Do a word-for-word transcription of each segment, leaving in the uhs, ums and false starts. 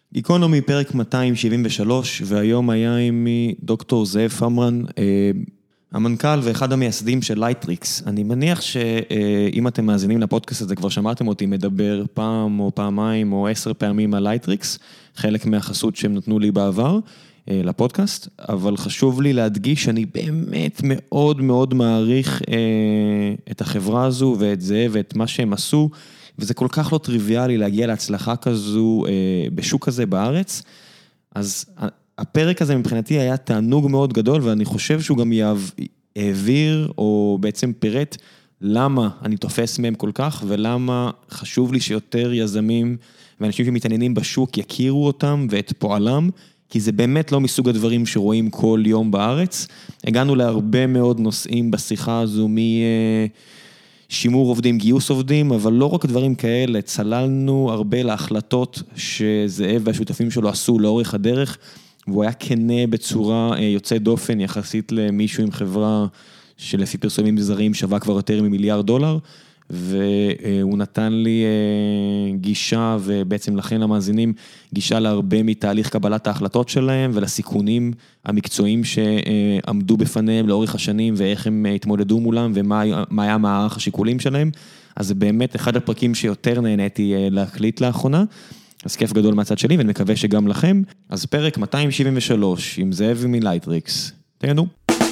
גיקונומי, פרק מאתיים שבעים ושלוש, והיום היה עם דוקטור זאב פברמן, המנכ"ל ואחד המייסדים של לייטריקס. אני מניח שאם אתם מאזינים לפודקאסט הזה, כבר שמעתם אותי מדבר פעם או פעמיים או עשר פעמים על לייטריקס, חלק מהחסות שהם נתנו לי בעבר לפודקאסט, אבל חשוב לי להדגיש שאני באמת מאוד מאוד מעריך את החברה הזו ואת זה ואת מה שהם עשו, וזה כל כך לא טריוויאלי להגיע להצלחה כזו בשוק הזה בארץ. אז הפרק הזה מבחינתי היה תענוג מאוד גדול, ואני חושב שהוא גם יעביר או בעצם פירט למה אני תופס מהם כל כך, ולמה חשוב לי שיותר יזמים ואנשים שמתעניינים בשוק יכירו אותם ואת פועלם, כי זה באמת לא מסוג הדברים שרואים כל יום בארץ. הגענו להרבה מאוד נושאים בשיחה הזו מ... שימור עובדים, גיוס עובדים, אבל לא רק דברים כאלה, צללנו הרבה להחלטות שזאב והשותפים שלו עשו לאורך הדרך, והוא היה כנה בצורה יוצא דופן יחסית למישהו עם חברה שלפי פרסומים זרים שווה כבר יותר ממיליארד דולר, והוא נתן לי גישה, ובעצם לכן למאזינים, גישה להרבה מתהליך קבלת ההחלטות שלהם, ולסיכונים המקצועיים שעמדו בפניהם לאורך השנים, ואיך הם התמודדו מולם, ומה היה מערך השיקולים שלהם. אז זה באמת אחד הפרקים שיותר נהניתי להקליט לאחרונה, אז כיף גדול מהצד שלי, ואני מקווה שגם לכם. אז פרק מאתיים שבעים ושלוש, עם זאב מלייטריקס. תהנו.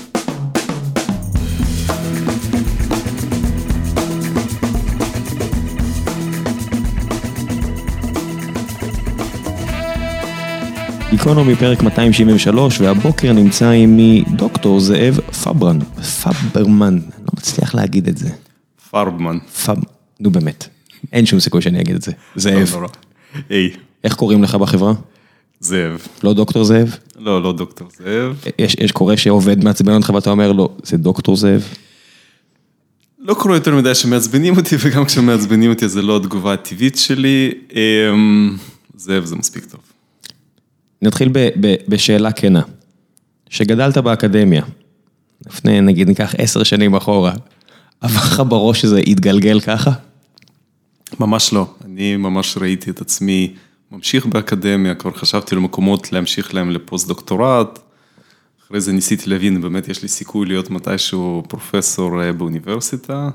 גיקונומי, פרק מאתיים שבעים ושלוש, והבוקר נמצא עם דוקטור זאב פברמן. פברמן, לא מצליח להגיד את זה. פברמן. פב... נו באמת, אין שום סיכוי שאני אגיד את זה. זאב. לא, לא. היי. איך קוראים לך בחברה? זאב. לא דוקטור זאב? לא, לא דוקטור זאב. יש, יש קורא שעובד מעצבן אותך ואתה אומר לו, זה דוקטור זאב? לא קורא יותר מדי שמעצבנים אותי, וגם כשמעצבנים אותי זה לא התגובה הטבעית שלי. זאב זה מספיק טוב. נתחיל ב- ב- בשאלה כנה. שגדלת באקדמיה, לפני נגיד ניקח עשר שנים אחורה, עבר לך בראש שזה יתגלגל ככה? ממש לא. אני ממש ראיתי את עצמי ממשיך באקדמיה, כבר חשבתי למקומות להמשיך להם לפוסט דוקטורט, אחרי זה ניסיתי להבין, באמת יש לי סיכוי להיות מתישהו פרופסור באוניברסיטה,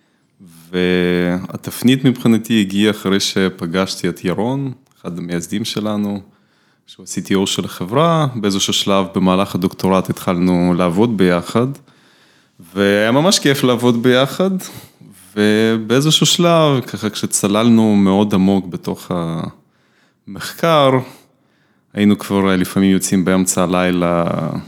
והתפנית מבחינתי הגיעה אחרי שפגשתי את ירון, אחד המייסדים שלנו, שהוא ה-סי טי או של החברה, באיזשהו שלב במהלך הדוקטורט התחלנו לעבוד ביחד, והיה ממש כיף לעבוד ביחד, ובאיזשהו שלב, ככה כשצללנו מאוד עמוק בתוך המחקר, היינו כבר לפעמים יוצאים באמצע הלילה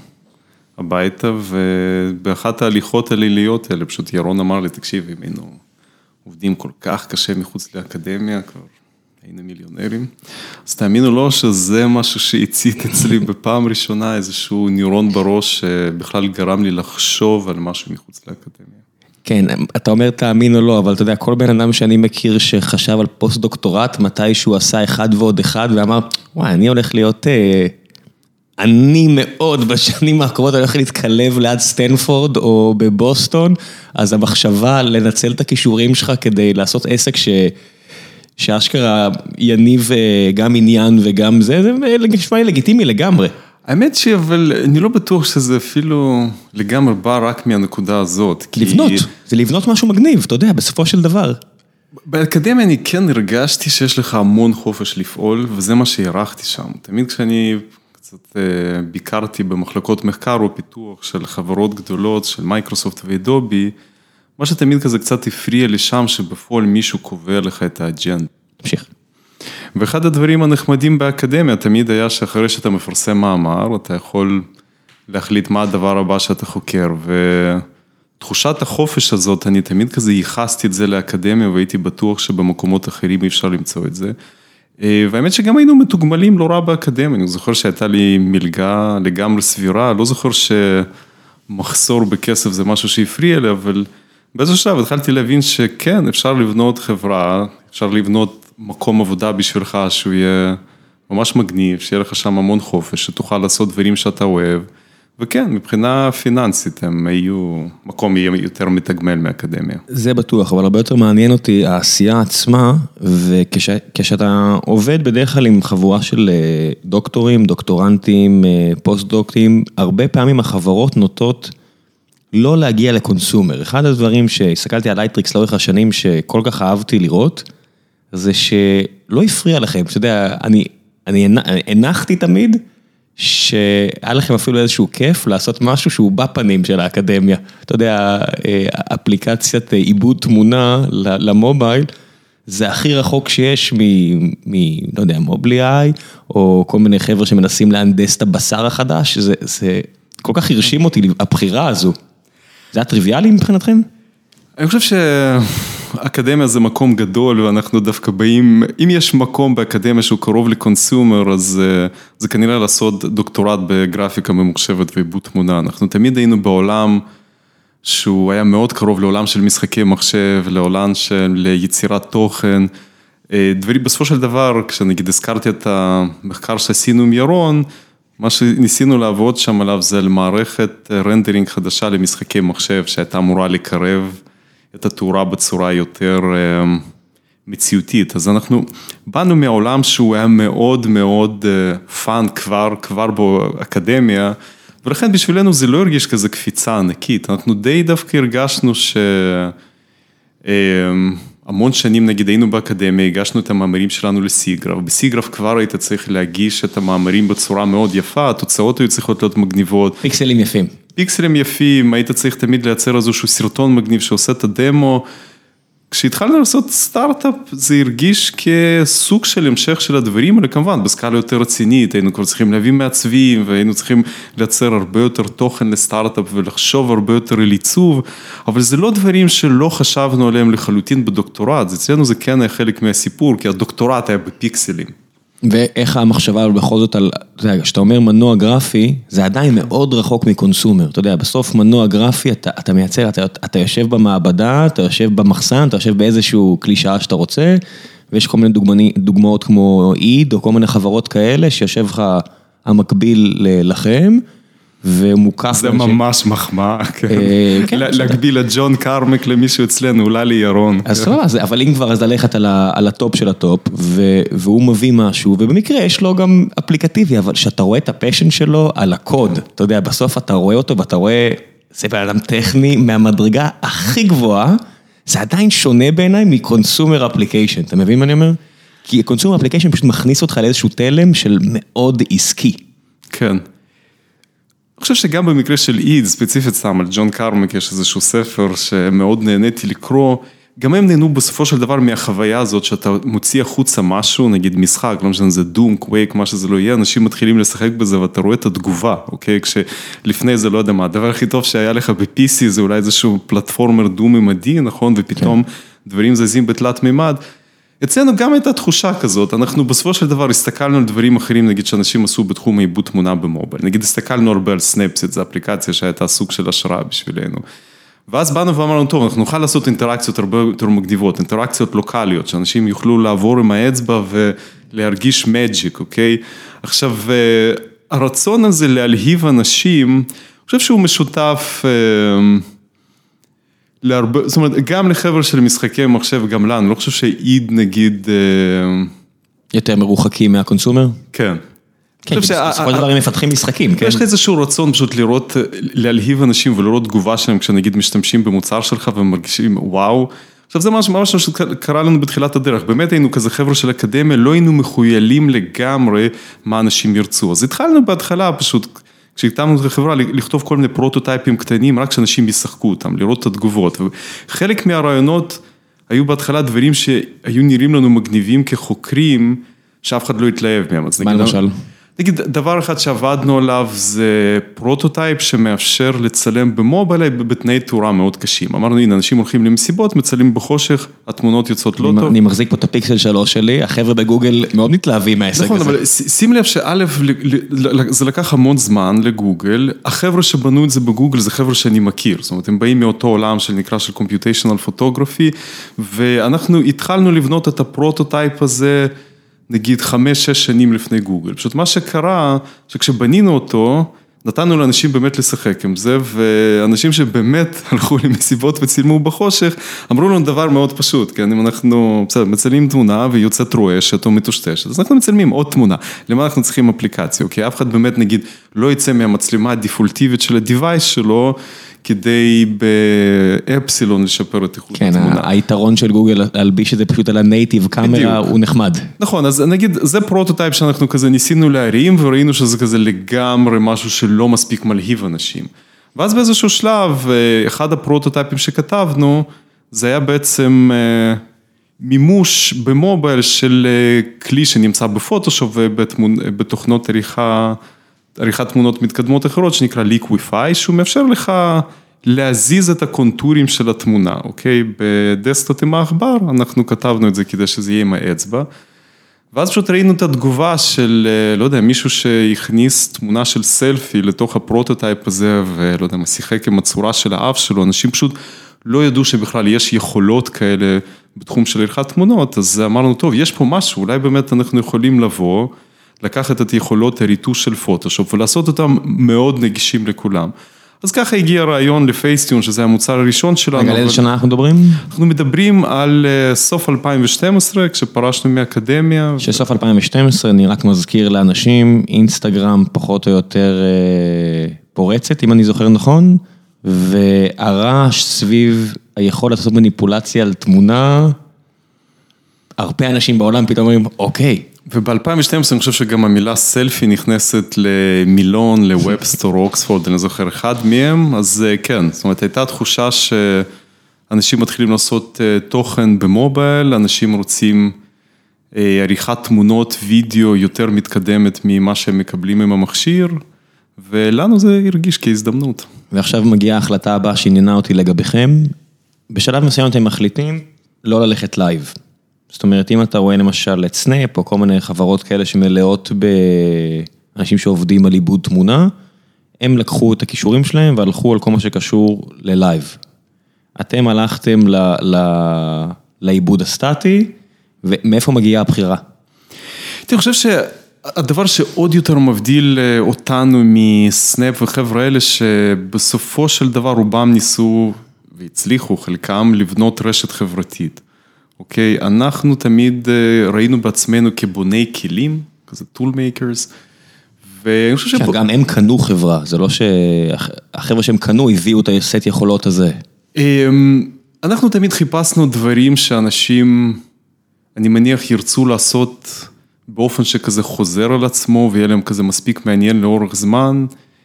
הביתה, ובאחת ההליכות הליליות האלה, פשוט ירון אמר לי, תקשיב, אם היינו עובדים כל כך קשה מחוץ לאקדמיה, כבר היינו מיליונרים, אז תאמינו לו שזה משהו שהצית אצלי בפעם ראשונה, איזשהו ניורון בראש שבכלל גרם לי לחשוב על משהו מחוץ לאקדמיה. כן, אתה אומר תאמין או לא, אבל אתה יודע, כל בן אדם שאני מכיר שחשב על פוסט דוקטורט, מתי שהוא עשה אחד ועוד אחד, ואמר, וואי, אני הולך להיות אה, עני מאוד בשנים האחרונות, אני הולך להתקלב ליד סטנפורד או בבוסטון, אז המחשבה לנצל את הכישורים שלך כדי לעשות עסק ש... שאשכרה יניב גם עניין וגם זה, זה נשמע לגיטימי לגמרי. האמת שהיא, אבל אני לא בטוח שזה אפילו לגמרי בא רק מהנקודה הזאת. לבנות, זה לבנות משהו מגניב, אתה יודע, בסופו של דבר. באקדמיה אני כן הרגשתי שיש לך המון חופש לפעול, וזה מה שהערכתי שם. תמיד כשאני קצת ביקרתי במחלקות מחקר או פיתוח של חברות גדולות, של מייקרוסופט ואדובי, מה שתמיד כזה קצת הפריע לי שם, שבפועל מישהו קובע לך את האג'נדה. תמשיך. ואחד הדברים הנחמדים באקדמיה, תמיד היה שאחרי שאתה מפרסם מאמר, אתה יכול להחליט מה הדבר הבא שאתה חוקר, ותחושת החופש הזאת, אני תמיד כזה ייחסתי את זה לאקדמיה, והייתי בטוח שבמקומות אחרים אי אפשר למצוא את זה. והאמת שגם היינו מתוגמלים לא רע באקדמיה, אני זוכר שהייתה לי מלגה לגמרי סבירה, לא זוכר שמחסור בכסף זה משהו שהפריע לי, אבל באיזשהו שלב התחלתי להבין שכן, אפשר לבנות חברה, אפשר לבנות מקום עבודה בשבילך שהוא יהיה ממש מגניב, שיהיה לך שם המון חופש, שתוכל לעשות דברים שאתה אוהב, וכן, מבחינה פיננסית הם היו, מקום יהיה יותר מתגמל מהאקדמיה. זה בטוח, אבל הרבה יותר מעניין אותי העשייה עצמה, וכשאתה עובד בדרך כלל עם חבורה של דוקטורים, דוקטורנטים, פוסט-דוקטים, הרבה פעמים החברות נוטות לא להגיע לקונסומר. אחד הדברים שהסתכלתי על לייטריקס לאורך השנים שכל כך אהבתי לראות, זה שלא הפריע לכם, אתה יודע, אני, אני הנחתי תמיד, שהיה לכם אפילו איזשהו כיף לעשות משהו שהוא בפנים של האקדמיה. אתה יודע, אפליקציית עיבוד תמונה למובייל, זה הכי רחוק שיש מ, לא יודע, מובלי-איי, או כל מיני חבר'ה שמנסים להנדס את הבשר החדש, זה, זה כל כך הרשים אותי, הבחירה הזו. זה היה טריוויאלי מבחינתכם? אני חושב שהאקדמיה זה מקום גדול, ואנחנו דווקא באים, אם יש מקום באקדמיה שהוא קרוב לקונסומר, אז זה כנראה לעשות דוקטורט בגרפיקה ממוחשבת ועיבוד תמונה. אנחנו תמיד היינו בעולם שהוא היה מאוד קרוב לעולם של משחקי מחשב, לעולם של יצירת תוכן. דברי, בסופו של דבר, כשנגיד הזכרתי את המחקר שעשינו עם ירון, מה שניסינו לעבוד שם עליו זה על מערכת רנדרינג חדשה למשחקי מחשב, שהייתה אמורה לקרב את התאורה בצורה יותר מציאותית. אז אנחנו באנו מהעולם שהוא היה מאוד מאוד פאן כבר, כבר באקדמיה, ולכן בשבילנו זה לא הרגיש כזה קפיצה ענקית. אנחנו די דווקא הרגשנו ש... המון שנים נגיד היינו באקדמיה, הגשנו את המאמרים שלנו לסיגרף, בסיגרף כבר היית צריך להגיש את המאמרים בצורה מאוד יפה, התוצאות היו צריכות להיות מגניבות. פיקסלים יפים. פיקסלים יפים, היית צריך תמיד לייצר איזשהו סרטון מגניב שעושה את הדמו. כשהתחלנו לעשות סטארט-אפ, זה הרגיש כסוג של המשך של הדברים, אבל כמובן, בסקאלה יותר רצינית, היינו כבר צריכים להביא מעצבים, והיינו צריכים לייצר הרבה יותר תוכן לסטארט-אפ, ולחשוב הרבה יותר על עיצוב, אבל זה לא דברים שלא חשבנו עליהם לחלוטין בדוקטורט, אצלנו זה כן היה חלק מהסיפור, כי הדוקטורט היה בפיקסלים. ואיך המחשבה בכל זאת על, אתה יודע, כשאתה אומר מנוע גרפי, זה עדיין מאוד רחוק מקונסומר, אתה יודע, בסוף מנוע גרפי, אתה, אתה מייצר, אתה, אתה יושב במעבדה, אתה יושב במחסן, אתה יושב באיזשהו כלי שעה שאתה רוצה, ויש כל מיני דוגמני, דוגמאות כמו איד, או כל מיני חברות כאלה, שיושב לך המקביל לכם, ומוקף... זה ממש מחמאה, כן. להגביל את ג'ון קרמק למישהו אצלנו, אולי לי ירון. אז לא, אבל אם כבר, אז ללכת על הטופ של הטופ, והוא מביא משהו, ובמקרה יש לו גם אפליקטיבי, אבל שאתה רואה את הפשן שלו על הקוד, אתה יודע, בסוף אתה רואה אותו, ואתה רואה, זה בן אדם טכני, מהמדרגה הכי גבוהה, זה עדיין שונה בעיניי מקונסומר אפליקיישן, אתה מבין מה אני אומר? כי קונסומר אפליקיישן פשוט מכניס אותך לאיזשהו תלם של מאוד עסקי. כן. אני חושב שגם במקרה של איד, ספציפית סתם, על ג'ון קרמק, יש איזשהו ספר שמאוד נהניתי לקרוא, גם הם נהנו בסופו של דבר מהחוויה הזאת, שאתה מוציא החוצה משהו, נגיד משחק, לא משנה, זה דום, קווייק, מה שזה לא יהיה, אנשים מתחילים לשחק בזה, ואתה רואה את התגובה, אוקיי? כשלפני זה לא יודע מה, הדבר הכי טוב שהיה לך ב-פי סי, זה אולי איזשהו פלטפורמר דו-ממדי, נכון? ופתאום דברים זזים בתלת מימד. אצלנו גם הייתה תחושה כזאת, אנחנו בסופו של דבר הסתכלנו על דברים אחרים, נגיד שאנשים עשו בתחום העיבוד תמונה במובייל, נגיד הסתכלנו הרבה על סנאפסיט, זו אפליקציה שהייתה סוג של השראה בשבילנו, ואז באנו ואמרנו, טוב, אנחנו נוכל לעשות אינטראקציות הרבה יותר מגניבות, אינטראקציות לוקליות, שאנשים יוכלו לעבור עם האצבע ולהרגיש מג'יק, אוקיי? עכשיו, הרצון הזה להלהיב אנשים, אני חושב שהוא משותף... להרבה, זאת אומרת, גם לחבר של משחקי מחשב, גם לנו, לא חושב שאיד נגיד... יותר מרוחקים מהקונסומר? כן. כן, בסופו של דבר הם מפתחים משחקים, כן? יש לך איזשהו רצון פשוט לראות, להלהיב אנשים ולראות תגובה שלהם, כשנגיד משתמשים במוצר שלך ומרגישים וואו. עכשיו זה משהו, משהו שקרה לנו בתחילת הדרך, באמת היינו כזה חבר'ה של אקדמיה, לא היינו מחוילים לגמרי מה אנשים ירצו. אז התחלנו בהתחלה פשוט... כשהקטמנו את החברה, לכתוב כל מיני פרוטוטייפים קטנים, רק שאנשים ישחקו אותם, לראות את התגובות. וחלק מהרעיונות היו בהתחלה דברים שהיו נראים לנו מגניבים כחוקרים, שאף אחד לא התלהב מהם. מה למשל? נגיד, דבר אחד שעבדנו עליו זה פרוטוטייפ שמאפשר לצלם במובייל בתנאי תאורה מאוד קשים. אמרנו, הנה, אנשים הולכים למסיבות, מצלמים בחושך, התמונות יוצאות לא טוב. אני מחזיק פה את הפיקסל שלוש שלי, החבר'ה בגוגל מאוד מתלהבים מהעסק הזה. נכון, אבל שים לב שא', זה לקח המון זמן לגוגל, החבר'ה שבנו את זה בגוגל זה חבר'ה שאני מכיר, זאת אומרת, הם באים מאותו עולם של נקרא של Computational Photography, ואנחנו התחלנו לבנות את הפרוטוטייפ הזה, נגיד חמש, שש שנים לפני גוגל. פשוט מה שקרה, שכשבנינו אותו, נתנו לאנשים באמת לשחק עם זה, ואנשים שבאמת הלכו למסיבות וצילמו בחושך, אמרו לנו דבר מאוד פשוט, כן, אם אנחנו בסדר, מצלמים תמונה ויוצאת רועשת או מטושטשת, אז אנחנו מצלמים עוד תמונה, למה אנחנו צריכים אפליקציה, כי אף אחד באמת נגיד לא יצא מהמצלמה הדיפולטיבית של הדיווייס שלו, כדי באפסילון לשפר את איכות התמונה. כן, היתרון של גוגל להלביש את זה פשוט על הנייטיב קאמרה הוא נחמד. נכון, אז נגיד, זה פרוטוטייפ שאנחנו כזה ניסינו להרים, וראינו שזה כזה לגמרי משהו שלא מספיק מלהיב אנשים. ואז באיזשהו שלב, אחד הפרוטוטייפים שכתבנו, זה היה בעצם מימוש במובייל של כלי שנמצא בפוטושופ ובתוכנות עריכה, עריכת תמונות מתקדמות אחרות, שנקרא ליקוויפיי, שהוא מאפשר לך להזיז את הקונטורים של התמונה, אוקיי? בדסקטופ עם העכבר, אנחנו כתבנו את זה כדי שזה יהיה עם האצבע, ואז פשוט ראינו את התגובה של, לא יודע, מישהו שהכניס תמונה של סלפי לתוך הפרוטוטייפ הזה, ולא יודע, שיחק עם הצורה של האף שלו, אנשים פשוט לא ידעו שבכלל יש יכולות כאלה בתחום של עריכת תמונות, אז אמרנו, טוב, יש פה משהו, אולי באמת אנחנו יכולים לבוא, לקחת את יכולות הריטוש של פוטושופ ולעשות אותם מאוד נגישים לכולם. אז ככה הגיע הרעיון לפייסטיון, שזה המוצר הראשון שלנו. רגע, לאיזה שנה אנחנו מדברים? אנחנו מדברים על סוף אלפיים ושתים עשרה, כשפרשנו מהאקדמיה. שסוף אלפיים ושתים עשרה, אני רק מזכיר לאנשים, אינסטגרם פחות או יותר פורצת, אם אני זוכר נכון, והרעש סביב היכולת לעשות מניפולציה על תמונה, הרבה אנשים בעולם פתאום אומרים, אוקיי. וב-אלפיים ושתים עשרה אני חושב שגם המילה סלפי נכנסת למילון, לוובסטר, אוקספורד, אני זוכר אחד מהם, אז כן, זאת אומרת, הייתה תחושה שאנשים מתחילים לעשות תוכן במובייל, אנשים רוצים עריכת תמונות, וידאו יותר מתקדמת ממה שהם מקבלים עם המכשיר, ולנו זה הרגיש כהזדמנות. ועכשיו מגיעה ההחלטה הבאה שעניינה אותי לגביכם, בשלב מסוים אתם מחליטים לא ללכת לייב. זאת אומרת, אם אתה רואה למשל את סנאפ, או כל מיני חברות כאלה שמלאות באנשים שעובדים על עיבוד תמונה, הם לקחו את הכישורים שלהם, והלכו על כל מה שקשור ללייב. אתם הלכתם ל, ל, לעיבוד הסטטי, ומאיפה מגיעה הבחירה? אני חושב שהדבר שעוד יותר מבדיל אותנו מסנאפ וחבר'ה האלה, שבסופו של דבר רובם ניסו והצליחו, חלקם לבנות רשת חברתית. אוקיי, אנחנו תמיד ראינו בעצמנו כבוני כלים, כזה tool makers, ואני חושב שבו... גם הם קנו חברה, זה לא שהחבר'ה שהם קנו הביאו את הסט יכולות הזה. אנחנו תמיד חיפשנו דברים שאנשים, אני מניח, ירצו לעשות באופן שכזה חוזר על עצמו, ויהיה להם כזה מספיק מעניין לאורך זמן,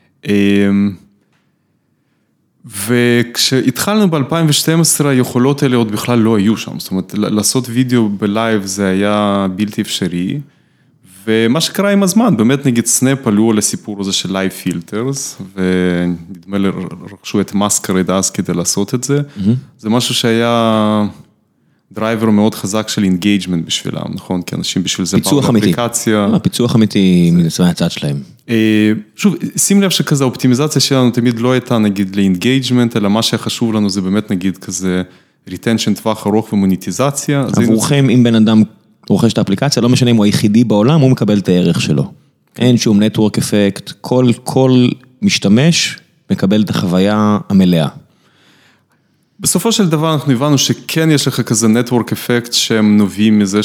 וכשהתחלנו ב-אלפיים ושתים עשרה, היכולות האלה עוד בכלל לא היו שם, זאת אומרת, לעשות וידאו בלייב זה היה בלתי אפשרי, ומה שקרה עם הזמן, באמת נגיד סנאפ עלו על הסיפור הזה של לייב פילטרס, ונדמה לי רכשו את מסקרד אז כדי לעשות את זה, mm-hmm. זה משהו שהיה דרייבר מאוד חזק של אינגייג'מנט בשבילם, נכון? כי אנשים בשביל זה באו באפליקציה. פיצוח אמיתי מהצד שלהם. שוב, שים לב שכזה האופטימיזציה שלנו תמיד לא הייתה נגיד לאינגייג'מנט, אלא מה שחשוב לנו זה באמת נגיד כזה ריטנשן טווח ארוך ומוניטיזציה. עבורכם אם בן אדם רוכש את האפליקציה, לא משנה אם הוא היחידי בעולם, הוא מקבל את הערך שלו. אין שום נטוורק אפקט, כל, כל משתמש מקבל את החוויה המלאה. בסופו של דבר אנחנו הבנו שכן יש לך כזה נטוורק אפקט שהם נובעים מזה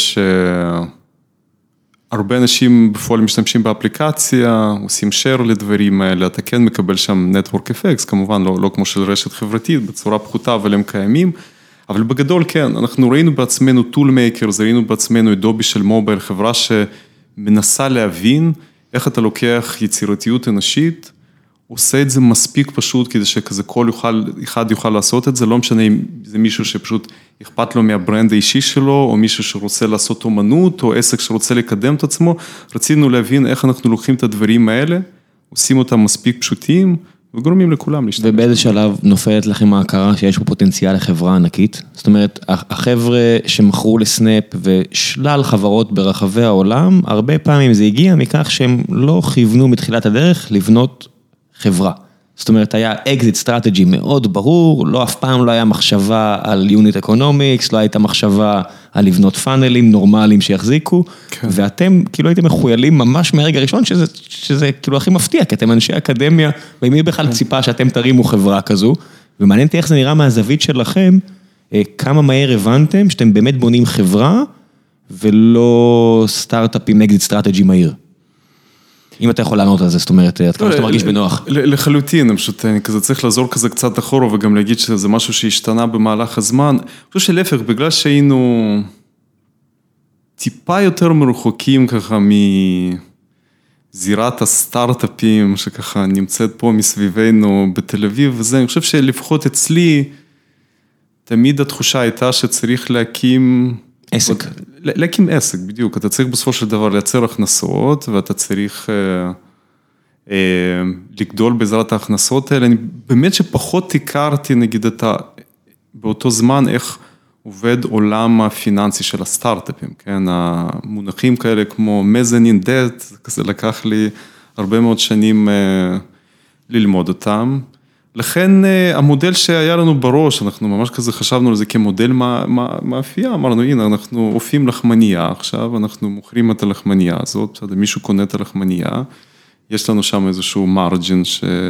שהרבה אנשים בפועל משתמשים באפליקציה, עושים share לדברים האלה, אתה כן מקבל שם נטוורק אפקט, כמובן לא, לא כמו של רשת חברתית, בצורה פחותה אבל הם קיימים, אבל בגדול כן, אנחנו ראינו בעצמנו טולמייקרס, ראינו בעצמנו אדובי של מובייל, חברה שמנסה להבין איך אתה לוקח יצירתיות אנושית, עושה את זה מספיק פשוט, כדי שכזה כל יוכל, אחד יוכל לעשות את זה, לא משנה אם זה מישהו שפשוט אכפת לו מהברנד האישי שלו, או מישהו שרוצה לעשות אומנות, או עסק שרוצה לקדם את עצמו, רצינו להבין איך אנחנו לוקחים את הדברים האלה, עושים אותם מספיק פשוטים, וגורמים לכולם להשתמש. ובאיזה שלב נופלת לכם ההכרה שיש פה פוטנציאל לחברה ענקית? זאת אומרת, החבר'ה שמכרו לסנאפ ושלל חברות ברחבי העולם, הרבה פעמים זה הגיע מכך שהם לא כיוונו מתחילת הדרך לבנות חברה. זאת אומרת, היה אקזיט סטרטג'י מאוד ברור, לא אף פעם לא היה מחשבה על יוניט אקונומיקס, לא הייתה מחשבה על לבנות פאנלים נורמליים שיחזיקו, כן. ואתם כאילו הייתם מחוילים ממש מהרגע הראשון, שזה, שזה כאילו הכי מפתיע, כי אתם אנשי אקדמיה, ומי בכלל כן. ציפה שאתם תרימו חברה כזו, ומעניין איך זה נראה מהזווית שלכם, כמה מהר הבנתם שאתם באמת בונים חברה, ולא סטארט-אפים אקזיט סטרטג'י מהיר. אם אתה יכול לענות על זה, זאת אומרת, עד כמה שאתה מרגיש בנוח. לחלוטין, פשוט אני כזה צריך לעזור כזה קצת אחורה, וגם להגיד שזה משהו שהשתנה במהלך הזמן. אני חושב שלהפך, בגלל שהיינו טיפה יותר מרוחקים ככה מזירת הסטארט-אפים, שככה נמצאת פה מסביבנו בתל אביב, וזה, אני חושב שלפחות אצלי, תמיד התחושה הייתה שצריך להקים... עסק. להקים עסק, בדיוק. אתה צריך בסופו של דבר לייצר הכנסות, ואתה צריך אה, אה, לגדול בעזרת ההכנסות האלה. אני באמת שפחות הכרתי, נגיד, את ה... באותו זמן, איך עובד עולם הפיננסי של הסטארט-אפים, כן? המונחים כאלה כמו mezzanine debt, כזה לקח לי הרבה מאוד שנים אה, ללמוד אותם. לכן המודל שהיה לנו בראש, אנחנו ממש כזה חשבנו על זה כמודל מאפייה, אמרנו, הנה, אנחנו אופים לחמניה עכשיו, אנחנו מוכרים את הלחמניה הזאת, מישהו קונה את הלחמניה, יש לנו שם איזשהו מרג'ין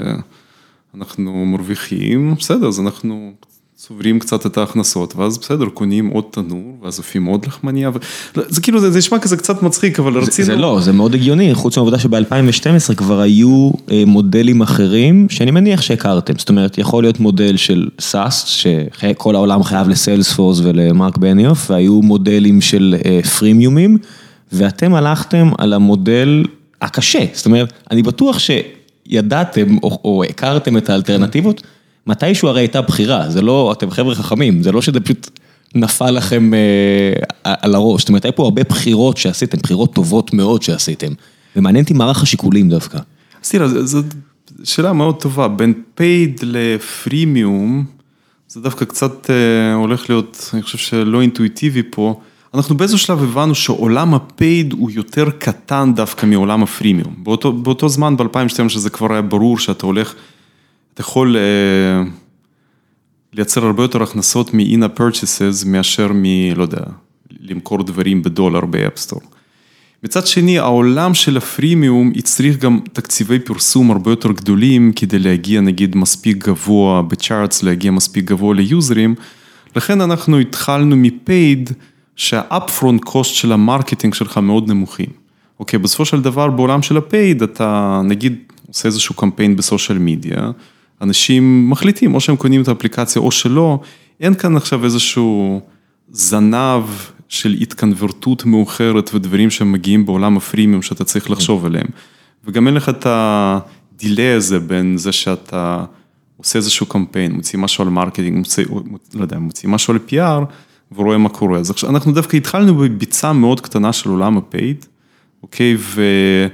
שאנחנו מרוויחים, בסדר, אז אנחנו צוברים קצת את ההכנסות, ואז בסדר, קונים עוד תנור, ואז אופים עוד לחמניה, זה כאילו, זה נשמע כזה קצת מצחיק, אבל רצינו... זה לא, זה מאוד הגיוני, חוץ מהעובדה שב-אלפיים ושתים עשרה כבר היו מודלים אחרים, שאני מניח שהכרתם, זאת אומרת, יכול להיות מודל של סאס, שכל העולם חייב לסיילספורס ולמרק בניוף, והיו מודלים של פרימיומים, ואתם הלכתם על המודל הקשה, זאת אומרת, אני בטוח שידעתם או הכרתם את האלטרנטיבות, מתישהו הרי הייתה בחירה, זה לא, אתם חבר'ה חכמים, זה לא שזה פשוט נפל לכם אה, על הראש, זאת אומרת, היה פה הרבה בחירות שעשיתם, בחירות טובות מאוד שעשיתם, ומעניין אותי מערך השיקולים דווקא. אז תראה, זו שאלה מאוד טובה, בין פייד לפרימיום, זה דווקא קצת אה, הולך להיות, אני חושב שלא אינטואיטיבי פה, אנחנו באיזו שלב הבנו שעולם הפייד הוא יותר קטן דווקא מעולם הפרימיום, באותו, באותו זמן ב-אלפיים ושתים עשרה זה כבר היה ברור שאתה הולך, אתה יכול uh, לייצר הרבה יותר הכנסות מ-in-app purchases מאשר מ, לא יודע, למכור דברים בדולר באפסטור. מצד שני, העולם של הפרימיום יצריך גם תקציבי פרסום הרבה יותר גדולים, כדי להגיע נגיד מספיק גבוה בצ'ארטס, להגיע מספיק גבוה ליוזרים, לכן אנחנו התחלנו מפייד, שה-upfront cost של המרקטינג שלך מאוד נמוכים. אוקיי, בסופו של דבר בעולם של הפייד, אתה נגיד עושה איזשהו קמפיין בסושיאל מדיה, אנשים מחליטים, או שהם קונים את האפליקציה או שלא, אין כאן עכשיו איזשהו זנב של התקנברטות מאוחרת ודברים שמגיעים בעולם הפרימיום שאתה צריך לחשוב עליהם. וגם אין לך את הדילי הזה בין זה שאתה עושה איזשהו קמפיין, מוציא משהו על מרקטינג, מוציא, לא יודע, מוציא משהו על פי אר, ורואה מה קורה. אז אנחנו דווקא התחלנו בביצה מאוד קטנה של עולם הפייד, אוקיי, ו...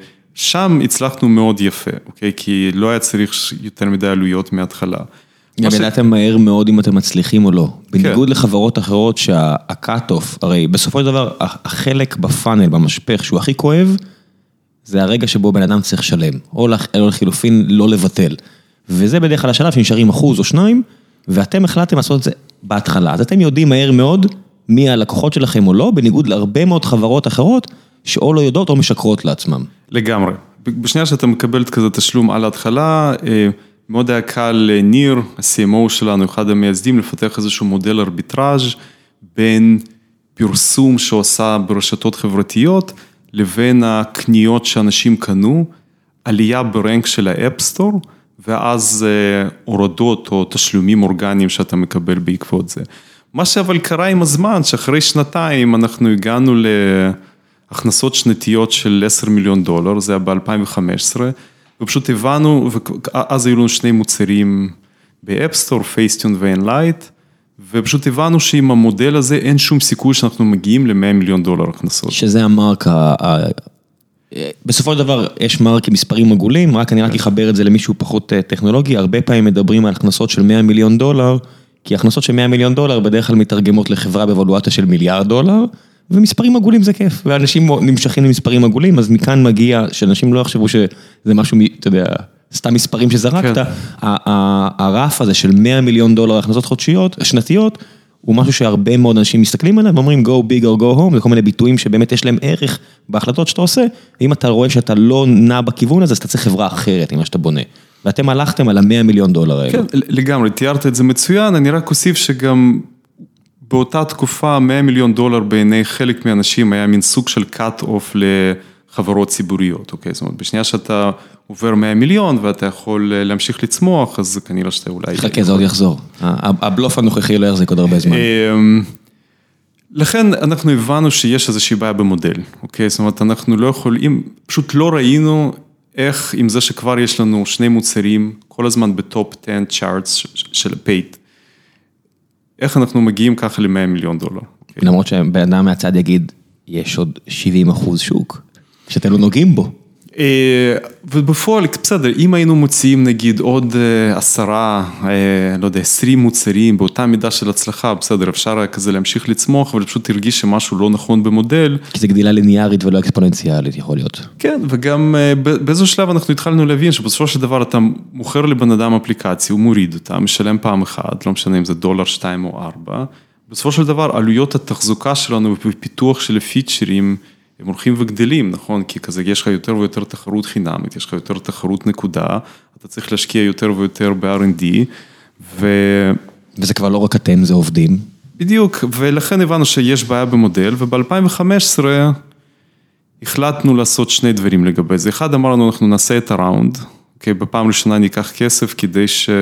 שם הצלחנו מאוד יפה, אוקיי? כי לא היה צריך יותר מדי עלויות מההתחלה. גם ידעתם מהר מאוד אם אתם מצליחים או לא. בניגוד לחברות אחרות שהקאט-אוף, הרי בסופו של דבר, החלק בפאנל, במשפך, שהוא הכי כואב, זה הרגע שבו בן אדם צריך לשלם, או לחילופין לא לבטל. וזה בדרך כלל השלב שנשארים אחוז או שניים, ואתם החלטתם לעשות את זה בהתחלה. אז אתם יודעים מהר מאוד מי הלקוחות שלכם או לא, בניגוד להרבה מאוד חברות אחרות, שאו לא יודעות או משקרות לעצמם. לגמרי. בשנייה שאתה מקבל כזה תשלום על ההתחלה, מאוד היה קל לניר, ה-סי אם או שלנו, אחד המייסדים, לפתח איזשהו מודל ארביטראז' בין פרסום שעושה ברשתות חברתיות, לבין הקניות שאנשים קנו, עלייה ברנק של האפסטור, ואז הורדות או תשלומים אורגניים שאתה מקבל בעקבות זה. מה שאבל קרה עם הזמן, שאחרי שנתיים אנחנו הגענו ל... הכנסות שנתיות של עשרה מיליון דולר, זה היה ב-אלפיים וחמש עשרה, ופשוט הבנו, ואז היו לנו שני מוצרים באפסטור, פייסטיון ואנלייט, ופשוט הבנו שעם המודל הזה אין שום סיכוי שאנחנו מגיעים ל-מאה מיליון דולר הכנסות. שזה המרק, ה... בסופו של דבר יש מרק עם מספרים עגולים, רק אני רק אחבר את זה למישהו פחות טכנולוגי, הרבה פעמים מדברים על הכנסות של מאה מיליון דולר, כי הכנסות של מאה מיליון דולר בדרך כלל מתרגמות לחברה בוולואציה של מיליארד דולר, ומספרים עגולים זה כיף, ואנשים נמשכים למספרים עגולים, אז מכאן מגיע, שאנשים לא יחשבו שזה משהו, אתה יודע, סתם מספרים שזרקת, הרף הזה של מאה מיליון דולר הכנסות חודשיות, שנתיות, הוא משהו שהרבה מאוד אנשים מסתכלים עליו, ואומרים go big or go home, זה כל מיני ביטויים שבאמת יש להם ערך בהחלטות שאתה עושה, ואם אתה רואה שאתה לא נע בכיוון הזה, אז אתה צריך חברה אחרת עם מה שאתה בונה. ואתם הלכתם על המאה מיליון דולר האלה. כן, לגמרי, תיארת את זה מצוין, אני רק אוסיף שגם באותה תקופה, מאה מיליון דולר בעיני חלק מהאנשים היה מין סוג של cut off לחברות ציבוריות, אוקיי? זאת אומרת, בשנייה שאתה עובר מאה מיליון ואתה יכול להמשיך לצמוח, אז כנראה שאתה אולי... חכה, זה עוד יחזור. הבלוף הנוכחי לא יחזיק עוד הרבה זמן. לכן אנחנו הבנו שיש איזושהי בעיה במודל, אוקיי? זאת אומרת, אנחנו לא יכולים, פשוט לא ראינו איך עם זה שכבר יש לנו שני מוצרים, כל הזמן בטופ עשר צ'ארטס של פייט, איך אנחנו מגיעים ככה ל-מאה מיליון דולר. למרות שבן אדם מהצד יגיד, יש עוד שבעים אחוז שוק, שאתם לא נוגעים בו. ובפועל, בסדר, אם היינו מוציאים נגיד עוד עשרה, לא יודע, עשרים מוצרים, באותה מידה של הצלחה, בסדר, אפשר כזה להמשיך לצמוח, אבל פשוט תרגיש שמשהו לא נכון במודל. כי זה גדילה ליניארית ולא אקספוננציאלית, יכול להיות. כן, וגם באיזו שלב אנחנו התחלנו להבין שבסופו של דבר אתה מוכר לבן אדם אפליקציה, הוא מוריד אותה, משלם פעם אחת, לא משנה אם זה דולר, שתיים או ארבע. בסופו של דבר, עלויות התחזוקה שלנו ופיתוח של הפיצ'רים, הם הולכים וגדלים, נכון? כי כזה יש לך יותר ויותר תחרות חינמית, יש לך יותר תחרות נקודה, אתה צריך להשקיע יותר ויותר ב-אר אנד די, ו... וזה כבר לא רק אתם, זה עובדים. בדיוק, ולכן הבנו שיש בעיה במודל, וב-אלפיים וחמש עשרה החלטנו לעשות שני דברים לגבי זה. אחד, אמרנו, אנחנו נעשה את הראונד, אוקיי? בפעם ראשונה ניקח כסף כדי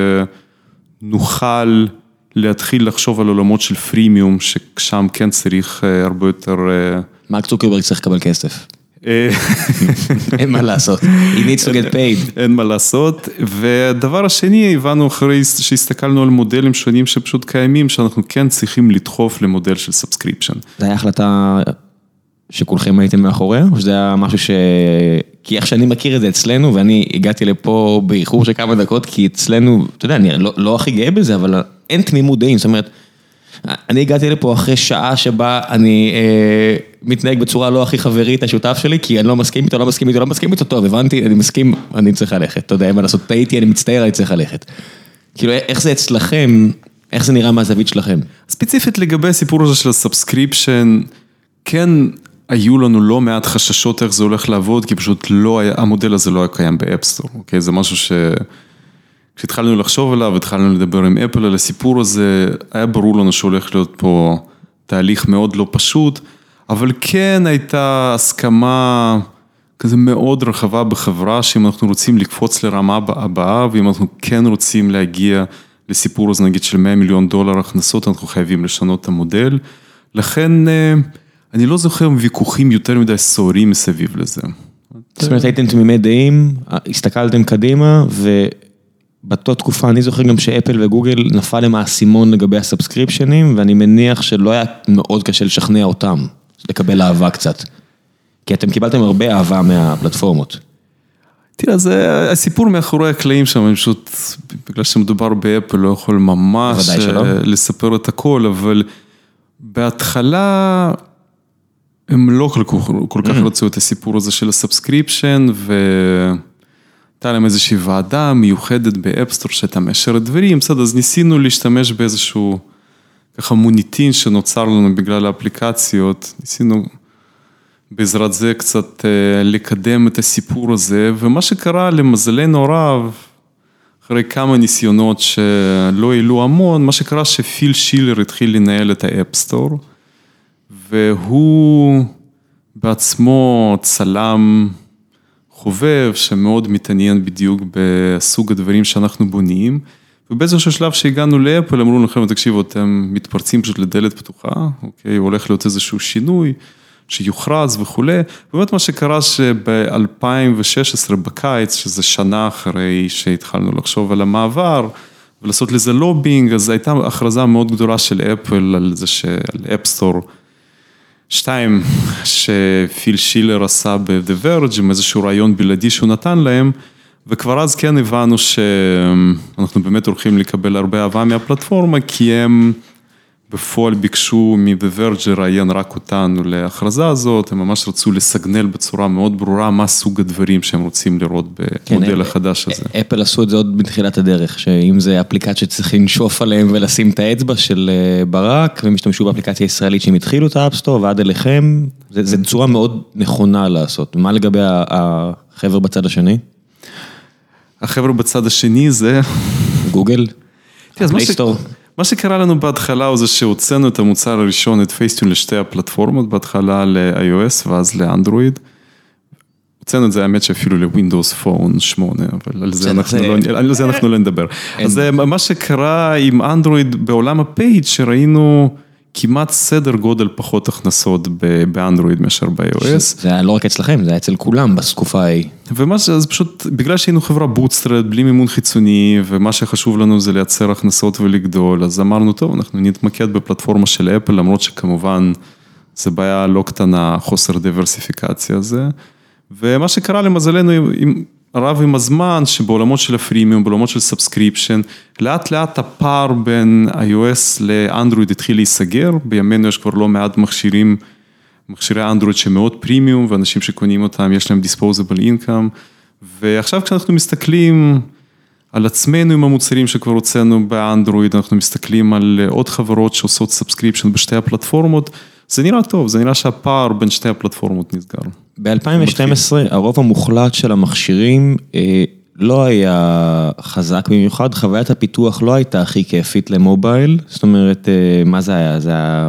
שנוכל להתחיל לחשוב על עולמות של פרימיום, ששם כן צריך הרבה יותר... מרק צוקרברג צריך לקבל כסף. אין מה לעשות. He needs to get paid. אין מה לעשות. והדבר השני, הבנו אחרי שהסתכלנו על מודלים שונים שפשוט קיימים, שאנחנו כן צריכים לדחוף למודל של סאבסקריפשן. זה היה החלטה שכולכם הייתם מאחוריה? או שזה היה משהו ש... כי איך שאני מכיר את זה אצלנו, ואני הגעתי לפה באיחור של כמה דקות, כי אצלנו, אתה יודע, אני לא, לא הכי גאה בזה, אבל אין תמימות דעים. זאת אומרת, אני הגעתי לפה אחרי שעה שבה אני אה, מתנהג בצורה לא הכי חברית, השותף שלי, כי אני לא מסכים איתו, לא מסכים איתו, לא מסכים איתו, טוב, הבנתי, אני מסכים, אני צריך ללכת. אתה יודע, אם אני לעשות פייטי, אני מצטער, אני צריך ללכת. כאילו, איך זה אצלכם, איך זה נראה מהזווית שלכם? ספציפית לגבי הסיפור הזה של הסאבסקריפשן, כן היו לנו לא מעט חששות איך זה הולך לעבוד, כי פשוט לא היה, המודל הזה לא היה קיים באפסטור, אוקיי? זה משהו ש... כשהתחלנו לחשוב עליו, התחלנו לדבר עם אפל על הסיפור הזה, היה ברור לנו שהולך להיות פה תהליך מאוד לא פשוט, אבל כן הייתה הסכמה כזה מאוד רחבה בחברה, שאם אנחנו רוצים לקפוץ לרמה הבאה, ואם אנחנו כן רוצים להגיע לסיפור הזה, נגיד של מאה מיליון דולר הכנסות, אנחנו חייבים לשנות את המודל. לכן, אני לא זוכר ויכוחים יותר מדי סוערים מסביב לזה. זאת אומרת, הייתם תמימי דעים, הסתכלתם קדימה, ו... באותה תקופה, אני זוכר גם שאפל וגוגל נפל להם האסימון לגבי הסאבסקריפשנים, ואני מניח שלא היה מאוד קשה לשכנע אותם, לקבל אהבה קצת. כי אתם קיבלתם הרבה אהבה מהפלטפורמות. תראה, זה הסיפור מאחורי הקלעים שם, פשוט, בגלל שמדובר באפל, לא יכול ממש לספר את הכל, אבל בהתחלה הם לא כל כך, כל כך רצו את הסיפור הזה של הסאבסקריפשן, ו... הייתה להם איזושהי ועדה מיוחדת באפסטור שאתה מאשר את דברים, בסדר, אז ניסינו להשתמש באיזשהו ככה מוניטין שנוצר לנו בגלל האפליקציות, ניסינו בעזרת זה קצת לקדם את הסיפור הזה, ומה שקרה למזלנו רב, אחרי כמה ניסיונות שלא העלו המון, מה שקרה שפיל שילר התחיל לנהל את האפסטור, והוא בעצמו צלם, חובב שמאוד מתעניין בדיוק בסוג הדברים שאנחנו בונים, ובאיזשהו שלב שהגענו לאפל, אמרו לכם, תקשיבו, אתם מתפרצים פשוט לדלת פתוחה, אוקיי, הולך להיות איזשהו שינוי, שיוכרז וכו'. באמת מה שקרה שב-אלפיים ושש עשרה בקיץ, שזה שנה אחרי שהתחלנו לחשוב על המעבר, ולעשות לזה לובינג, אז הייתה הכרזה מאוד גדולה של אפל, על זה שעל אפסטור, שתיים, שפיל שילר עשה ב-The Verge, עם איזשהו רעיון בלעדי שהוא נתן להם, וכבר אז כן הבנו שאנחנו באמת הולכים לקבל הרבה אהבה מהפלטפורמה, כי הם בפועל ביקשו מבוורג' לראיין רק אותנו להכרזה הזאת, הם ממש רצו לסגנל בצורה מאוד ברורה מה סוג הדברים שהם רוצים לראות במודל החדש הזה. אפל עשו את זה עוד בתחילת הדרך, שאם זה אפליקציה שצריך לנשוף עליהם ולשים את האצבע של ברק, והם השתמשו באפליקציה ישראלית שהם התחילו את האפסטור ועד אליכם, זה צורה מאוד נכונה לעשות. מה לגבי החבר'ה בצד השני? החבר'ה בצד השני זה... גוגל? פלייסטור? מה שקרה לנו בהתחלה הוא זה שהוצאנו את המוצר הראשון, את פייסטיון, לשתי הפלטפורמות, בהתחלה ל-iOS ואז לאנדרואיד. הוצאנו את זה, האמת שאפילו לווינדוס פון שמונה, אבל על זה אנחנו לא, על זה אנחנו לא נדבר. אז מה שקרה עם אנדרואיד בעולם הפייג' שראינו כמעט סדר גודל פחות הכנסות באנדרואיד מאשר ב-iOS. זה היה לא רק אצלכם, זה היה אצל כולם בתקופה ההיא. ומה ש... אז פשוט, בגלל שהיינו חברה בוטסטראפ, בלי מימון חיצוני, ומה שחשוב לנו זה לייצר הכנסות ולגדול, אז אמרנו, טוב, אנחנו נתמקד בפלטפורמה של אפל, למרות שכמובן, זה בעיה לא קטנה, חוסר דיברסיפיקציה הזה. ומה שקרה למזלנו, עם, הרב עם הזמן, שבעולמות של הפרימיום, בעולמות של סאבסקריפשן, לאט לאט הפער בין iOS לאנדרואיד התחיל להיסגר, בימינו יש כבר לא מעט מכשירים, מכשירי אנדרואיד שמאוד פרימיום, ואנשים שקונים אותם יש להם disposable income, ועכשיו כשאנחנו מסתכלים על עצמנו עם המוצרים שכבר הוצאנו באנדרואיד, אנחנו מסתכלים על עוד חברות שעושות סאבסקריפשן בשתי הפלטפורמות, זה נראה טוב, זה נראה שהפער בין שתי הפלטפורמות נסגר. ב-אלפיים ושתים עשרה הרוב המוחלט של המכשירים אה, לא היה חזק במיוחד, חוויית הפיתוח לא הייתה הכי כיפית למובייל, זאת אומרת, אה, מה זה היה? זה היה,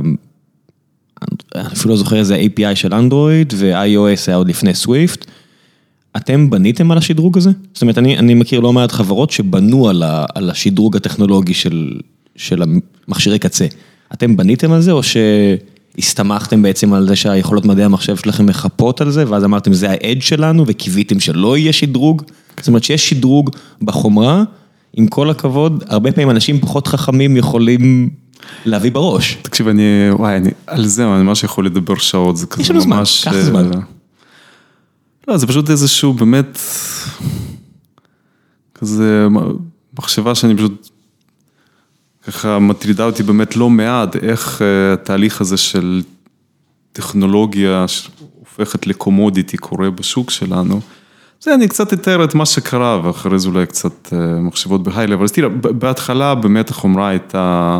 אני אפילו לא זוכר, זה ה-איי פי איי של אנדרואיד, ו-iOS היה עוד לפני סוויפט. אתם בניתם על השדרוג הזה? זאת אומרת, אני, אני מכיר לא מעט חברות שבנו על, ה, על השדרוג הטכנולוגי של, של המכשירי קצה. אתם בניתם על זה, או ש... הסתמכתם בעצם על זה שהיכולות מדעי המחשב שלכם מחפות על זה, ואז אמרתם, זה העד שלנו, וקיוויתם שלא יהיה שדרוג. זאת אומרת, שיש שדרוג בחומרה, עם כל הכבוד, הרבה פעמים אנשים פחות חכמים יכולים להביא בראש. תקשיב, אני, וואי, אני, על זה אני ממש יכול לדבר שעות, זה כזה ממש... קח זמן. לא, זה פשוט איזשהו באמת, כזה מחשבה שאני פשוט... ככה מטרידה אותי באמת לא מעט, איך התהליך הזה של טכנולוגיה שהופכת לקומודיטי קורה בשוק שלנו. זה אני קצת אתאר את מה שקרה, ואחרי זה אולי קצת מחשבות בהיי לב. אז תראה, בהתחלה באמת החומרה הייתה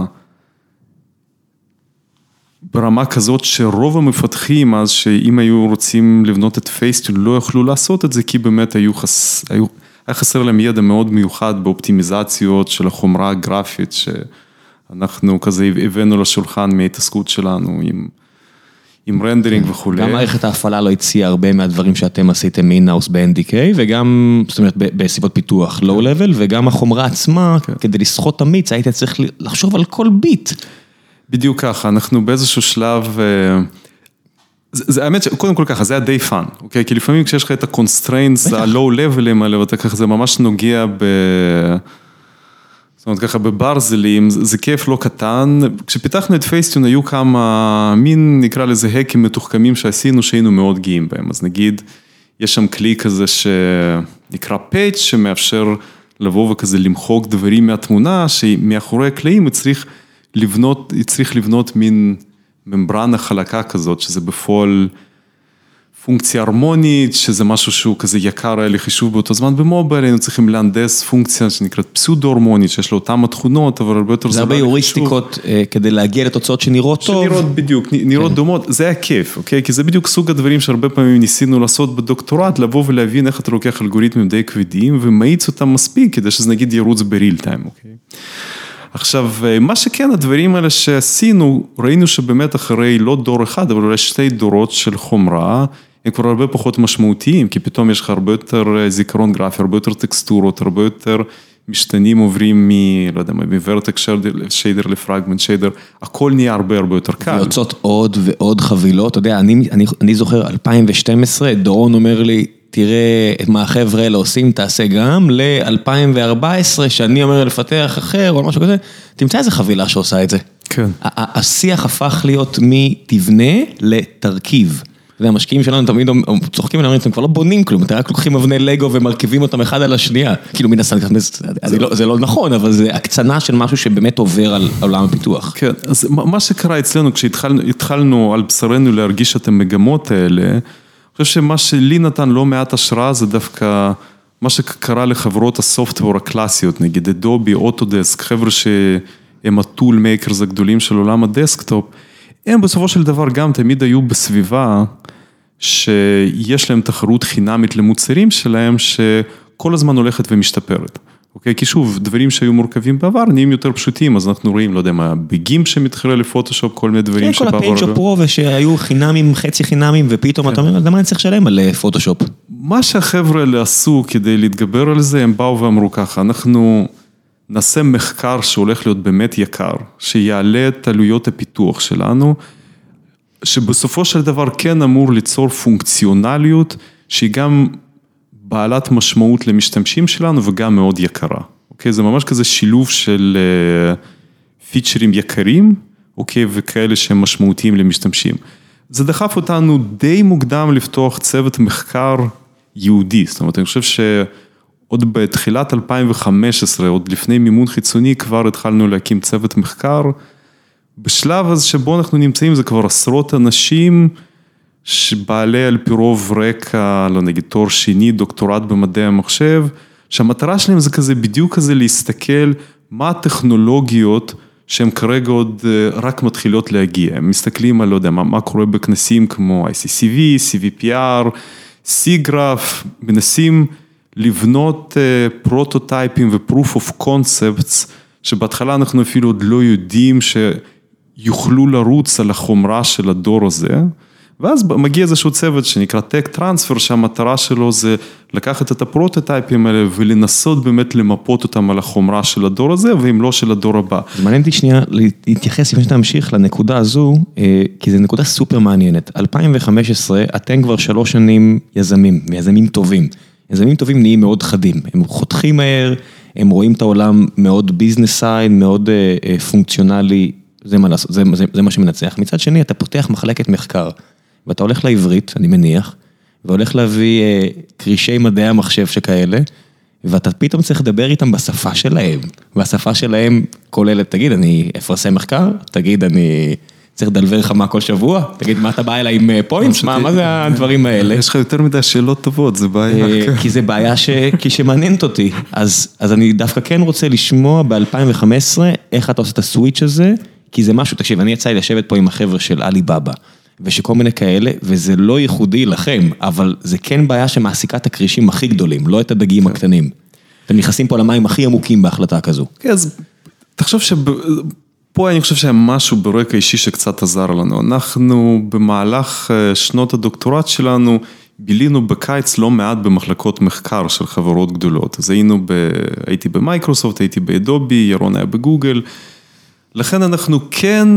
ברמה כזאת שרוב המפתחים, אז שאם היו רוצים לבנות את פייסטיון, לא יכלו לעשות את זה, כי באמת היו חס... היו... היה חסר להם ידע מאוד מיוחד באופטימיזציות של החומרה הגרפית, שאנחנו כזה הבאנו לשולחן מההתעסקות שלנו עם, עם רנדרינג וכו'. גם מערכת ההפעלה לא הציעה הרבה מהדברים שאתם עשיתם אין-האוס ב-אן די קיי, וגם, זאת אומרת, בסביבות פיתוח לואו-לבל, וגם החומרה עצמה, כדי לסחוט אמיץ, היית צריך לחשוב על כל ביט. בדיוק ככה, אנחנו באיזשהו שלב... זה האמת שקודם כל ככה, זה היה די פאן, אוקיי? כי לפעמים כשיש לך את הקונסטריינס, הלואו-לבלים האלה, ואתה ככה, זה ממש נוגע ב... זאת אומרת, ככה בברזלים, זה כיף לא קטן. כשפיתחנו את פייסטיון, היו כמה, מין נקרא לזה הקים מתוחכמים שעשינו, שהיינו מאוד גאים בהם. אז נגיד, יש שם כלי כזה שנקרא פייג' שמאפשר לבוא וכזה למחוק דברים מהתמונה, שמאחורי הקלעים צריך לבנות, צריך לבנות מין... ממברנה חלקה כזאת, שזה בפועל פונקציה הרמונית, שזה משהו שהוא כזה יקר היה לחישוב באותו זמן במובייל, היינו צריכים להנדס פונקציה שנקראת פסודו-הרמונית, שיש לה אותם התכונות, אבל הרבה יותר... זה הרבה יוריסטיקות כדי להגיע לתוצאות שנראות טוב. שנראות בדיוק, נראות דומות, זה היה כיף, אוקיי? כי זה בדיוק סוג הדברים שהרבה פעמים ניסינו לעשות בדוקטורט, לבוא ולהבין איך אתה לוקח אלגוריתמים די כבדים, ומאיץ אותם מספיק, כדי שזה נגיד ירוץ בריל טיים, אוקיי? עכשיו, מה שכן, הדברים האלה שעשינו, ראינו שבאמת אחרי לא דור אחד, אבל אולי שתי דורות של חומרה, הם כבר הרבה פחות משמעותיים, כי פתאום יש לך הרבה יותר זיכרון גרפי, הרבה יותר טקסטורות, הרבה יותר משתנים עוברים מ, לא יודע, מוורטקס שיידר לפרגמנט שיידר, הכל נהיה הרבה הרבה יותר קל. ויוצאות עוד ועוד חבילות, אתה יודע, אני, אני, אני זוכר אלפיים ושתים עשרה, דורון אומר לי, תראה מה החבר'ה האלה עושים, תעשה גם ל-אלפיים וארבע עשרה, שאני אומר לפתח אחר או משהו כזה, תמצא איזה חבילה שעושה את זה. כן. השיח הפך להיות מתבנה לתרכיב. והמשקיעים שלנו תמיד צוחקים עליהם, אתם כבר לא בונים כלום, אתם רק לוקחים אבני לגו ומרכיבים אותם אחד על השנייה. כאילו מן הסתם, זה לא נכון, אבל זה הקצנה של משהו שבאמת עובר על עולם הפיתוח. כן, אז מה שקרה אצלנו, כשהתחלנו על בשרנו להרגיש את המגמות האלה, אני חושב שמה שלי נתן לא מעט השראה, זה דווקא מה שקרה לחברות הסופטוור הקלאסיות, נגיד אדובי, אוטודסק, חבר'ה שהם הטול מייקרס הגדולים של עולם הדסקטופ, הם בסופו של דבר גם תמיד היו בסביבה שיש להם תחרות חינמית למוצרים שלהם שכל הזמן הולכת ומשתפרת. אוקיי? כי שוב, דברים שהיו מורכבים בעבר נהיים יותר פשוטים, אז אנחנו רואים, לא יודע מה, בגימפ שמתחילה לפוטושופ, כל מיני דברים שבעבר... כן, כל הפייג'ופ פרו ושהיו חינמים, חצי חינמים, ופתאום אתה אומר, למה אני צריך לשלם על פוטושופ? מה שהחבר'ה האלה עשו כדי להתגבר על זה, הם באו ואמרו ככה, אנחנו נעשה מחקר שהולך להיות באמת יקר, שיעלה את עלויות הפיתוח שלנו, שבסופו של דבר כן אמור ליצור פונקציונליות, שהיא גם בעלת משמעות למשתמשים שלנו, וגם מאוד יקרה. אוקיי? זה ממש כזה שילוב של פיצ'רים יקרים, אוקיי? וכאלה שהם משמעותיים למשתמשים. זה דחף אותנו די מוקדם לפתוח צוות מחקר יהודי, זאת אומרת, אני חושב שעוד בתחילת אלפיים וחמש עשרה, עוד לפני מימון חיצוני, כבר התחלנו להקים צוות מחקר, בשלב הזה שבו אנחנו נמצאים, זה כבר עשרות אנשים, שבעלי על פי רוב רקע, לא נגיד תואר שני, דוקטורט במדעי המחשב, שהמטרה שלהם זה כזה, בדיוק כזה להסתכל, מה הטכנולוגיות שהן כרגע עוד רק מתחילות להגיע, הם מסתכלים על, לא יודע, מה, מה קורה בכנסים כמו איי סי סי וי, סי וי פי אר, סיגרף, מנסים לבנות פרוטוטייפים ו-proof of concepts, שבהתחלה אנחנו אפילו עוד לא יודעים שיוכלו לרוץ על החומרה של הדור הזה, ואז מגיע איזשהו צוות שנקרא Tech Transfer, שהמטרה שלו זה לקחת את הפרוטוטייפים האלה ולנסות באמת למפות אותם על החומרה של הדור הזה, ואם לא של הדור הבא. זה מעניין אותי שנייה להתייחס לפני שאתה ממשיך לנקודה הזו, כי זו נקודה סופר מעניינת. אלפיים וחמש עשרה, אתם כבר שלוש שנים יזמים, יזמים טובים. יזמים טובים נהיים מאוד חדים, הם חותכים מהר, הם רואים את העולם מאוד ביזנס סייד, מאוד פונקציונלי, זה מה לעשות, זה, זה, זה מה שמנצח. מצד שני, אתה פותח מחלקת מחקר, ואתה הולך לעברית, אני מניח, והולך להביא אה, קרישי מדעי המחשב שכאלה, ואתה פתאום צריך לדבר איתם בשפה שלהם, והשפה שלהם כוללת, תגיד, אני אפרסם מחקר, תגיד, אני צריך לדלבר לך מה כל שבוע, תגיד, מה אתה בא אליי עם פוינטס, מה, מה זה הדברים האלה? יש לך יותר מדי שאלות טובות, זה בעיה. כי זה בעיה ש... כי שמעניינת אותי, אז, אז אני דווקא כן רוצה לשמוע ב-אלפיים וחמש עשרה, איך אתה עושה את הסוויץ' הזה, כי זה משהו, תקשיב, אני יצא לי לשבת פה עם החבר'ה של אלי בבא, ושכל מיני כאלה, וזה לא ייחודי לכם, אבל זה כן בעיה שמעסיקה את הקרישים הכי גדולים, לא את הדגים הקטנים. אתם נכנסים פה למים הכי עמוקים בהחלטה כזו. כן, אז תחשוב שפה אני חושב שהיה משהו ברקע אישי שקצת עזר לנו. אנחנו במהלך שנות הדוקטורט שלנו, בילינו בקיץ לא מעט במחלקות מחקר של חברות גדולות. אז היינו ב... הייתי במייקרוסופט, הייתי באדובי, ירון היה בגוגל, לכן אנחנו כן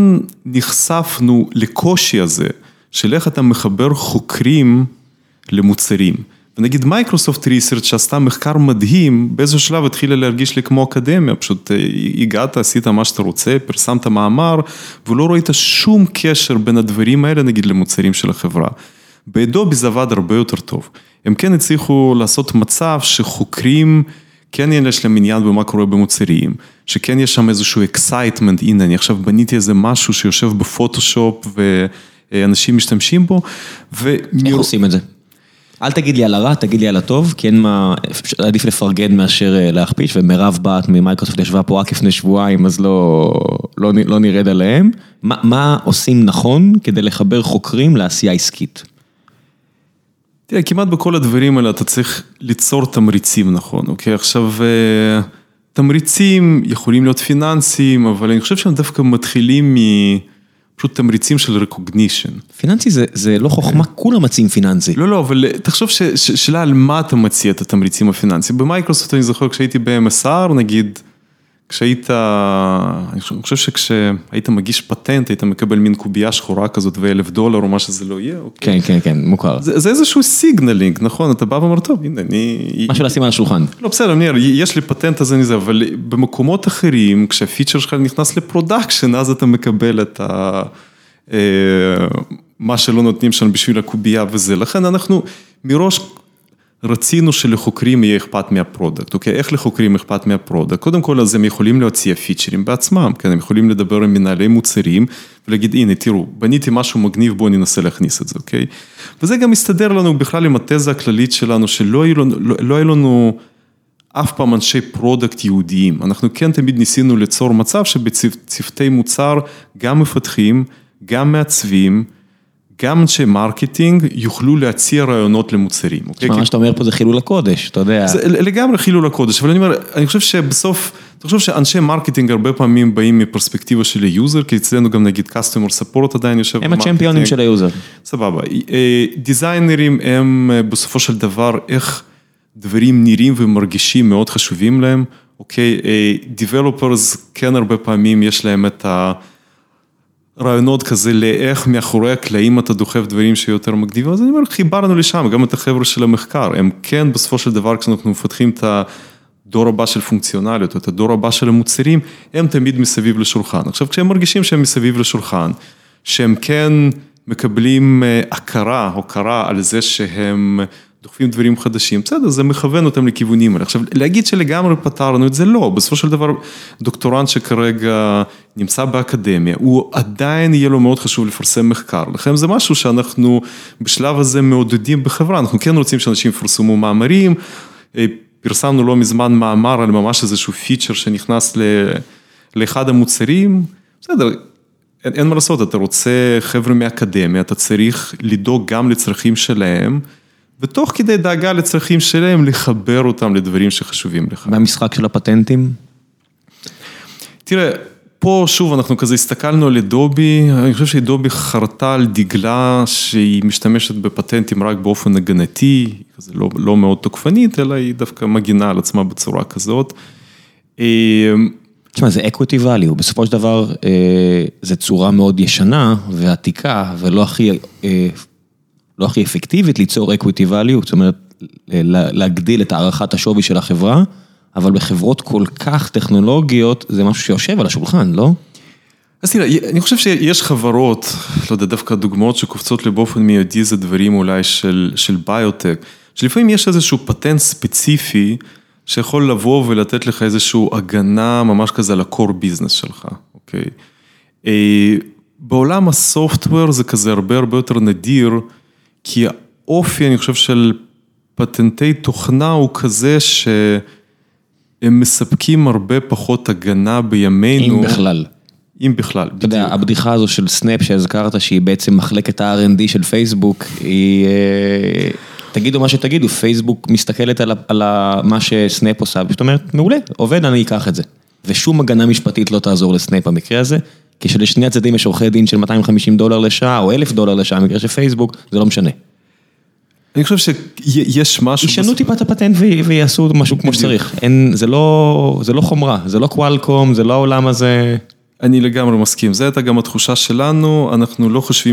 נחשפנו לקושי הזה, של איך אתה מחבר חוקרים למוצרים. ונגיד מייקרוסופט ריסרצ' שעשתה מחקר מדהים, באיזשהו שלב התחילה להרגיש לי כמו אקדמיה, פשוט הגעת, עשית מה שאתה רוצה, פרסמת מאמר, ולא ראית שום קשר בין הדברים האלה, נגיד למוצרים של החברה. באדובי זה עבד הרבה יותר טוב. הם כן הצליחו לעשות מצב שחוקרים, כן יש להם עניין במה קורה במוצרים, שכן יש שם איזשהו excitement, הנה אני עכשיו בניתי איזה משהו שיושב בפוטושופ ואנשים משתמשים בו. ו... איך עושים את זה? אל תגיד לי על הרע, תגיד לי על הטוב, כי אין מה, עדיף לפרגן מאשר להכפיש, ומירב בת ממייקרוסופט ישבה פה רק לפני שבועיים, אז לא, לא, לא נרד עליהם. מה, מה עושים נכון כדי לחבר חוקרים לעשייה עסקית? תראה, כמעט בכל הדברים האלה אתה צריך ליצור תמריצים נכון, אוקיי? עכשיו, תמריצים יכולים להיות פיננסיים, אבל אני חושב שהם דווקא מתחילים מפשוט תמריצים של recognition. פיננסי זה, זה לא חוכמה, כולם מציעים פיננסי. לא, לא, אבל תחשוב ש, ש, שאלה על מה אתה מציע את התמריצים הפיננסיים. במייקרוסופט אני זוכר כשהייתי ב-אם אס אר, נגיד, כשהיית, אני חושב שכשהיית מגיש פטנט, היית מקבל מין קובייה שחורה כזאת ואלף דולר או מה שזה לא יהיה. כן, כן, כן, מוכר. זה, זה איזשהו סיגנלינג, נכון? אתה בא ואומר, טוב, הנה, אני... משהו לשים על השולחן. לא, בסדר, אני, יש לי פטנט הזה נזה, אבל במקומות אחרים, כשהפיצ'ר שלך נכנס לפרודקשן, אז אתה מקבל את ה... מה שלא נותנים שם בשביל הקובייה וזה. לכן אנחנו מראש רצינו שלחוקרים יהיה אכפת מהפרודקט, אוקיי? איך לחוקרים אכפת מהפרודקט? קודם כל, אז הם יכולים להציע פיצ'רים בעצמם, כן? הם יכולים לדבר עם מנהלי מוצרים, ולהגיד, הנה, תראו, בניתי משהו מגניב, בואו ננסה להכניס את זה, אוקיי? וזה גם מסתדר לנו בכלל עם התזה הכללית שלנו, שלא היה לנו, לא, לא היה לנו אף פעם אנשי פרודקט יהודיים. אנחנו כן תמיד ניסינו ליצור מצב שבצוותי מוצר גם מפתחים, גם מעצבים, גם אנשי מרקטינג יוכלו להציע רעיונות למוצרים. מה שאתה אומר פה זה חילול הקודש, אתה יודע. זה לגמרי חילול הקודש, אבל אני אומר, אני חושב שבסוף, אתה חושב שאנשי מרקטינג הרבה פעמים באים מפרספקטיבה של היוזר, כי אצלנו גם נגיד customer support עדיין יושב הם הצ'מפיונים של היוזר. סבבה. דיזיינרים הם בסופו של דבר, איך דברים נראים ומרגישים מאוד חשובים להם, אוקיי? Developers כן הרבה פעמים יש להם את ה... רעיונות כזה לאיך מאחורי הקלעים אתה דוחף דברים שיותר מגניבים, אז אני אומר, חיברנו לשם, גם את החבר'ה של המחקר, הם כן בסופו של דבר, כשאנחנו מפתחים את הדור הבא של פונקציונליות, את הדור הבא של המוצרים, הם תמיד מסביב לשולחן. עכשיו, כשהם מרגישים שהם מסביב לשולחן, שהם כן מקבלים הכרה, הוקרה על זה שהם דוחפים דברים חדשים, בסדר, זה מכוון אותם לכיוונים האלה. עכשיו, להגיד שלגמרי פתרנו את זה, לא. בסופו של דבר, דוקטורנט שכרגע נמצא באקדמיה, הוא עדיין יהיה לו מאוד חשוב לפרסם מחקר. לכן זה משהו שאנחנו בשלב הזה מעודדים בחברה. אנחנו כן רוצים שאנשים יפרסמו מאמרים, פרסמנו לא מזמן מאמר על ממש איזשהו פיצ'ר שנכנס לאחד המוצרים. בסדר, אין, אין מה לעשות, אתה רוצה חבר'ה מאקדמיה, אתה צריך לדאוג גם לצרכים שלהם, ותוך כדי דאגה לצרכים שלהם, לחבר אותם לדברים שחשובים לך. במשחק של הפטנטים? תראה, פה שוב אנחנו כזה הסתכלנו על אדובי, אני חושב שאדובי חרטה על דגלה שהיא משתמשת בפטנטים רק באופן הגנתי, זה לא, לא מאוד תוקפנית, אלא היא דווקא מגינה על עצמה בצורה כזאת. תשמע, זה equity value, בסופו של דבר זה צורה מאוד ישנה ועתיקה, ולא הכי... לא הכי אפקטיבית ליצור equity value, זאת אומרת, להגדיל את הערכת השווי של החברה, אבל בחברות כל כך טכנולוגיות, זה משהו שיושב על השולחן, לא? אז תראה, אני חושב שיש חברות, לא יודע, דווקא דוגמאות שקופצות לי באופן מיידי, זה דברים אולי של, של ביוטק, שלפעמים יש איזשהו פטנט ספציפי, שיכול לבוא ולתת לך איזשהו הגנה ממש כזה על ה-core business שלך, אוקיי? בעולם הסופטוור זה כזה הרבה הרבה יותר נדיר, כי האופי, אני חושב, של פטנטי תוכנה הוא כזה שהם מספקים הרבה פחות הגנה בימינו. אם בכלל. אם בכלל. אתה יודע, הבדיחה הזו של סנאפ שהזכרת, שהיא בעצם מחלקת ה-אר אנד די של פייסבוק, היא, תגידו מה שתגידו, פייסבוק מסתכלת על, על מה שסנאפ עושה, זאת אומרת, מעולה, עובד, אני אקח את זה. ושום הגנה משפטית לא תעזור לסנאפ במקרה הזה, כשלשני הצדדים יש עורכי דין של מאתיים וחמישים דולר לשעה, או אלף דולר לשעה, במקרה של פייסבוק, זה לא משנה. אני חושב שיש משהו... ישנו טיפה את הפטנט ויעשו משהו כמו שצריך. זה לא חומרה, זה לא קוואלקום, זה לא העולם הזה. אני לגמרי מסכים. זה הייתה גם התחושה שלנו, אנחנו לא חושבים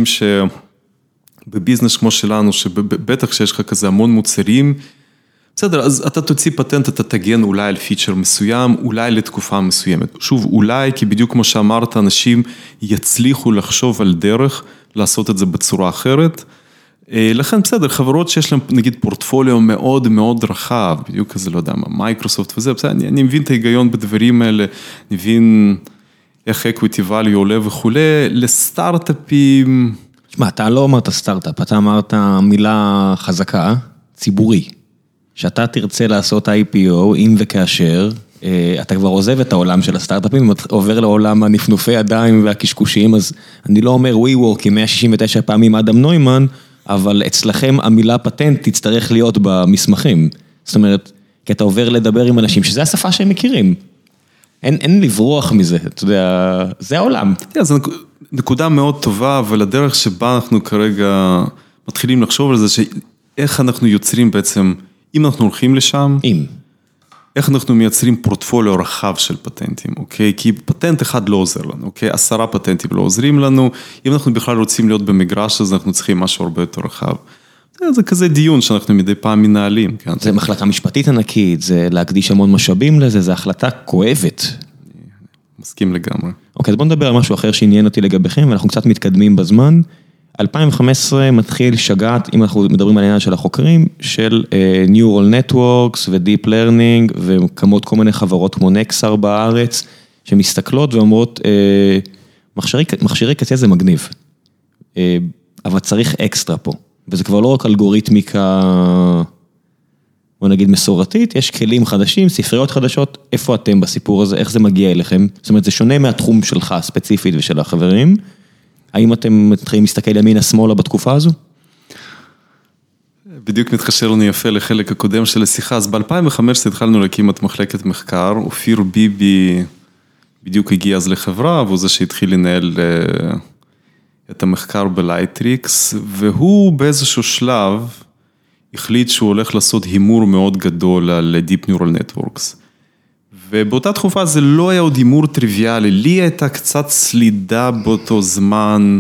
שבביזנס כמו שלנו, שבטח שיש לך כזה המון מוצרים, בסדר, אז אתה תוציא פטנט, אתה תגן אולי על פיצ'ר מסוים, אולי לתקופה מסוימת. שוב, אולי, כי בדיוק כמו שאמרת, אנשים יצליחו לחשוב על דרך, לעשות את זה בצורה אחרת. לכן, בסדר, חברות שיש להם, נגיד, פורטפוליו מאוד מאוד רחב, בדיוק כזה, לא יודע מה, מייקרוסופט וזה, בסדר, אני, אני מבין את ההיגיון בדברים האלה, אני מבין איך equity value עולה וכו', לסטארט-אפים... תשמע, אתה לא אמרת סטארט-אפ, אתה אמרת מילה חזקה, ציבורי. שאתה תרצה לעשות איי פי או, אם וכאשר, אתה כבר עוזב את העולם של הסטארט-אפים, עובר לעולם הנפנופי ידיים והקשקושים, אז אני לא אומר WeWork עם מאה שישים ותשע פעמים אדם נוימן, אבל אצלכם המילה פטנט תצטרך להיות במסמכים. זאת אומרת, כי אתה עובר לדבר עם אנשים, שזה השפה שהם מכירים. אין, אין לברוח מזה, אתה יודע, זה העולם. כן, זו נקודה מאוד טובה, אבל הדרך שבה אנחנו כרגע מתחילים לחשוב על זה, שאיך אנחנו יוצרים בעצם... אם אנחנו הולכים לשם, אם. איך אנחנו מייצרים פורטפוליו רחב של פטנטים, אוקיי? כי פטנט אחד לא עוזר לנו, אוקיי? עשרה פטנטים לא עוזרים לנו, אם אנחנו בכלל רוצים להיות במגרש, אז אנחנו צריכים משהו הרבה יותר רחב. זה, זה כזה דיון שאנחנו מדי פעם מנהלים, כן? זה מחלקה משפטית ענקית, זה להקדיש המון משאבים לזה, זה החלטה כואבת. מסכים לגמרי. אוקיי, אז בוא נדבר על משהו אחר שעניין אותי לגביכם, ואנחנו קצת מתקדמים בזמן. אלפיים וחמש עשרה מתחיל שגעת, אם אנחנו מדברים על העניין של החוקרים, של uh, Neural Networks ו-Deep Learning, וכמות כל מיני חברות כמו נקסר בארץ, שמסתכלות ואומרות, uh, מכשירי, מכשירי קצה זה מגניב, uh, אבל צריך אקסטרה פה, וזה כבר לא רק אלגוריתמיקה, בוא נגיד מסורתית, יש כלים חדשים, ספריות חדשות, איפה אתם בסיפור הזה, איך זה מגיע אליכם? זאת אומרת, זה שונה מהתחום שלך ספציפית ושל החברים, האם אתם מתחילים להסתכל ימינה שמאלה בתקופה הזו? בדיוק מתקשר לנו יפה לחלק הקודם של השיחה, אז ב-אלפיים וחמש עשרה התחלנו להקים את מחלקת מחקר, אופיר ביבי בדיוק הגיע אז לחברה, והוא זה שהתחיל לנהל את המחקר בלייטריקס, והוא באיזשהו שלב החליט שהוא הולך לעשות הימור מאוד גדול על Deep Neural Networks. ובאותה תקופה זה לא היה עוד הימור טריוויאלי, לי הייתה קצת סלידה באותו זמן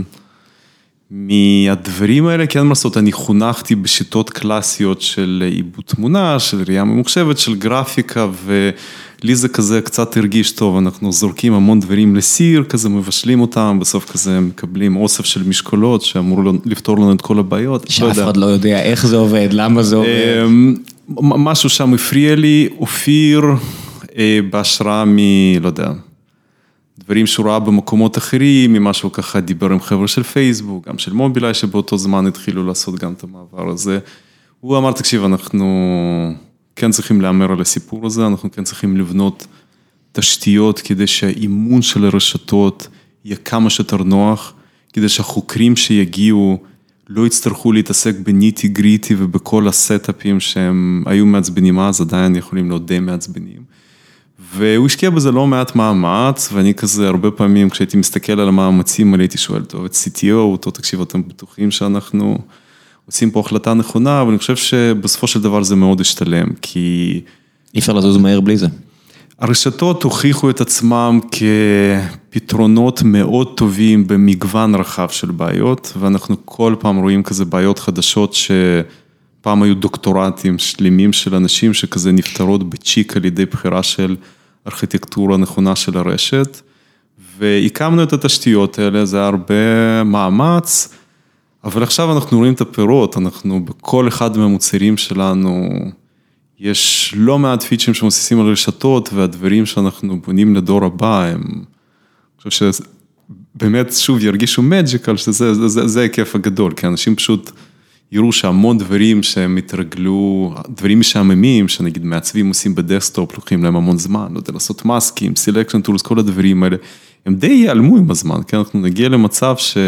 מהדברים האלה, כי אין מה לעשות, אני חונכתי בשיטות קלאסיות של עיבוד תמונה, של ראייה ממוחשבת, של גרפיקה, ולי זה כזה קצת הרגיש טוב, אנחנו זורקים המון דברים לסיר, כזה מבשלים אותם, בסוף כזה מקבלים אוסף של משקולות, שאמור לפתור לנו את כל הבעיות. שאף אחד לא יודע איך זה עובד, למה זה עובד. משהו שם הפריע לי, אופיר, בהשראה מ... לא יודע, דברים שהוא ראה במקומות אחרים, ממשהו ככה דיבר עם חבר'ה של פייסבוק, גם של מובילאיי, שבאותו זמן התחילו לעשות גם את המעבר הזה. הוא אמר, תקשיב, אנחנו כן צריכים לאמר על הסיפור הזה, אנחנו כן צריכים לבנות תשתיות, כדי שהאימון של הרשתות יהיה כמה שיותר נוח, כדי שהחוקרים שיגיעו לא יצטרכו להתעסק בניטי גריטי, ובכל הסטאפים שהם היו מעצבנים אז, עדיין יכולים להיות די מעצבנים. והוא השקיע בזה לא מעט מאמץ, ואני כזה הרבה פעמים כשהייתי מסתכל על המאמצים, הייתי שואל, טוב, את סי טי או, אותו תקשיב, אתם בטוחים שאנחנו עושים פה החלטה נכונה, אבל אני חושב שבסופו של דבר זה מאוד השתלם, כי... אי אפשר לזוז מהר בלי זה. הרשתות הוכיחו את עצמם כפתרונות מאוד טובים במגוון רחב של בעיות, ואנחנו כל פעם רואים כזה בעיות חדשות שפעם היו דוקטורטים שלמים של אנשים שכזה נפטרות בצ'יק על ידי בחירה של ארכיטקטורה נכונה של הרשת, והקמנו את התשתיות האלה, זה היה הרבה מאמץ, אבל עכשיו אנחנו רואים את הפירות, אנחנו בכל אחד מהמוצרים שלנו, יש לא מעט פיצ'ים שמוסיסים על רשתות, והדברים שאנחנו בונים לדור הבא, הם, אני חושב שבאמת שוב ירגישו מג'יקל, שזה זה, זה, זה הכיף הגדול, כי אנשים פשוט יראו שהמון דברים שהם התרגלו, דברים משעממים, שנגיד מעצבים עושים בדסקטופ, לוקחים להם המון זמן, לא יודע, לעשות מסקים, סילקשן טולס, כל הדברים האלה, הם די ייעלמו עם הזמן, כי אנחנו נגיע למצב ש...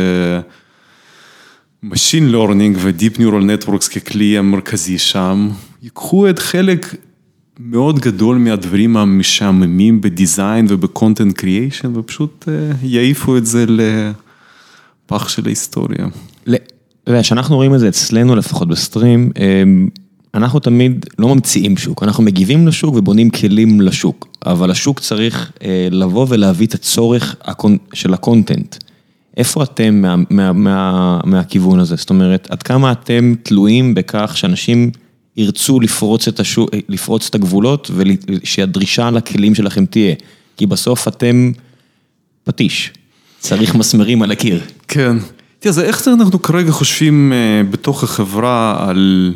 Machine Learning ו-Deep Neural Networks ככלי המרכזי שם, ייקחו את חלק מאוד גדול מהדברים המשעממים בדיזיין ובקונטנט קריאיישן, ופשוט יעיפו את זה לפח של ההיסטוריה. כשאנחנו רואים את זה אצלנו, לפחות בסטרים, אנחנו תמיד לא ממציאים שוק, אנחנו מגיבים לשוק ובונים כלים לשוק, אבל השוק צריך לבוא ולהביא את הצורך של הקונטנט. איפה אתם מה, מה, מה, מהכיוון הזה? זאת אומרת, עד כמה אתם תלויים בכך שאנשים ירצו לפרוץ את השוק, לפרוץ את הגבולות, ושהדרישה לכלים שלכם תהיה? כי בסוף אתם פטיש, צריך מסמרים על הקיר. כן. תראה, אז איך אנחנו כרגע חושבים בתוך החברה על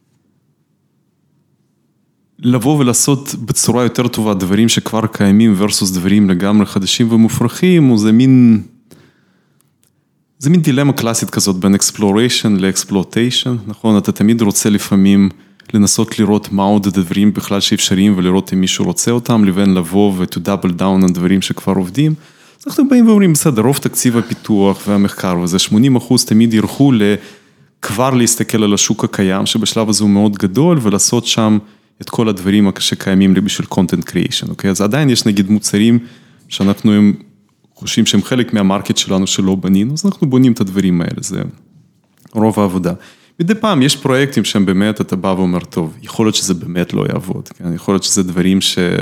לבוא ולעשות בצורה יותר טובה דברים שכבר קיימים versus דברים לגמרי חדשים ומופרכים, או זה מין... זה מין דילמה קלאסית כזאת בין exploration ל-exploitation, נכון? אתה תמיד רוצה לפעמים לנסות לראות מה עוד הדברים בכלל שאפשריים ולראות אם מישהו רוצה אותם, לבין לבוא ו-to double down על דברים שכבר עובדים. אז אנחנו באים ואומרים, בסדר, רוב תקציב הפיתוח והמחקר, וזה שמונים אחוז תמיד ירחו כבר להסתכל על השוק הקיים, שבשלב הזה הוא מאוד גדול, ולעשות שם את כל הדברים שקיימים בשביל content creation, אוקיי? אז עדיין יש נגיד מוצרים שאנחנו הם חושבים שהם חלק מהמרקט שלנו שלא בנינו, אז אנחנו בונים את הדברים האלה, זה רוב העבודה. מדי פעם יש פרויקטים שהם באמת, אתה בא ואומר, טוב, יכול להיות שזה באמת לא יעבוד, כן? יכול להיות שזה דברים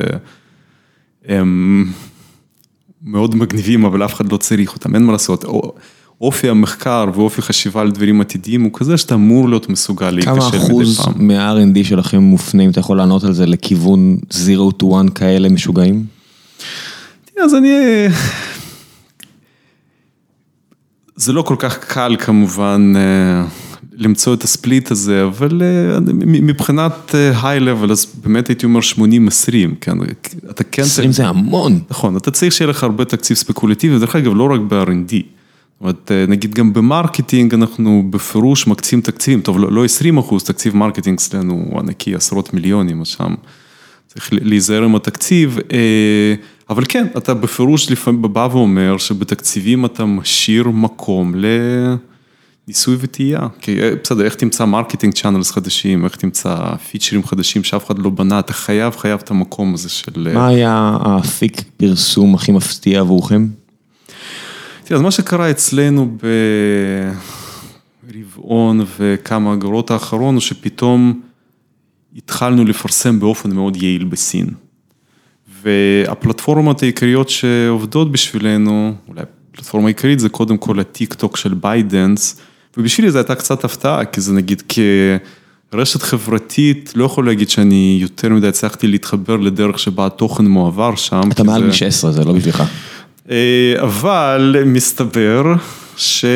שהם מאוד מגניבים, אבל אף אחד לא צריך אותם, אין מה לעשות. אופי המחקר ואופי חשיבה על דברים עתידיים הוא כזה שאתה אמור להיות מסוגל להיכשל מדי פעם. כמה אחוז מה-אר אנד די שלכם מופנים, אתה יכול לענות על זה לכיוון zero to one כאלה משוגעים? אז אני... זה לא כל כך קל כמובן למצוא את הספליט הזה, אבל מבחינת היי לבל, אז באמת הייתי אומר שמונים עשרים, כן? אתה כן... עשרים זה המון. נכון, אתה צריך שיהיה לך הרבה תקציב ספקולטיבי, ודרך אגב, לא רק ב-אר אנד די. זאת אומרת, נגיד גם במרקטינג אנחנו בפירוש מקצים תקציבים, טוב, לא עשרים אחוז, תקציב מרקטינג אצלנו הוא ענקי, עשרות מיליונים, אז שם צריך להיזהר עם התקציב, אבל כן, אתה בפירוש לפעמים בא ואומר שבתקציבים אתה משאיר מקום לניסוי וטעייה, כי בסדר, איך תמצא מרקטינג צ'אנלס חדשים, איך תמצא פיצ'רים חדשים שאף אחד לא בנה, אתה חייב, חייב את המקום הזה של... מה היה האפיק פרסום הכי מפתיע עבורכם? אז מה שקרה אצלנו ברבעון וכמה אגרות האחרון, הוא שפתאום התחלנו לפרסם באופן מאוד יעיל בסין. והפלטפורמות העיקריות שעובדות בשבילנו, אולי הפלטפורמה העיקרית זה קודם כל הטיק טוק של ביידנס, ובשבילי זה הייתה קצת הפתעה, כי זה נגיד כרשת חברתית, לא יכול להגיד שאני יותר מדי הצלחתי להתחבר לדרך שבה התוכן מועבר שם. אתה מעל מ-שש עשרה, זה לא בשבילך. אבל מסתבר שכן,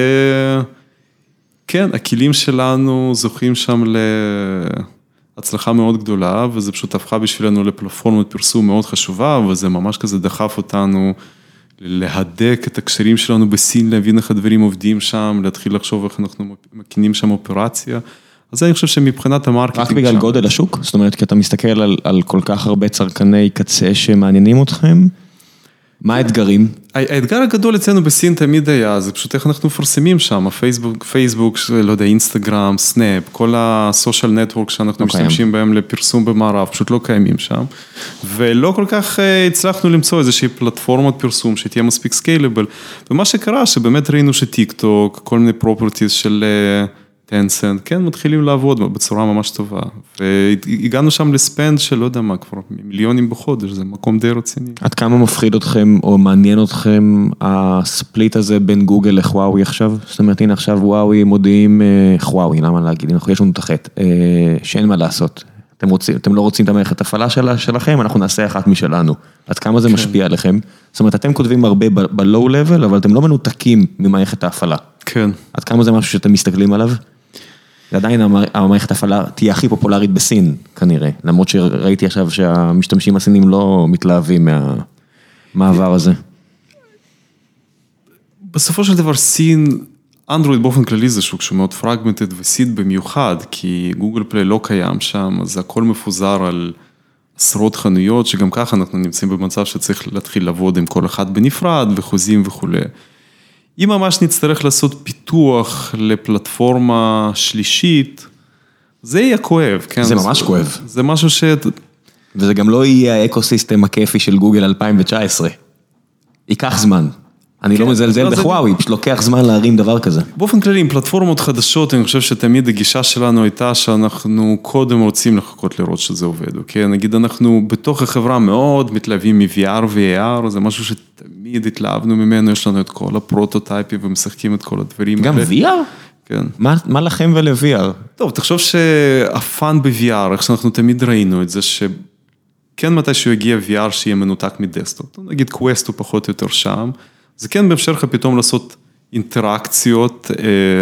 הכלים שלנו זוכים שם להצלחה מאוד גדולה, וזה פשוט הפכה בשבילנו לפלטפורמת פרסום מאוד חשובה, וזה ממש כזה דחף אותנו להדק את הקשרים שלנו בסין, להבין איך הדברים עובדים שם, להתחיל לחשוב איך אנחנו מקינים שם אופרציה. אז אני חושב שמבחינת המרקטינג... רק בגלל גודל השוק? זאת אומרת, כי אתה מסתכל על, על כל כך הרבה צרכני קצה שמעניינים אתכם, מה האתגרים? האתגר הגדול אצלנו בסין תמיד היה, זה פשוט איך אנחנו מפרסמים שם, הפייסבוק, פייסבוק, לא יודע, אינסטגרם, סנאפ, כל הסושיאל נטוורק שאנחנו משתמשים בהם לפרסום במערב, פשוט לא קיימים שם, ולא כל כך הצלחנו למצוא איזושהי פלטפורמת פרסום שתהיה מספיק סקיילבל, ומה שקרה שבאמת ראינו שטיק טוק, כל מיני פרופרטיז של טנסנט, כן, מתחילים לעבוד בצורה ממש טובה, והגענו שם לספנד של לא יודע מה, כבר מיליונים בחודש, זה מקום די רציני. עד כמה מפחיד אתכם או מעניין אתכם הספליט הזה בין גוגל לחוואוי עכשיו? זאת אומרת, הנה עכשיו וואוי מודיעים, חוואוי, למה להגיד, יש לנו תחת, שאין מה לעשות. אתם רוצים, אתם לא רוצים את המערכת הפעלה שלכם, אנחנו נעשה אחת משלנו. עד כמה זה משפיע עליכם? זאת אומרת, אתם כותבים הרבה ב-low level, אבל אתם לא מנותקים ממערכת ההפעלה. כן. עד כמה זה משהו שאתם מסתכלים עליו? ועדיין המערכת ההפעלה תהיה הכי פופולרית בסין, כנראה. למרות שראיתי עכשיו שהמשתמשים הסינים לא מתלהבים מהמעבר הזה. בסופו של דבר סין, אנדרואיד באופן כללי זה שוק שמאוד פרגמנטד וסין במיוחד, כי גוגל פליי לא קיים שם, אז הכל מפוזר על עשרות חנויות, שגם ככה אנחנו נמצאים במצב שצריך להתחיל לעבוד עם כל אחד בנפרד וחוזים וכו'. אם ממש נצטרך לעשות פיתוח לפלטפורמה שלישית, זה יהיה כואב, כן? זה ממש כואב. זה משהו ש... וזה גם לא יהיה האקוסיסטם הכיפי של גוגל אלפיים תשע עשרה. ייקח זמן. אני לא מזלזל בחוואוי, פשוט לוקח זמן להרים דבר כזה. באופן כללי, עם פלטפורמות חדשות, אני חושב שתמיד הגישה שלנו הייתה שאנחנו קודם רוצים לחכות לראות שזה עובד, אוקיי? נגיד, אנחנו בתוך החברה מאוד מתלהבים מ-וי אר ו-איי אר, זה משהו שתמיד התלהבנו ממנו, יש לנו את כל הפרוטוטייפים ומשחקים את כל הדברים. גם וי אר? כן. מה לכם ול-וי אר? טוב, תחשוב שהפאן ב-וי אר, איך שאנחנו תמיד ראינו את זה, שכן מתי שהוא יגיע וי אר שיהיה מנותק מדסקטופ, נגיד קווסט הוא פחות או יותר שם, זה כן מאפשר לך פתאום לעשות אינטראקציות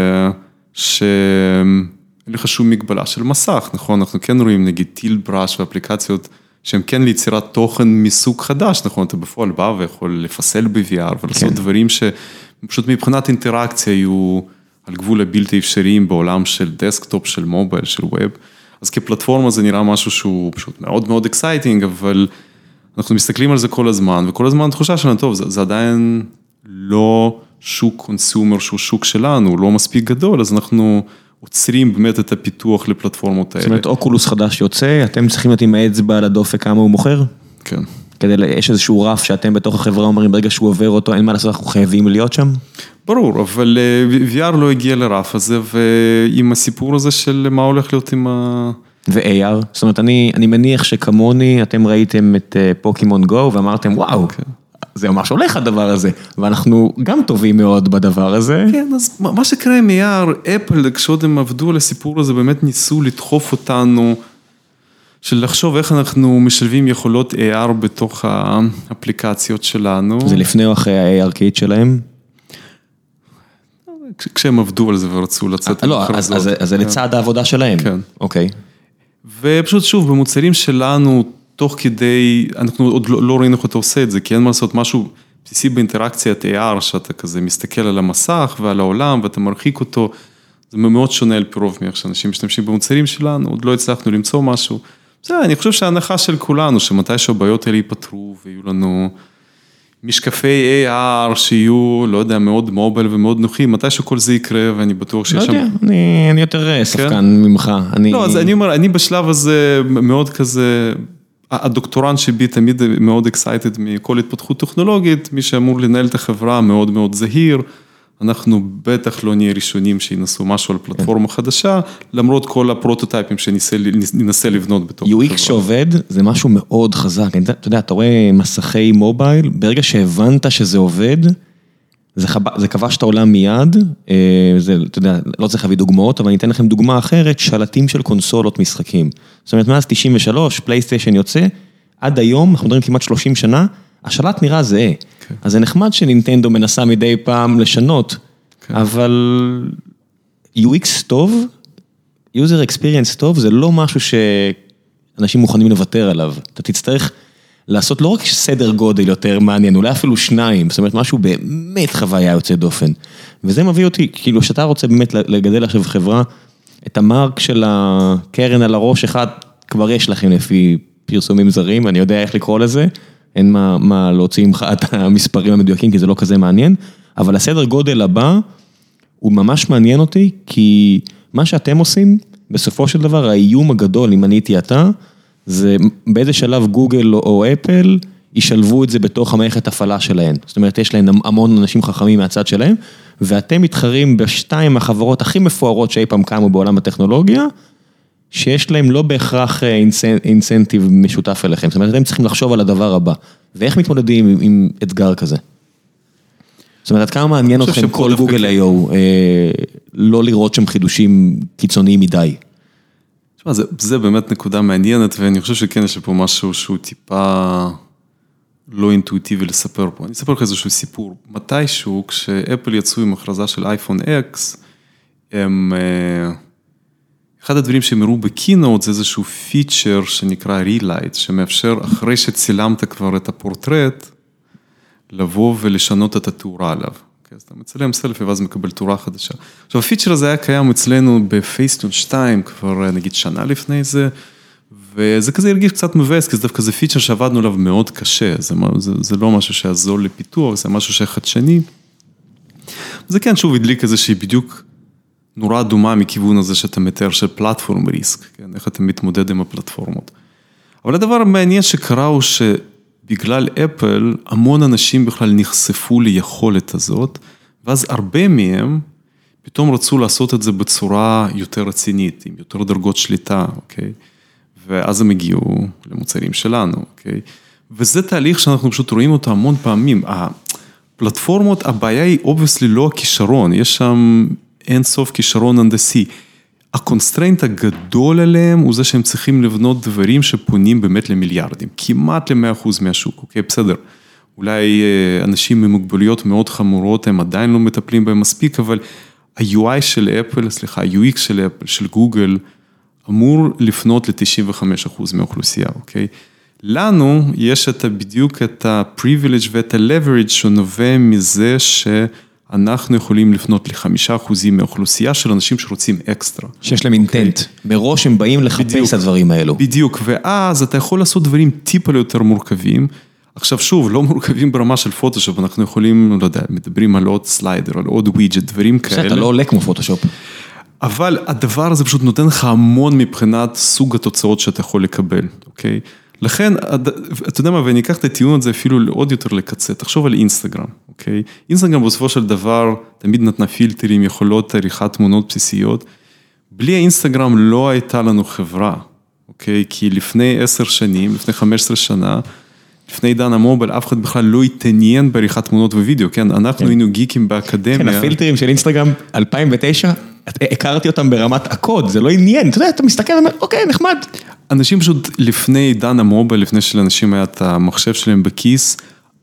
שאין לך שום מגבלה של מסך, נכון? אנחנו כן רואים נגיד טיל בראש ואפליקציות שהן כן ליצירת תוכן מסוג חדש, נכון? אתה בפועל בא ויכול לפסל ב-וי אר ולעשות דברים שפשוט מבחינת אינטראקציה יהיו על גבול הבלתי אפשריים בעולם של דסקטופ, של מובייל, של ווב. אז כפלטפורמה זה נראה משהו שהוא פשוט מאוד מאוד אקסייטינג, אבל אנחנו מסתכלים על זה כל הזמן, וכל הזמן התחושה שלנו, טוב, זה, זה עדיין לא שוק קונסומר שהוא שוק שלנו, הוא לא מספיק גדול, אז אנחנו עוצרים באמת את הפיתוח לפלטפורמות האלה. זאת אומרת, אוקולוס חדש יוצא, אתם צריכים להיות עם האצבע על הדופק כמה הוא מוכר? כן. כדי, יש איזשהו רף שאתם בתוך החברה אומרים, ברגע שהוא עובר אותו, אין מה לעשות, אנחנו חייבים להיות שם? ברור, אבל וי אר לא הגיע לרף הזה, ועם הסיפור הזה של מה הולך להיות עם ה... ו-איי אר, זאת אומרת, אני, אני מניח שכמוני, אתם ראיתם את פוקימון גו, ואמרתם, וואו, okay. זה ממש הולך הדבר הזה, ואנחנו גם טובים מאוד בדבר הזה. כן, אז מה שקרה עם איי אר, אפל, כשעוד הם עבדו על הסיפור הזה, באמת ניסו לדחוף אותנו, של לחשוב איך אנחנו משלבים יכולות איי אר בתוך האפליקציות שלנו. זה לפני או אחרי ה-איי אר קיט שלהם? כשהם עבדו על זה ורצו לצאת. לא, אז זה לצד העבודה שלהם. כן. אוקיי. ופשוט שוב, במוצרים שלנו, תוך כדי, אנחנו עוד לא, לא ראינו איך אתה עושה את זה, כי אין מה לעשות משהו בסיסי באינטראקציית איי אר, שאתה כזה מסתכל על המסך ועל העולם, ואתה מרחיק אותו, זה מאוד שונה על פי רוב מאיך שאנשים משתמשים במוצרים שלנו, עוד לא הצלחנו למצוא משהו. זה, אני חושב שההנחה של כולנו, שמתישהו הבעיות האלה ייפתרו, ויהיו לנו משקפי איי אר, שיהיו, לא יודע, מאוד מובייל ומאוד נוחים, מתישהו כל זה יקרה, ואני בטוח שיש שם... לא יודע, אני, אני יותר ספקן ממך. אני... לא, אז אני אומר, אני בשלב הזה מאוד כזה... הדוקטורנט שבי תמיד מאוד excited מכל התפתחות טכנולוגית, מי שאמור לנהל את החברה מאוד מאוד זהיר, אנחנו בטח לא נהיה ראשונים שינסו משהו על פלטפורמה חדשה, למרות כל הפרוטוטייפים שננסה לבנות בתוך החברה. יו אקס שעובד זה משהו מאוד חזק, אתה יודע, אתה רואה מסכי מובייל, ברגע שהבנת שזה עובד, זה כבש את העולם מיד, זה, אתה יודע, לא צריך להביא דוגמאות, אבל אני אתן לכם דוגמה אחרת, שלטים של קונסולות משחקים. זאת אומרת, מאז תשעים ושלוש, פלייסטיישן יוצא, עד היום, אנחנו מדברים כמעט שלושים שנה, השלט נראה זהה. Okay. אז זה נחמד שנינטנדו מנסה מדי פעם לשנות, okay. אבל יו אקס טוב, user experience טוב, זה לא משהו שאנשים מוכנים לוותר עליו. אתה תצטרך לעשות לא רק סדר גודל יותר מעניין, אולי אפילו שניים, זאת אומרת, משהו באמת חוויה יוצא דופן. וזה מביא אותי, כאילו, שאתה רוצה באמת לגדל עכשיו חברה, את המרק של הקרן על הראש, אחד כבר יש לכם לפי פרסומים זרים, אני יודע איך לקרוא לזה, אין מה, מה להוציא ממך את המספרים המדויקים, כי זה לא כזה מעניין, אבל הסדר גודל הבא, הוא ממש מעניין אותי, כי מה שאתם עושים, בסופו של דבר, האיום הגדול, אם אני הייתי אתה, זה באיזה שלב גוגל או אפל ישלבו את זה בתוך המערכת הפעלה שלהן. זאת אומרת, יש להן המון אנשים חכמים מהצד שלהם, ואתם מתחרים בשתיים החברות הכי מפוארות שאי פעם קמו בעולם הטכנולוגיה, שיש להם לא בהכרח אינסנטיב משותף אליכם. זאת אומרת, אתם צריכים לחשוב על הדבר הבא. ואיך מתמודדים עם, עם אתגר כזה? זאת אומרת, כמה מעניין אתכם כל גוגל איי או, אה, לא לראות שם חידושים קיצוניים מדי? זה, זה באמת נקודה מעניינת, ואני חושב שכן יש פה משהו שהוא טיפה לא אינטואיטיבי לספר פה. אני אספר לך איזשהו סיפור. מתישהו, כשאפל יצאו עם הכרזה של אייפון אקס, הם, אחד הדברים שהם הראו בקינוט, זה איזשהו פיצ'ר שנקרא רילייט, שמאפשר אחרי שצילמת כבר את הפורטרט, לבוא ולשנות את התאורה עליו. אז אתה מצלם סלפי ואז מקבל תאורה חדשה. עכשיו, הפיצ'ר הזה היה קיים אצלנו בפייסטון שתיים, כבר נגיד שנה לפני זה, וזה כזה הרגיש קצת מבאס, כי זה דווקא זה פיצ'ר שעבדנו עליו מאוד קשה, זה, זה, זה לא משהו שהיה זול לפיתוח, זה משהו שהיה חדשני. זה כן, שוב, הדליק איזה שהיא בדיוק נורא דומה מכיוון הזה שאתה מתאר של פלטפורם ריסק, כן? איך אתה מתמודד עם הפלטפורמות. אבל הדבר המעניין שקרה הוא ש... בגלל אפל, המון אנשים בכלל נחשפו ליכולת הזאת, ואז הרבה מהם פתאום רצו לעשות את זה בצורה יותר רצינית, עם יותר דרגות שליטה, אוקיי? ואז הם הגיעו למוצרים שלנו, אוקיי? וזה תהליך שאנחנו פשוט רואים אותו המון פעמים. הפלטפורמות, הבעיה היא obviously לא הכישרון, יש שם אין סוף כישרון הנדסי. הקונסטריינט הגדול עליהם הוא זה שהם צריכים לבנות דברים שפונים באמת למיליארדים, כמעט ל-מאה אחוז מהשוק, אוקיי, בסדר. אולי אנשים עם מוגבלויות מאוד חמורות, הם עדיין לא מטפלים בהם מספיק, אבל ה-יו איי של אפל, סליחה, ה-יו אקס של אפל, של גוגל, אמור לפנות ל-תשעים וחמישה אחוז מהאוכלוסייה, אוקיי? לנו יש את בדיוק את ה-privilege ואת ה-leverage שנובע מזה ש... אנחנו יכולים לפנות לחמישה אחוזים מהאוכלוסייה של אנשים שרוצים אקסטרה. שיש להם אינטנט. מראש הם באים לחפש את הדברים האלו. בדיוק, ואז אתה יכול לעשות דברים טיפה יותר מורכבים. עכשיו שוב, לא מורכבים ברמה של פוטושופ, אנחנו יכולים, לא יודע, מדברים על עוד סליידר, על עוד ווידג'ט, דברים כאלה. אתה לא עולה כמו פוטושופ. אבל הדבר הזה פשוט נותן לך המון מבחינת סוג התוצאות שאתה יכול לקבל, אוקיי? לכן, אתה יודע מה, ואני אקח את הטיעון הזה אפילו עוד יותר לקצה, תחשוב על אינסטגרם, אוקיי? אינסטגרם בסופו של דבר, תמיד נתנה פילטרים, יכולות עריכת תמונות בסיסיות, בלי האינסטגרם לא הייתה לנו חברה, אוקיי? כי לפני עשר שנים, לפני חמש עשרה שנה, לפני עידן המובייל, אף אחד בכלל לא התעניין בעריכת תמונות ווידאו, כן? אנחנו היינו גיקים באקדמיה. כן, הפילטרים של אינסטגרם אלפיים ותשע, הכרתי אותם ברמת הקוד, זה לא עניין, אתה יודע, אתה מסתכל ואומר, אוקיי, נחמד. אנשים פשוט לפני עידן המובייל, לפני שלאנשים היה את המחשב שלהם בכיס,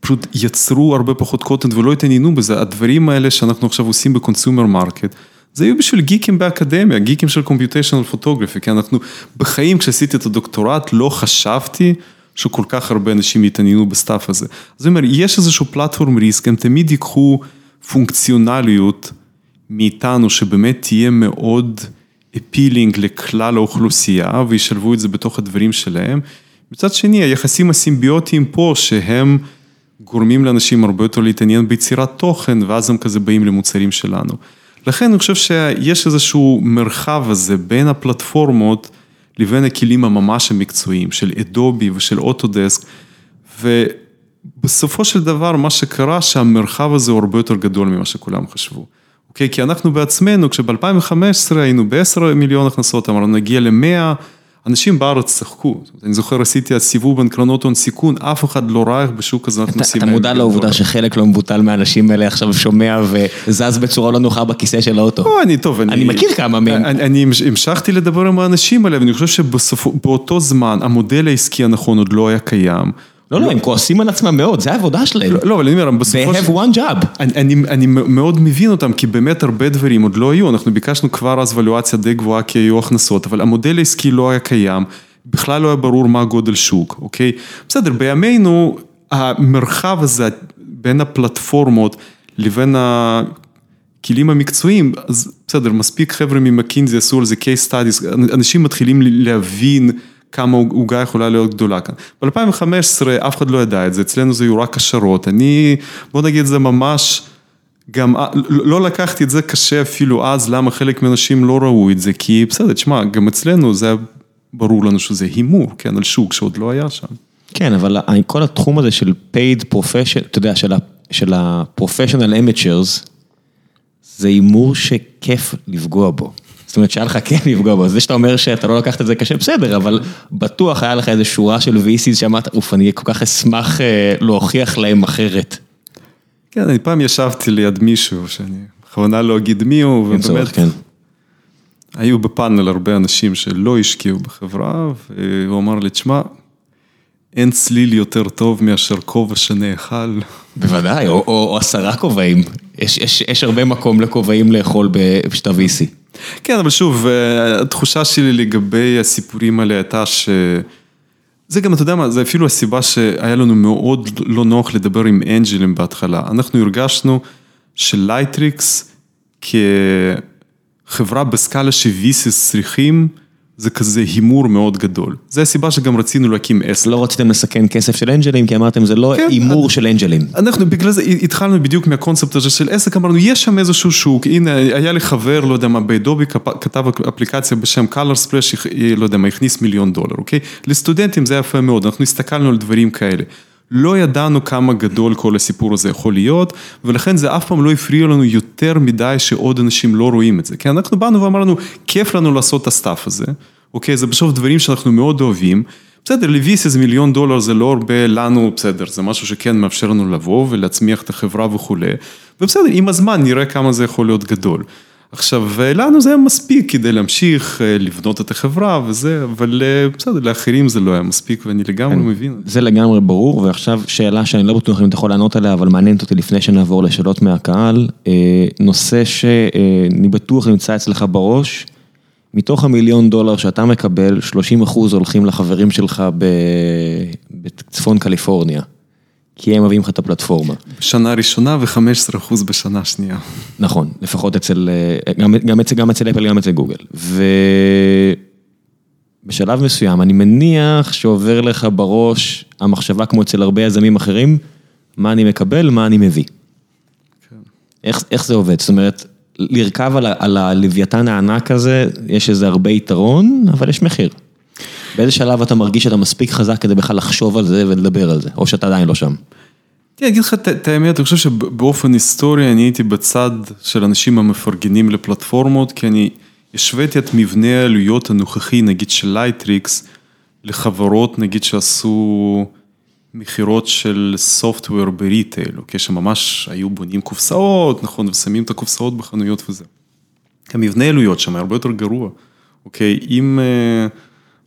פשוט יצרו הרבה פחות קוטנט ולא התעניינו בזה, הדברים האלה שאנחנו עכשיו עושים בקונסיומר מרקט, זה היו בשביל גיקים באקדמיה, גיקים של קומפיוטיישנל פוטוגרפי, כי אנחנו בחיים כשעשיתי את הדוקטורט לא חשבתי שכל כך הרבה אנשים יתעניינו בסטאפ הזה. אז זאת אומרת, יש איזשהו פלטפורם ריסק, הם תמיד ייקחו פונקציונליות מאיתנו, שבאמת תהיה מאוד אפילינג לכלל האוכלוסייה, וישלבו את זה בתוך הדברים שלהם. מצד שני, היחסים הסימביוטיים פה, שהם גורמים לאנשים הרבה יותר להתעניין ביצירת תוכן, ואז הם כזה באים למוצרים שלנו. לכן אני חושב שיש איזשהו מרחב הזה בין הפלטפורמות, לבין הכלים הממש המקצועיים, של אדובי ושל אוטודסק, ובסופו של דבר מה שקרה, שהמרחב הזה הוא הרבה יותר גדול ממה שכולם חשבו. אוקיי? כי אנחנו בעצמנו, כשב-אלפיים וחמש עשרה היינו ב-עשרה מיליון הכנסות, אמרנו נגיע ל-מאה, אנשים בארץ צחקו. אני זוכר, עשיתי הסיבוב בין קרנות הון סיכון, אף אחד לא ראה בשוק הזה. אתה מודע לעובדה שחלק לא מבוטל מהאנשים האלה עכשיו שומע וזז בצורה לא נוחה בכיסא של האוטו. אני טוב, אני מכיר כמה מהם. אני המשכתי לדבר עם האנשים האלה, ואני חושב שבאותו זמן, המודל העסקי הנכון עוד לא היה קיים. לא, לא, הם כועסים על עצמם מאוד, זה העבודה שלהם. לא, אבל אני אומר, בסופו של... They have one job. אני, אני מאוד מבין אותם, כי באמת הרבה דברים עוד לא היו, אנחנו ביקשנו כבר אז ולואציה די גבוהה, כי היו הכנסות, אבל המודל העסקי לא היה קיים, בכלל לא היה ברור מה גודל שוק, אוקיי? בסדר, בימינו, המרחב הזה בין הפלטפורמות לבין הכלים המקצועיים, אז בסדר, מספיק חבר'ה ממקינזי עשו על זה case studies, אנשים מתחילים להבין כמה עוגה יכולה להיות גדולה כאן. ב-אלפיים וחמש עשרה אף אחד לא ידע את זה, אצלנו זה היו רק השערות, אני, בוא נגיד, זה ממש, גם, לא לקחתי את זה קשה אפילו אז, למה חלק מהאנשים לא ראו את זה, כי בסדר, תשמע, גם אצלנו זה ברור לנו שזה הימור, כן, על שוק שעוד לא היה שם. כן, אבל כל התחום הזה של paid profession, אתה יודע, של ה-professional amateurs, זה הימור שכיף לפגוע בו. זאת אומרת, שהיה לך כן לפגוע בו, זה שאתה אומר שאתה לא לקחת את זה קשה, בסדר, אבל בטוח היה לך איזו שורה של וי סי'ס שאמרת, אוף, אני כל כך אשמח להוכיח להם אחרת. כן, אני פעם ישבתי ליד מישהו, שאני בכוונה לא אגיד מי הוא, ובאמת, היו בפאנל הרבה אנשים שלא השקיעו בחברה, והוא אמר לי, תשמע, אין צליל יותר טוב מאשר כובע שנאכל. בוודאי, או, או, או עשרה כובעים. יש, יש, יש הרבה מקום לכובעים לאכול בשתה וי סי. כן, אבל שוב, התחושה שלי לגבי הסיפורים האלה הייתה ש... זה גם, אתה יודע מה, זה אפילו הסיבה שהיה לנו מאוד לא נוח לדבר עם אנג'לים בהתחלה. אנחנו הרגשנו שלייטריקס כחברה בסקאלה ש-וי סי'ס צריכים, זה כזה הימור מאוד גדול. זה הסיבה שגם רצינו להקים עסק. לא רציתם לסכן כסף של אנג'לים, כי אמרתם, זה לא הימור של אנג'לים. אנחנו בגלל זה התחלנו בדיוק מהקונספט הזה של עסק, אמרנו, יש שם איזשהו שוק, הנה, היה לי חבר, לא יודע מה, באדובי כתב אפליקציה בשם Color Splash, לא יודע מה, הכניס מיליון דולר, אוקיי? לסטודנטים זה יפה מאוד, אנחנו הסתכלנו על דברים כאלה. לא ידענו כמה גדול כל הסיפור הזה יכול להיות, ולכן זה אף פעם לא הפריע לנו יותר מדי שעוד אנשים לא רואים את זה. כי אנחנו באנו ואמרנו, כיף לנו לעשות את הסטאפ הזה, אוקיי, זה בסוף דברים שאנחנו מאוד אוהבים, בסדר, ל-וי סי'ס מיליון דולר זה לא הרבה לנו, בסדר, זה משהו שכן מאפשר לנו לבוא ולהצמיח את החברה וכו', ובסדר, עם הזמן נראה כמה זה יכול להיות גדול. עכשיו, לנו זה היה מספיק כדי להמשיך לבנות את החברה וזה, אבל בסדר, לאחרים זה לא היה מספיק, ואני לגמרי מבין. זה לגמרי ברור, ועכשיו שאלה שאני לא בטוח אם אתה יכול לענות עליה, אבל מעניינת אותי לפני שנעבור לשאלות מהקהל, נושא שאני בטוח נמצא אצלך בראש, מתוך המיליון דולר שאתה מקבל, שלושים אחוז הולכים לחברים שלך בצפון קליפורניה. כי הם מביאים לך את הפלטפורמה. בשנה ראשונה ו-חמישה עשר אחוז בשנה שנייה. נכון, לפחות אצל, גם, גם אצל, גם אצל אפל, גם אצל גוגל. ובשלב מסוים, אני מניח שעובר לך בראש המחשבה כמו אצל הרבה יזמים אחרים, מה אני מקבל, מה אני מביא. כן. איך, איך זה עובד? זאת אומרת, לרכב על, על הלוויתן הענק הזה, יש איזה הרבה יתרון, אבל יש מחיר. באיזה שלב אתה מרגיש שאתה מספיק חזק כדי בכלל לחשוב על זה ולדבר על זה, או שאתה עדיין לא שם? אני אגיד לך את האמת, אני חושב שבאופן היסטורי אני הייתי בצד של אנשים המפרגנים לפלטפורמות, כי אני השוויתי את מבנה העלויות הנוכחי, נגיד של לייטריקס, לחברות, נגיד שעשו מחירות של סופטוור בריטייל, אוקיי, שממש היו בונים קופסאות, נכון, ושמים את הקופסאות בחנויות וזה. המבנה העלויות שם היה הרבה יותר גרוע, אוקיי, אם...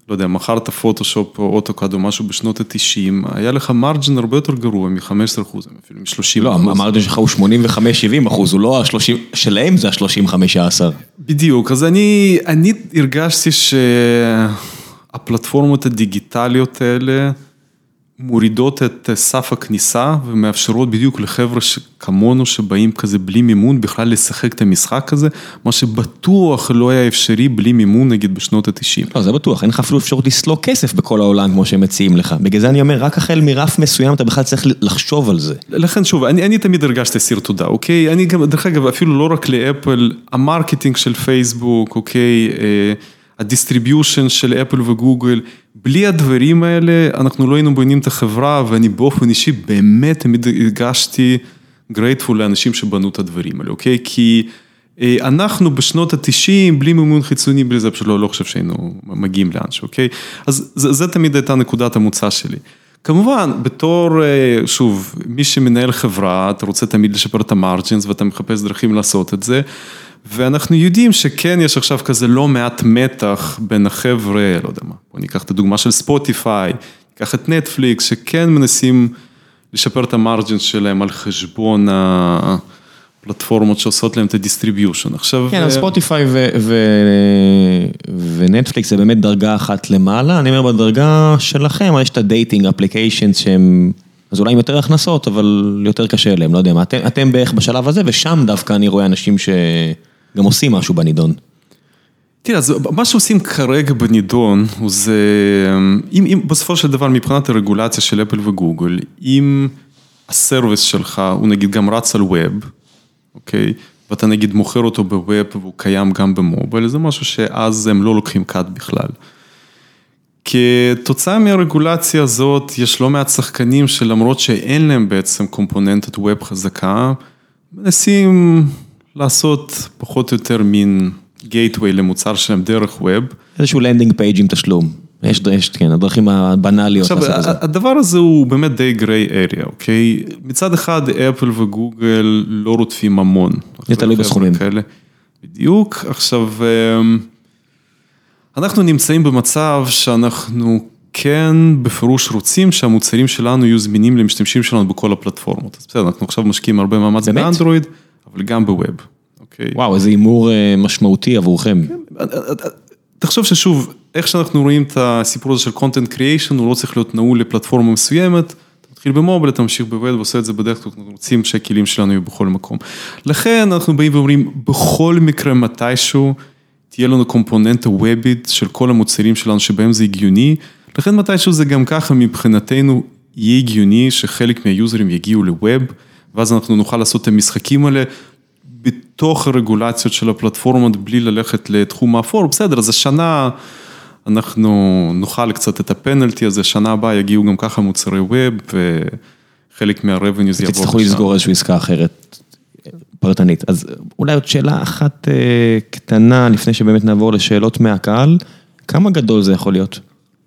לא יודע, מכרת פוטושופ או אוטוקאד או משהו בשנות ה-תשעים, היה לך מרג'ין הרבה יותר גרוע מ-חמישה עשר אחוז, אפילו מ-שלושים אחוז. לא, המרג'ין שלך הוא שמונים וחמש שבעים אחוז, הוא לא ה-שלושים, שלהם זה ה-שלושים וחמישה עשר. בדיוק, אז אני, אני הרגשתי שהפלטפורמות הדיגיטליות האלה, מורידות את סף הכניסה ומאפשרות בדיוק לחבר'ה כמונו שבאים כזה בלי מימון, בכלל לשחק את המשחק הזה, מה שבטוח לא היה אפשרי בלי מימון נגיד בשנות ה-תשעים. לא, זה בטוח, אין לך אפילו אפשרות לסלוק כסף בכל העולם כמו שהם מציעים לך. בגלל זה אני אומר, רק החל מרף מסוים אתה בכלל צריך לחשוב על זה. לכן שוב, אני, אני תמיד הרגשתי סיר תודה, אוקיי? אני גם, דרך אגב, אפילו לא רק לאפל, המרקטינג של פייסבוק, אוקיי? הדיסטריביושן של אפל וגוגל, בלי הדברים האלה, אנחנו לא היינו בונים את החברה, ואני באופן אישי באמת תמיד הרגשתי grateful לאנשים שבנו את הדברים האלה, אוקיי? כי אנחנו בשנות ה-תשעים, בלי מימון חיצוני, בלי זה פשוט לא, לא חושב שהיינו מגיעים לאנשהו, אוקיי? אז זה, זה תמיד הייתה נקודת המוצא שלי. כמובן, בתור, שוב, מי שמנהל חברה, אתה רוצה תמיד לשפר את המרג'ינס, ואתה מחפש דרכים לעשות את זה, ואנחנו יודעים שכן יש עכשיו כזה לא מעט מתח בין החבר'ה, לא יודע מה, בוא ניקח את הדוגמה של ספוטיפיי, ניקח את נטפליקס, שכן מנסים לשפר את המרג'ינס שלהם על חשבון הפלטפורמות שעושות להם את הדיסטריביושן. עכשיו... כן, אז ספוטיפיי ונטפליקס זה באמת דרגה אחת למעלה, אני אומר בדרגה שלכם, יש את הדייטינג אפליקיישנס שהם... אז אולי עם יותר הכנסות, אבל יותר קשה אליהם, לא יודע מה, אתם, אתם בערך בשלב הזה, ושם דווקא אני רואה אנשים שגם עושים משהו בנידון. תראה, אז מה שעושים כרגע בנידון, זה, אם, אם בסופו של דבר, מבחינת הרגולציה של אפל וגוגל, אם הסרוויס שלך, הוא נגיד גם רץ על ווב, אוקיי, ואתה נגיד מוכר אותו בווב, והוא קיים גם במובייל, זה משהו שאז הם לא לוקחים קאט בכלל. כתוצאה מהרגולציה הזאת, יש לא מעט שחקנים שלמרות שאין להם בעצם קומפוננטת ווב חזקה, מנסים לעשות פחות או יותר מין גייטווי למוצר שלהם דרך ווב. איזשהו לנדינג פייג' עם תשלום. יש, יש, כן, הדרכים הבנאליות. עכשיו, הדבר הזה הוא באמת די גריי אריה, אוקיי? מצד אחד, אפל וגוגל לא רודפים המון. זה תלוי בסכומים. בדיוק, עכשיו... אנחנו נמצאים במצב שאנחנו כן בפירוש רוצים שהמוצרים שלנו יהיו זמינים למשתמשים שלנו בכל הפלטפורמות. אז בסדר, אנחנו עכשיו משקיעים הרבה מאמץ באנדרואיד, אבל גם בווב. וואו, איזה אימור משמעותי עבורכם. תחשוב ששוב, איך שאנחנו רואים את הסיפור הזה של content creation, הוא לא צריך להיות נעול לפלטפורמה מסוימת, אתה מתחיל במובייל, אתה ממשיך בווב, ועושה את זה בדרך כלל, אנחנו רוצים שהכלים שלנו יהיו בכל מקום. לכן אנחנו באים ואומרים, בכל מקרה מתישהו, תהיה לנו קומפוננטה וובית של כל המוצרים שלנו שבהם זה הגיוני, לכן מתישהו זה גם ככה מבחינתנו יהיה הגיוני שחלק מהיוזרים יגיעו לווב, ואז אנחנו נוכל לעשות את המשחקים האלה בתוך הרגולציות של הפלטפורמות בלי ללכת לתחום האפור, בסדר, אז השנה אנחנו נוכל קצת את הפנלטי הזה, שנה הבאה יגיעו גם ככה מוצרי ווב, וחלק מהרבניוז יבוא. תצטרכו לסגור איזושהי עסקה אחרת. פרטנית. אז אולי עוד שאלה אחת קטנה, לפני שבאמת נעבור לשאלות מהקהל, כמה גדול זה יכול להיות?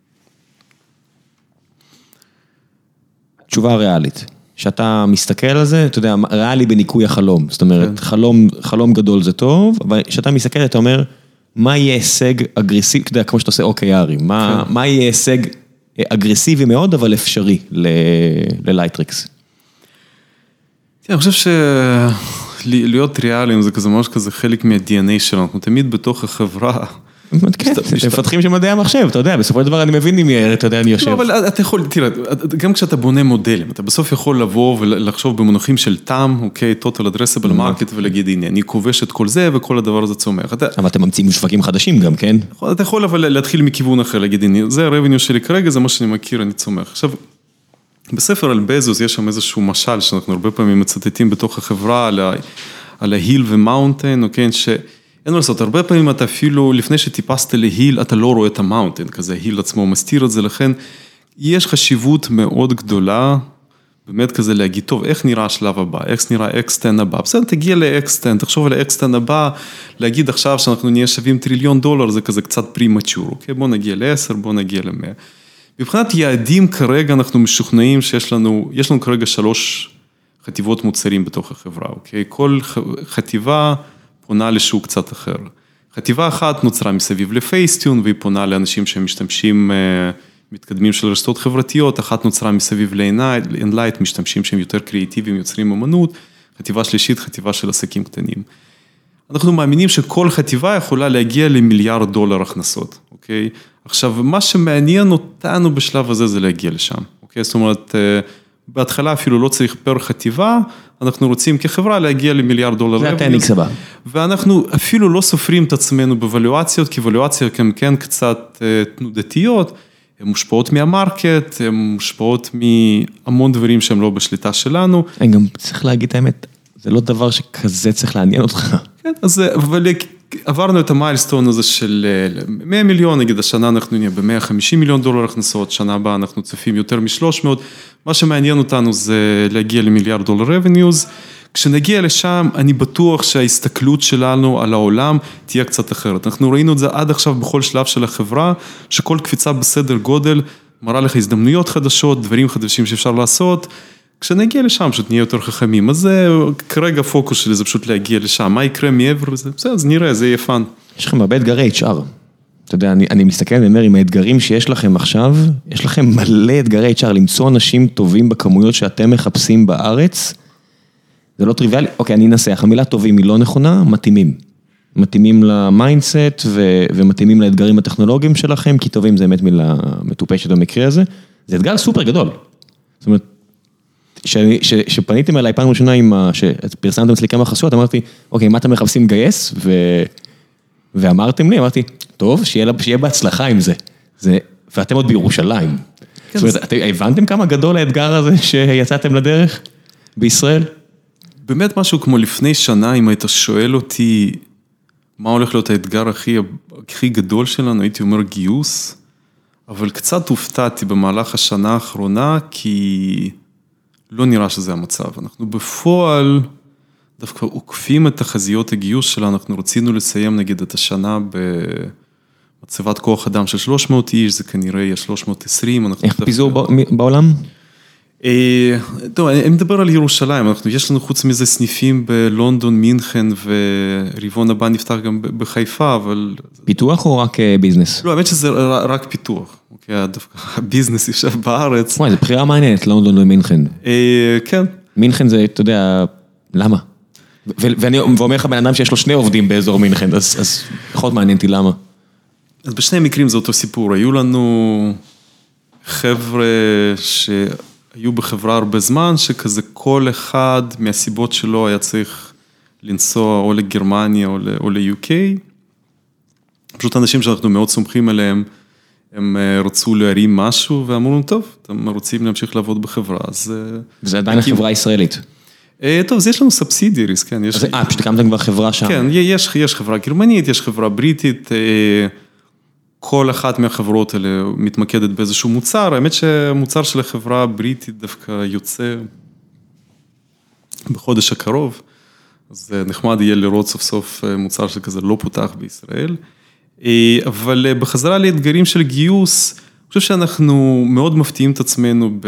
תשובה ריאלית. שאתה מסתכל על זה, אתה יודע, ריאלי בניקוי החלום. זאת אומרת, חלום, חלום גדול זה טוב, אבל כשאתה מסתכל, אתה אומר, מה יהיה הישג אגרסיבי, אתה יודע, כמו שאתה עושה אוקיי ארי, מה, מה יהיה הישג אגרסיבי מאוד, אבל אפשרי ללייטריקס? אני חושב שלהיות ריאליים זה כזה ממש כזה חלק מה-די אן איי שלנו, אנחנו תמיד בתוך החברה. כן, הם מפתחים של מדעי המחשב, אתה יודע, בסופו של דבר אני מבין אם אתה יודע, אני יושב. לא, אבל אתה יכול, תראה, גם כשאתה בונה מודלים, אתה בסוף יכול לבוא ולחשוב במונחים של טאם, אוקיי, total addressable market, ולהגיד, הנה, אני כובש את כל זה, וכל הדבר הזה צומח. אבל אתם ממציאים שווקים חדשים גם, כן? אתה יכול אבל להתחיל מכיוון אחר, להגיד, הנה, זה הרבניו שלי כרגע, זה מה שאני מכיר, אני צומח. עכשיו, בספר על בזוס יש שם איזשהו משל, שאנחנו הרבה פעמים מצטטים בתוך החברה, על ההיל ומאונטן, אוקיי, ש... אין מה לעשות, הרבה פעמים אתה אפילו, לפני שטיפסת להיל, אתה לא רואה את המאונטן, כזה היל עצמו מסתיר את זה, לכן יש חשיבות מאוד גדולה, באמת כזה להגיד, טוב, איך נראה השלב הבא, איך נראה אקסטן הבא, בסדר, תגיע לאקסטן, תחשוב על האקסטן הבא, להגיד עכשיו שאנחנו נהיה שווים טריליון דולר, זה כזה קצת פרימצ'ור, אוקיי, בוא נגיע לעשר, בוא נגיע למאה. מבחינת יעדים כרגע אנחנו משוכנעים שיש לנו, יש לנו כרגע שלוש חטיבות מוצרים בתוך החברה, אוקיי, כל חטיבה פונה לשוק קצת אחר. חטיבה אחת נוצרה מסביב לפייסטיון, והיא פונה לאנשים שהם משתמשים, מתקדמים של רשתות חברתיות, אחת נוצרה מסביב ל-Enlight, משתמשים שהם יותר קריאטיביים, יוצרים אמנות, חטיבה שלישית, חטיבה של עסקים קטנים. אנחנו מאמינים שכל חטיבה יכולה להגיע למיליארד דולר הכנסות, אוקיי? עכשיו, מה שמעניין אותנו בשלב הזה זה להגיע לשם, אוקיי? זאת אומרת, בהתחלה אפילו לא צריך פר חטיבה, אנחנו רוצים כחברה להגיע למיליארד דולר. זה הטניקס הבא. ואנחנו אפילו לא סופרים את עצמנו בוולואציות, כי וולואציות הן כן קצת תנודתיות, הן מושפעות מהמרקט, הן מושפעות מהמון דברים שהם לא בשליטה שלנו. אני גם צריך להגיד את האמת, זה לא דבר שכזה צריך לעניין אותך. כן, אז עברנו את המיילסטון הזה של מאה מיליון, נגיד השנה אנחנו נהיה ב-מאה וחמישים מיליון דולר הכנסות, שנה הבאה אנחנו צופים יותר מ-שלוש מאות, מה שמעניין אותנו זה להגיע למיליארד דולר revenues, כשנגיע לשם אני בטוח שההסתכלות שלנו על העולם תהיה קצת אחרת, אנחנו ראינו את זה עד עכשיו בכל שלב של החברה, שכל קפיצה בסדר גודל מראה לך הזדמנויות חדשות, דברים חדשים שאפשר לעשות, כשנגיע לשם, פשוט נהיה יותר חכמים, אז זה כרגע פוקוס שלי, זה פשוט להגיע לשם, מה יקרה מעבר לזה? בסדר, אז נראה, זה יהיה פן. יש לכם הרבה אתגרי אייץ' אר. אתה יודע, אני, אני מסתכל ואומר, עם האתגרים שיש לכם עכשיו, יש לכם מלא אתגרי אייץ' אר, למצוא אנשים טובים בכמויות שאתם מחפשים בארץ, זה לא טריוויאלי, אוקיי, אני אנסח, המילה טובים היא לא נכונה, מתאימים. מתאימים למיינדסט ו, ומתאימים לאתגרים הטכנולוגיים שלכם, כי טובים זה באמת מילה מטופשת במקרה הזה, זה אתגר סופר גדול. זאת אומרת, שפניתם אליי פעם ראשונה עם, שפרסמתם אצלי כמה חסויות, אמרתי, אוקיי, מה אתם מחפשים גייס? ואמרתם לי, אמרתי, טוב, שיהיה בהצלחה עם זה. ואתם עוד בירושלים. זאת אומרת, אתם הבנתם כמה גדול האתגר הזה שיצאתם לדרך בישראל? באמת משהו כמו לפני שנה, אם היית שואל אותי, מה הולך להיות האתגר הכי גדול שלנו, הייתי אומר גיוס, אבל קצת הופתעתי במהלך השנה האחרונה, כי לא נראה שזה המצב. אנחנו בפועל דווקא עוקפים את תחזיות הגיוס שלנו, אנחנו רצינו לסיים נגיד את השנה במצבת כוח אדם של שלוש מאות איש, זה כנראה יהיה שלוש מאות ועשרים. איך פיזור בעולם? טוב, אני מדבר על ירושלים, יש לנו חוץ מזה סניפים בלונדון, מינכן, וריבון הבא נפתח גם בחיפה, אבל... פיתוח או רק ביזנס? לא, האמת שזה רק פיתוח. דווקא הביזנס יושב בארץ. וואי, זו בחירה מעניינת, לונדון ומינכן. כן. מינכן זה, אתה יודע, למה? ואני אומר לך בן אדם שיש לו שני עובדים באזור מינכן, אז פחות מעניינתי למה. אז בשני מקרים זה אותו סיפור. היו לנו חבר'ה שהיו בחברה הרבה זמן, שכזה כל אחד מהסיבות שלו היה צריך לנסוע או לגרמניה או ל-יו קיי. פשוט אנשים שאנחנו מאוד סומכים עליהם, הם רצו להרים משהו, ואמרו לנו, טוב, אתם רוצים להמשיך לעבוד בחברה, אז... זה עדיין החברה הישראלית. טוב, אז יש לנו סובסידיאריס, כן. אה, פשוט הקמתם כבר חברה שם. כן, יש חברה גרמנית, יש חברה בריטית, כל אחת מהחברות האלה מתמקדת באיזשהו מוצר, האמת שהמוצר של החברה הבריטית דווקא יוצא בחודש הקרוב, אז נחמד יהיה לראות סוף סוף מוצר שכזה לא פותח בישראל, אבל בחזרה לאתגרים של גיוס, אני חושב שאנחנו מאוד מפתיעים את עצמנו ב...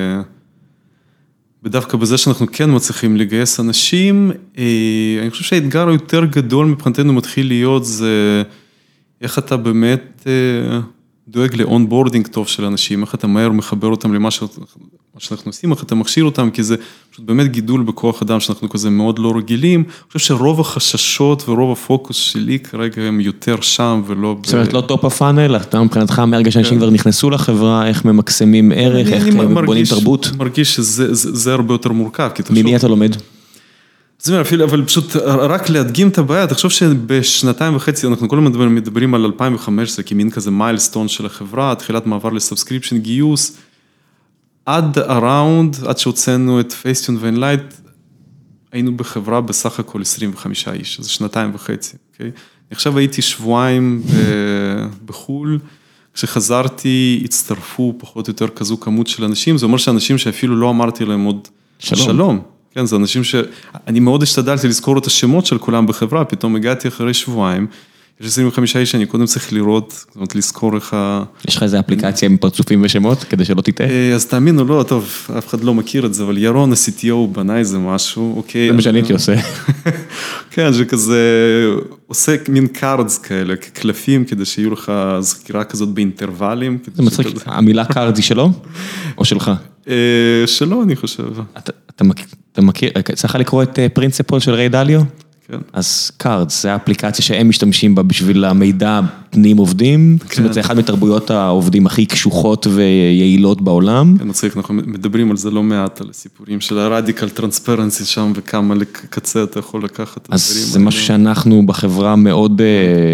בדווקא בזה שאנחנו כן מצליחים לגייס אנשים, אני חושב שהאתגר היותר גדול מבחינתנו מתחיל להיות זה איך אתה באמת דואג לאונבורדינג טוב של אנשים, איך אתה מהר מחבר אותם למה שאנחנו עושים, איך אתה מכשיר אותם, כי זה פשוט באמת גידול בכוח אדם שאנחנו כזה מאוד לא רגילים. אני חושב שרוב החששות ורוב הפוקוס שלי כרגע הם יותר שם ולא... זאת אומרת, לא טופ הפאנל, אתה מבחינתך מהרגע שאנשים כבר נכנסו לחברה, איך ממקסמים ערך, איך בונים תרבות? אני מרגיש שזה הרבה יותר מורכב. ממי אתה לומד? זאת אומרת, אבל פשוט רק להדגים את הבעיה, תחשוב שבשנתיים וחצי אנחנו כל הזמן מדברים על אלפיים וחמש עשרה כמין כזה מיילסטון של החברה, תחילת מעבר לסאבסקריפשן גיוס, עד הראונד, עד שהוצאנו את פייסטיון ואנלייט, היינו בחברה בסך הכל עשרים וחמישה איש, זה שנתיים וחצי, אוקיי? עכשיו הייתי שבועיים בחול, כשחזרתי הצטרפו פחות או יותר כזו כמות של אנשים, זה אומר שאנשים שאפילו לא אמרתי להם עוד שלום. שלום. כן, זה אנשים שאני מאוד השתדלתי לזכור את השמות של כולם בחברה, פתאום הגעתי אחרי שבועיים, יש עשרים וחמישה איש שאני קודם צריך לראות, זאת אומרת, לזכור איך ה... יש לך איזה אפליקציה עם פרצופים ושמות, כדי שלא תטעה? אז תאמינו, לא, טוב, אף אחד לא מכיר את זה, אבל ירון, ה-סי טי או, בנה איזה משהו, אוקיי. זה מה שאני הייתי עושה. כן, שכזה, עושה מין קארדס כאלה, כקלפים, כדי שיהיו לך זכירה כזאת באינטרוולים. זה מצחיק, המילה קארדס היא שלו? או שלך? שלו, אני חושב. אתה מכיר, צריך לקרוא את פרינציפל של ריי דליו? אז קארדס, זה האפליקציה שהם משתמשים בה בשביל המידע פנים עובדים, זאת אומרת, זה אחד מתרבויות העובדים הכי קשוחות ויעילות בעולם. כן, מצחיק, אנחנו מדברים על זה לא מעט, על הסיפורים של הרדיקל טרנספרנסי שם, וכמה לקצה אתה יכול לקחת את הדברים. אז זה משהו שאנחנו בחברה מאוד,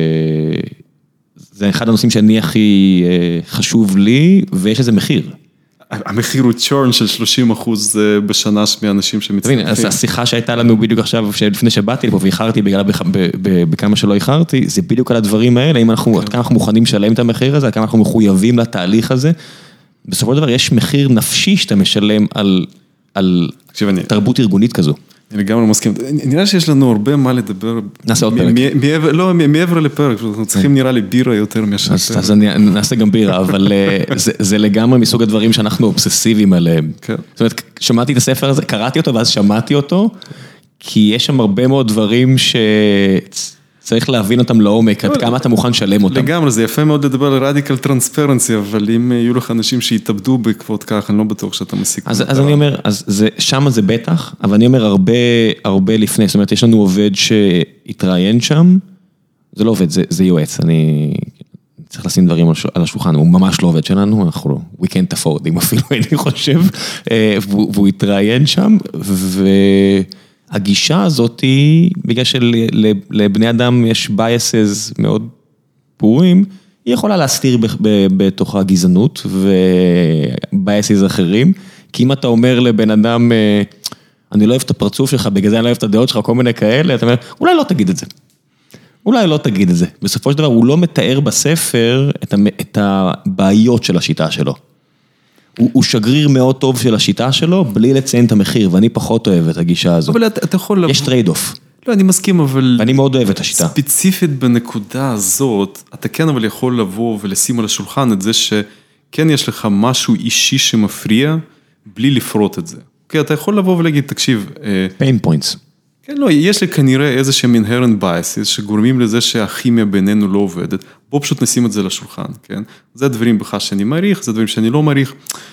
זה אחד הנושאים שאני הכי חשוב לי, ויש איזה מחיר. המחיר הוא צ'ורן של שלושים אחוז בשנה מאנשים שמצטרפים. אז השיחה שהייתה לנו בדיוק עכשיו, לפני שבאתי לפה ואיחרתי בגלל בכמה שלא איחרתי, זה בדיוק על הדברים האלה, אם אנחנו, עד כמה אנחנו מוכנים לשלם את המחיר הזה, עד כמה אנחנו מחויבים לתהליך הזה. בסופו של דבר יש מחיר נפשי שאתה משלם על תרבות ארגונית כזו. אני גם לא מסכים. נראה שיש לנו הרבה מה לדבר. נעשה עוד פרק. לא, מעבר לפרק, אנחנו צריכים נראה לי בירה יותר מאשר פרק. אז נעשה גם בירה, אבל זה לגמרי מסוג הדברים שאנחנו אובססיביים עליהם. זאת אומרת, שמעתי את הספר הזה, קראתי אותו ואז שמעתי אותו, כי יש שם הרבה מאוד דברים ש... צריך להבין אותם לעומק, עד כמה אתה מוכן לשלם אותם. לגמרי, זה יפה מאוד לדבר על רדיקל טרנספרנסי, אבל אם יהיו לך אנשים שיתאבדו בעקבות כך, אני לא בטוח שאתה מסיק. אז אני אומר, שם זה בטח, אבל אני אומר הרבה, הרבה לפני, זאת אומרת, יש לנו עובד שהתראיין שם, זה לא עובד, זה יועץ, אני צריך לשים דברים על השולחן, הוא ממש לא עובד שלנו, אנחנו, we can't afford, אם אפילו אני חושב, והוא התראיין שם, ו... הגישה הזאת היא, בגלל שלבני אדם יש biases מאוד ברורים, היא יכולה להסתיר בתוך הגזענות ו-biases אחרים, כי אם אתה אומר לבן אדם, אני לא אוהב את הפרצוף שלך, בגלל זה אני לא אוהב את הדעות שלך, כל מיני כאלה, אתה אומר, אולי לא תגיד את זה. אולי לא תגיד את זה. בסופו של דבר, הוא לא מתאר בספר את הבעיות של השיטה שלו. הוא שגריר מאוד טוב של השיטה שלו, בלי לציין את המחיר, ואני פחות אוהב את הגישה הזו. אבל אתה יכול... יש טרייד אוף. לא, אני מסכים, אבל... ואני מאוד אוהב את השיטה. ספציפית בנקודה הזאת, אתה כן אבל יכול לבוא ולשים על השולחן את זה שכן יש לך משהו אישי שמפריע, בלי לפרוט את זה. אוקיי, אתה יכול לבוא ולהגיד, תקשיב... pain points. כן, לא, יש לי כנראה איזה שהם inherent biases, שגורמים לזה שהכימיה בינינו לא עובדת, בוא פשוט נשים את זה לשולחן, כן? זה הדברים בכלל שאני מעריך, זה הדברים שאני לא מעריך,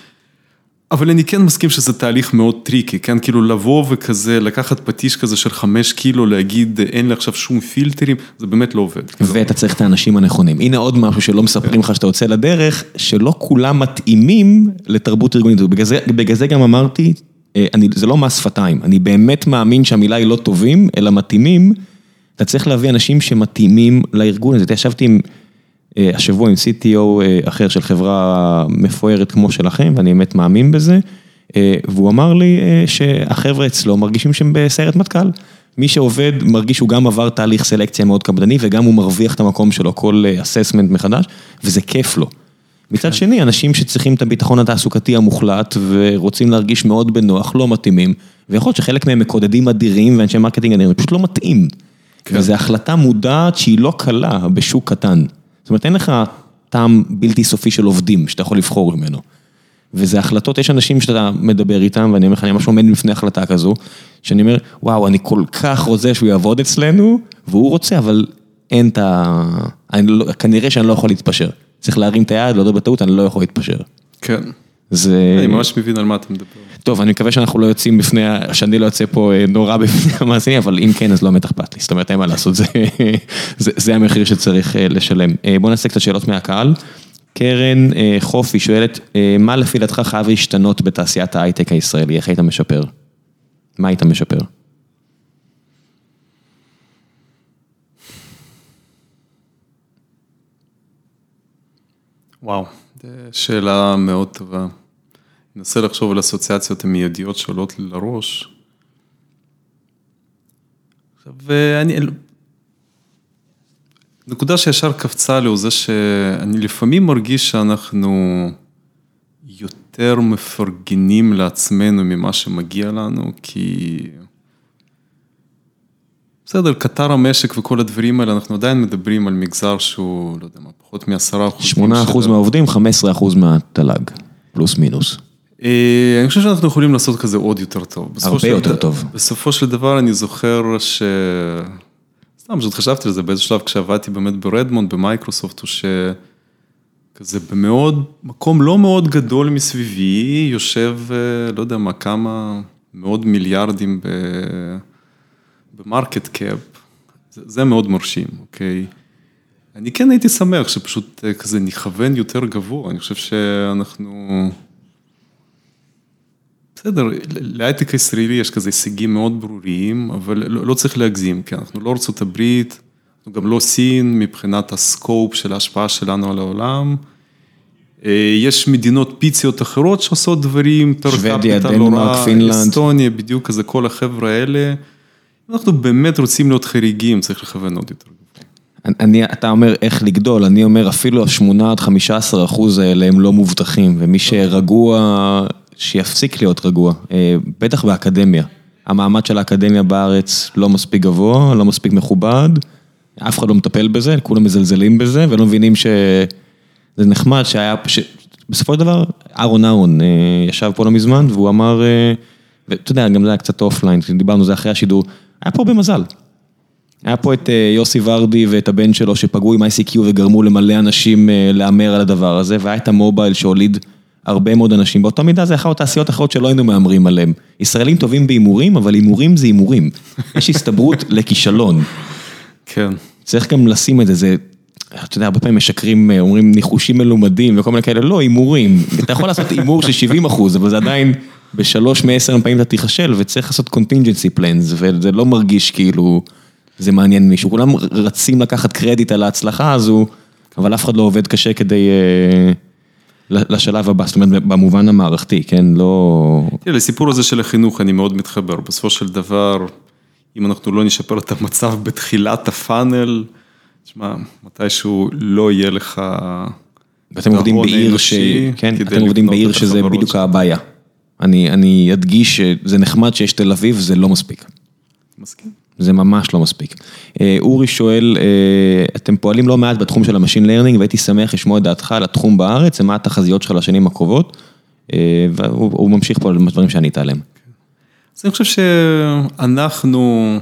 אבל אני כן מסכים שזה תהליך מאוד טריקי, כן? כאילו לבוא וכזה, לקחת פטיש כזה של חמש קילו, להגיד אין לי עכשיו שום פילטרים, זה באמת לא עובד. ואתה צריך את האנשים הנכונים. הנה עוד משהו שלא מספרים לך שאתה יוצא לדרך, שלא כולם מתאימים לתרבות ארגונית. בגלל זה גם אמרתי, אני, זה לא מס שפתיים, אני באמת מאמין שהמילה היא לא טובים, אלא מתאימים, אתה צריך להביא אנשים שמתאימים לארגון הזה. ישבתי עם, השבוע עם סי טי או אחר של חברה מפוארת כמו שלכם, ואני באמת מאמין בזה, והוא אמר לי שהחבר'ה אצלו מרגישים שהם בסיירת מטכ"ל. מי שעובד מרגיש שהוא גם עבר תהליך סלקציה מאוד קפדני, וגם הוא מרוויח את המקום שלו, כל אססמנט מחדש, וזה כיף לו. מצד שני, אנשים שצריכים את הביטחון התעסוקתי המוחלט, ורוצים להרגיש מאוד בנוח, לא מתאימים, ויכול להיות שחלק מהם מקודדים אדירים, ואנשי מרקטינג אדירים, פשוט לא מתאים. וזו החלטה מודעת שהיא לא קלה בשוק קטן. זאת אומרת, אין לך טעם בלתי סופי של עובדים, שאתה יכול לבחור ממנו. וזה החלטות, יש אנשים שאתה מדבר איתם, ואני אומר לך, אני ממש עומד לפני החלטה כזו, שאני אומר, וואו, אני כל כך רוצה שהוא יעבוד אצלנו, והוא רוצה, אבל אין את ה... כנראה שאני לא יכול להתפשר. צריך להרים את היד, לא בטעות, אני לא יכול להתפשר. כן. זה... אני ממש מבין על מה אתה מדבר. טוב, אני מקווה שאנחנו לא יוצאים בפני, שאני לא יוצא פה נורא בפני המאזינים, אבל אם כן, אז לא באמת אכפת לי. זאת אומרת, אין מה לעשות, זה, זה, זה המחיר שצריך לשלם. בואו נעשה קצת שאלות מהקהל. קרן חופי שואלת, מה לפי דעתך חייב להשתנות בתעשיית ההייטק הישראלי? איך היית משפר? מה היית משפר? וואו, שאלה מאוד טובה. ננסה לחשוב על אסוציאציות המיידיות שעולות לי לראש. ואני... נקודה שישר קפצה לי הוא זה שאני לפעמים מרגיש שאנחנו יותר מפרגנים לעצמנו ממה שמגיע לנו, כי... בסדר, קטר המשק וכל הדברים האלה, אנחנו עדיין מדברים על מגזר שהוא, לא יודע מה, פחות מעשרה אחוז. שמונה אחוז מהעובדים, חמישה עשר אחוז מהתל"ג, פלוס מינוס. אני חושב שאנחנו יכולים לעשות כזה עוד יותר טוב. הרבה יותר טוב. בסופו של דבר אני זוכר ש... סתם, פשוט חשבתי על זה באיזה שלב כשעבדתי באמת ברדמונד, במייקרוסופט, הוא שכזה במאוד, מקום לא מאוד גדול מסביבי, יושב, לא יודע מה, כמה מאות מיליארדים במרקט קאפ. זה מאוד מרשים, אוקיי? אני כן הייתי שמח שפשוט כזה נכוון יותר גבוה, אני חושב שאנחנו... בסדר, להייטק הישראלי יש כזה הישגים מאוד ברורים, אבל לא, לא צריך להגזים, כי אנחנו לא ארצות הברית, אנחנו גם לא סין מבחינת הסקופ של ההשפעה שלנו על העולם. יש מדינות פיציות אחרות שעושות דברים, שוודיה, דנמרק, פינלנד. אסטוניה, בדיוק כזה כל החבר'ה האלה. אנחנו באמת רוצים להיות חריגים, צריך לכוון עוד יותר. אני, אתה אומר איך לגדול, אני אומר אפילו ה-שמונה עד חמישה עשר אחוז האלה הם לא מובטחים, ומי שרגוע... שיפסיק להיות רגוע, בטח באקדמיה. המעמד של האקדמיה בארץ לא מספיק גבוה, לא מספיק מכובד, אף אחד לא מטפל בזה, כולם מזלזלים בזה, ולא מבינים שזה נחמד, שהיה, בסופו של דבר, אהרון אהרון ישב פה לא מזמן, והוא אמר, ואתה יודע, גם זה היה קצת אופליין, דיברנו על זה אחרי השידור, היה פה במזל. היה פה את יוסי ורדי ואת הבן שלו שפגעו עם איי סי קיו וגרמו למלא אנשים לאמר על הדבר הזה, והיה את המובייל שהוליד הרבה מאוד אנשים, באותו מידה זה אחד תעשיות אחרות שלא היינו מאמרים עליהם. ישראלים טובים באימורים, אבל אימורים זה אימורים. יש הסתברות לכישלון. כן. צריך גם לשים את זה, זה, אתה יודע, הרבה פעמים משקרים, אומרים ניחושים מלומדים וכל מיני כאלה, לא, אימורים. אתה יכול לעשות אימור של שבעים אחוז, אבל זה עדיין בשלוש מעשר פעמים אתה תיחשל, וצריך לעשות contingency plans, וזה לא מרגיש כאילו, זה מעניין מישהו. כולם רצים לקחת קרדיט על ההצלחה הזו, אבל אף אחד לא עובד קשה כדי... לשלב הבא, זאת אומרת, במובן המערכתי, כן, לא... תראה, לסיפור הזה של החינוך אני מאוד מתחבר, בסופו של דבר, אם אנחנו לא נשפר את המצב בתחילת הפאנל, תשמע, מתישהו לא יהיה לך... ואתם עובדים בעיר ש... כן, אתם עובדים בעיר שזה בדיוק הבעיה. אני, אני אדגיש שזה נחמד שיש תל אביב, זה לא מספיק. מסכים. זה ממש לא מספיק. אורי שואל, אתם פועלים לא מעט בתחום של המשין לרנינג, והייתי שמח לשמוע את דעתך על התחום בארץ, ומה התחזיות שלך לשנים הקרובות, והוא ממשיך פה על דברים שאני אתעלם. אז אני חושב שאנחנו,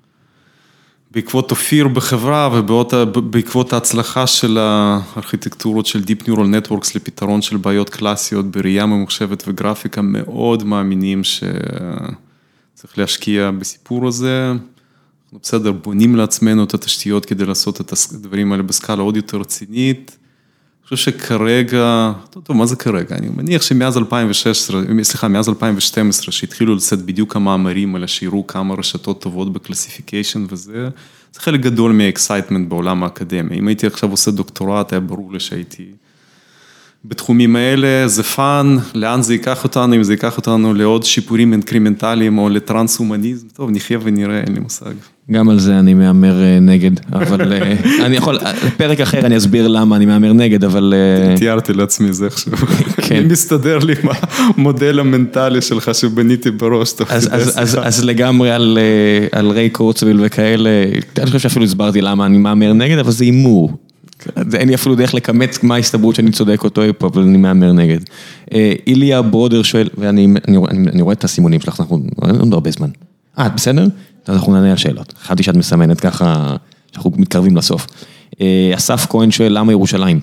בעקבות אופיר בחברה, ובעקבות ההצלחה של הארכיטקטורות של Deep Neural Networks, לפתרון של בעיות קלאסיות, בראייה ממוחשבת וגרפיקה, מאוד מאמינים שצריך להשקיע בסיפור הזה, אנחנו בסדר, בונים לעצמנו את התשתיות כדי לעשות את הדברים האלה בסקאלה עוד יותר רצינית. אני חושב שכרגע, טוב, טוב, מה זה כרגע? אני מניח שמאז אלפיים ושש עשרה, סליחה, מאז אלפיים ושתים עשרה, שהתחילו לצאת בדיוק המאמרים האלה, שיראו כמה רשתות טובות בקלסיפיקיישן וזה, זה חלק גדול מהאקסייטמנט בעולם האקדמי. אם הייתי עכשיו עושה דוקטורט, היה ברור לי שהייתי בתחומים האלה, זה פאן, לאן זה ייקח אותנו, אם זה ייקח אותנו לעוד שיפורים אינקרימנטליים או לטרנס-הומניזם, טוב, נחיה ונראה, אין לי מושג. גם על זה אני מאמר נגד, אבל אני יכול, בפרק אחר אני אסביר למה אני מאמר נגד, אבל... תיארתי לעצמי זה עכשיו. אני מסתדר לי עם המודל המנטלי שלך שבניתי בראש. אז לגמרי על ריי קורצוויל וכאלה, אני חושב שאפילו הסברתי למה אני מאמר נגד, אבל זה אימור. אין לי אפילו דרך לקמץ מה ההסתברות שאני צודק אותו פה, אבל אני מאמר נגד. איליה ברודר שואל, ואני רואה את הסימונים שלך, אנחנו לא הרבה זמן. אה, בסדר? אז אנחנו נענה על שאלות. חשבתי שאת מסמנת ככה, שאנחנו מתקרבים לסוף. אסף כהן שואל, למה ירושלים?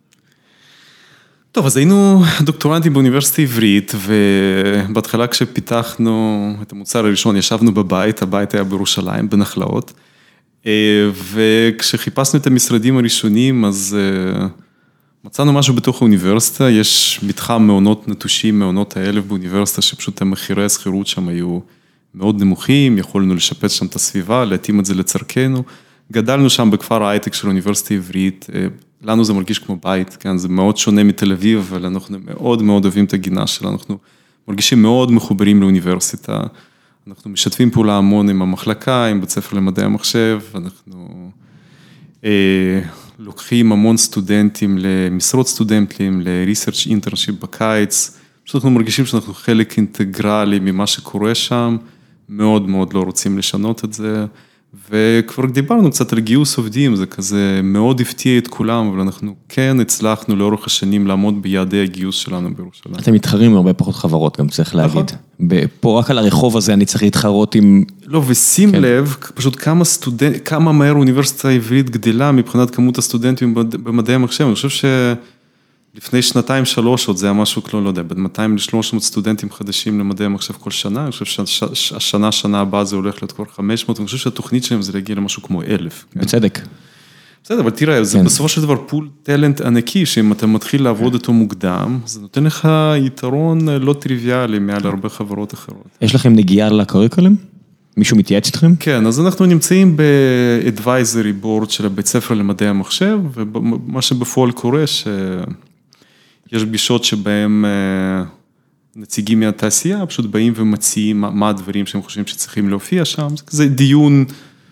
טוב, אז היינו דוקטורנטים באוניברסיטה העברית, ובהתחלה כשפיתחנו את המוצר הראשון, ישבנו בבית, הבית היה בירושלים, בנחלאות, וכשחיפשנו את המשרדים הראשונים, אז מצאנו משהו בתוך האוניברסיטה, יש מתחם מעונות נטושים, מעונות האלף באוניברסיטה, שפשוט המחירי הסחירות שם היו מאוד נמוכים, יכולנו לשפץ שם את הסביבה, להתאים את זה לצרכנו, גדלנו שם בכפר ההייטק של האוניברסיטה העברית, לנו זה מרגיש כמו בית, כן? זה מאוד שונה מתל אביב, אבל אנחנו מאוד מאוד אוהבים את הגינה שלנו, אנחנו מרגישים מאוד מחוברים לאוניברסיטה, אנחנו משתפים פעולה המון עם המחלקה, עם בית ספר למדעי המחשב, אנחנו אה, לוקחים המון סטודנטים למשרות סטודנטים, ל-research internship בקיץ, פשוט אנחנו מרגישים שאנחנו חלק אינטגרלי ממה שקורה שם, מאוד מאוד לא רוצים לשנות את זה, וכבר דיברנו קצת על גיוס עובדים, זה כזה מאוד הפתיע את כולם, אבל אנחנו כן הצלחנו לאורך השנים לעמוד ביעדי הגיוס שלנו בירושלים. אתם מתחרים עם הרבה פחות חברות, גם צריך להגיד. פה רק על הרחוב הזה אני צריך להתחרות עם... לא, ושים לב, פשוט כמה סטודנט, כמה מהר האוניברסיטה העברית גדלה מבחינת כמות הסטודנטים במדעי המחשב. אני חושב שלפני שנתיים, שלוש עוד זה היה משהו, לא יודע, בין מאתיים ל-שלוש מאות סטודנטים חדשים למדעי המחשב כל שנה. אני חושב שהשנה, שנה הבאה זה הולך להיות כבר חמש מאות, ואני חושב שהתוכנית שלהם זה להגיע למשהו כמו אלף. בצדק. בסדר, אבל תראה, זה בסופו של דבר פול טלנט ענקי, שאם אתה מתחיל לעבוד אותו מוקדם, זה נותן לך יתרון לא טריוויאלי מעל הרבה חברות אחרות. יש לכם נגיעה לקוריקולום? מישהו מתייעץ איתכם? כן, אז אנחנו נמצאים ב-advisory board של הבית ספר למדעי המחשב, ומה שבפועל קורה, שיש פגישות שבהם נציגים מהתעשייה, פשוט באים ומציעים מה הדברים שהם חושבים שצריכים להופיע שם, זה דיון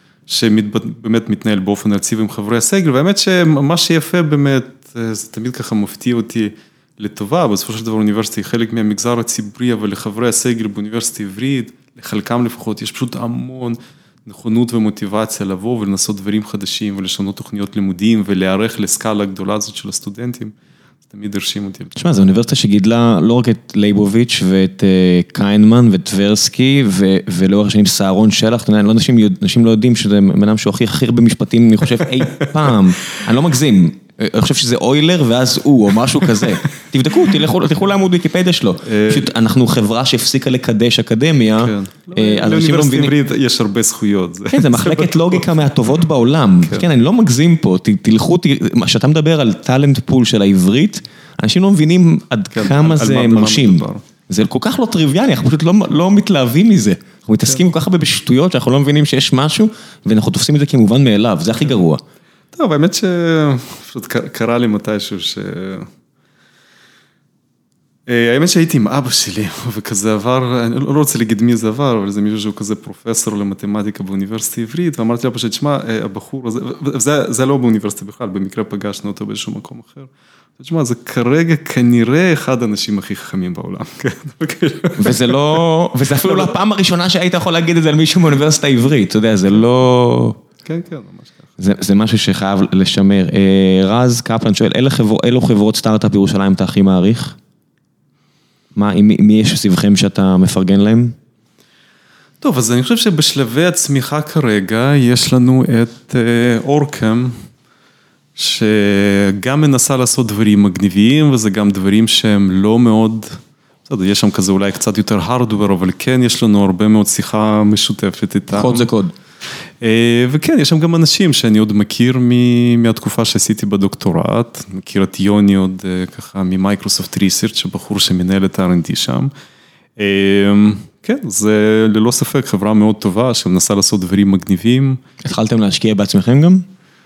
שבאמת מתנהל באופן רציף עם חברי הסגל, והאמת שמה שיפה באמת, זה תמיד ככה מפתיע אותי לטובה, בסופו של דבר האוניברסיטה היא חלק מהמגזר הציבורי, אבל לחברי הסגל באוניברסיטה העברית, לחלקם לפחות, יש פשוט המון נכונות ומוטיבציה לבוא ולנסות דברים חדשים ולשנות תוכניות לימודים ולהיערך לסקאלה הגדולה הזאת של הסטודנטים. תמיד הרשים אותי. תשמע, זו אוניברסיטה שגידלה לא רק את לייבוביץ' ואת קיינמן וטברסקי ולאורך השנים סהרון שלח, אתה יודע, אנשים לא יודעים שזה מנהל שהוא הכי הכי הרבה משפטים, אני חושב אי פעם, אני לא מגזים, אני חושב שזה אוילר ואז הוא או משהו כזה. תבדקו, תלכו לעמוד ויקיפדיה שלו. פשוט אנחנו חברה שהפסיקה לקדש אקדמיה. לאוניברסיטה העברית יש הרבה זכויות. כן, זה מחלקת לוגיקה מהטובות בעולם. כן, אני לא מגזים פה, תלכו, כשאתה מדבר על טלנט פול של העברית, אנשים לא מבינים עד כמה זה מרשים. זה כל כך לא טריוויאלי, אנחנו פשוט לא מתלהבים מזה. אנחנו מתעסקים כל כך הרבה בשטויות שאנחנו לא מבינים שיש משהו, ואנחנו תופסים את זה כמובן מאליו, זה הכי גרוע. טוב, האמת שפשוט קרה לי מתישהו ש... האמת שהייתי עם אבא שלי, וכזה עבר, אני לא רוצה להגיד מי זה עבר, אבל זה מישהו שהוא כזה פרופסור למתמטיקה באוניברסיטה העברית, ואמרתי לאבא שלי, תשמע, הבחור הזה, וזה לא באוניברסיטה בכלל, במקרה פגשנו אותו באיזשהו מקום אחר. תשמע, זה כרגע כנראה אחד האנשים הכי חכמים בעולם. וזה לא, וזה אפילו לא הפעם הראשונה שהיית יכול להגיד את זה על מישהו באוניברסיטה העברית, אתה יודע, זה לא... כן, כן, ממש ככה. זה, זה משהו שחייב לשמר. רז קפלן שואל, אילו חברות, אילו חברות סטארט-אפ בירושלים אתה הכי מעריך? מה, מי, מי יש סביבכם שאתה מפרגן להם? טוב, אז אני חושב שבשלבי הצמיחה כרגע, יש לנו את אורקם, שגם מנסה לעשות דברים מגניביים, וזה גם דברים שהם לא מאוד, בסדר, יש שם כזה אולי קצת יותר הרדוור, אבל כן, יש לנו הרבה מאוד שיחה משותפת איתם. קוד זה קוד. וכן, יש שם גם אנשים שאני עוד מכיר מהתקופה שעשיתי בדוקטורט, מכיר את יוני עוד ככה ממייקרוסופט ריסרצ' שבחור שמנהל את ה-אר אנד די שם. כן, זה ללא ספק חברה מאוד טובה שמנסה לעשות דברים מגניבים. התחלתם להשקיע בעצמכם גם?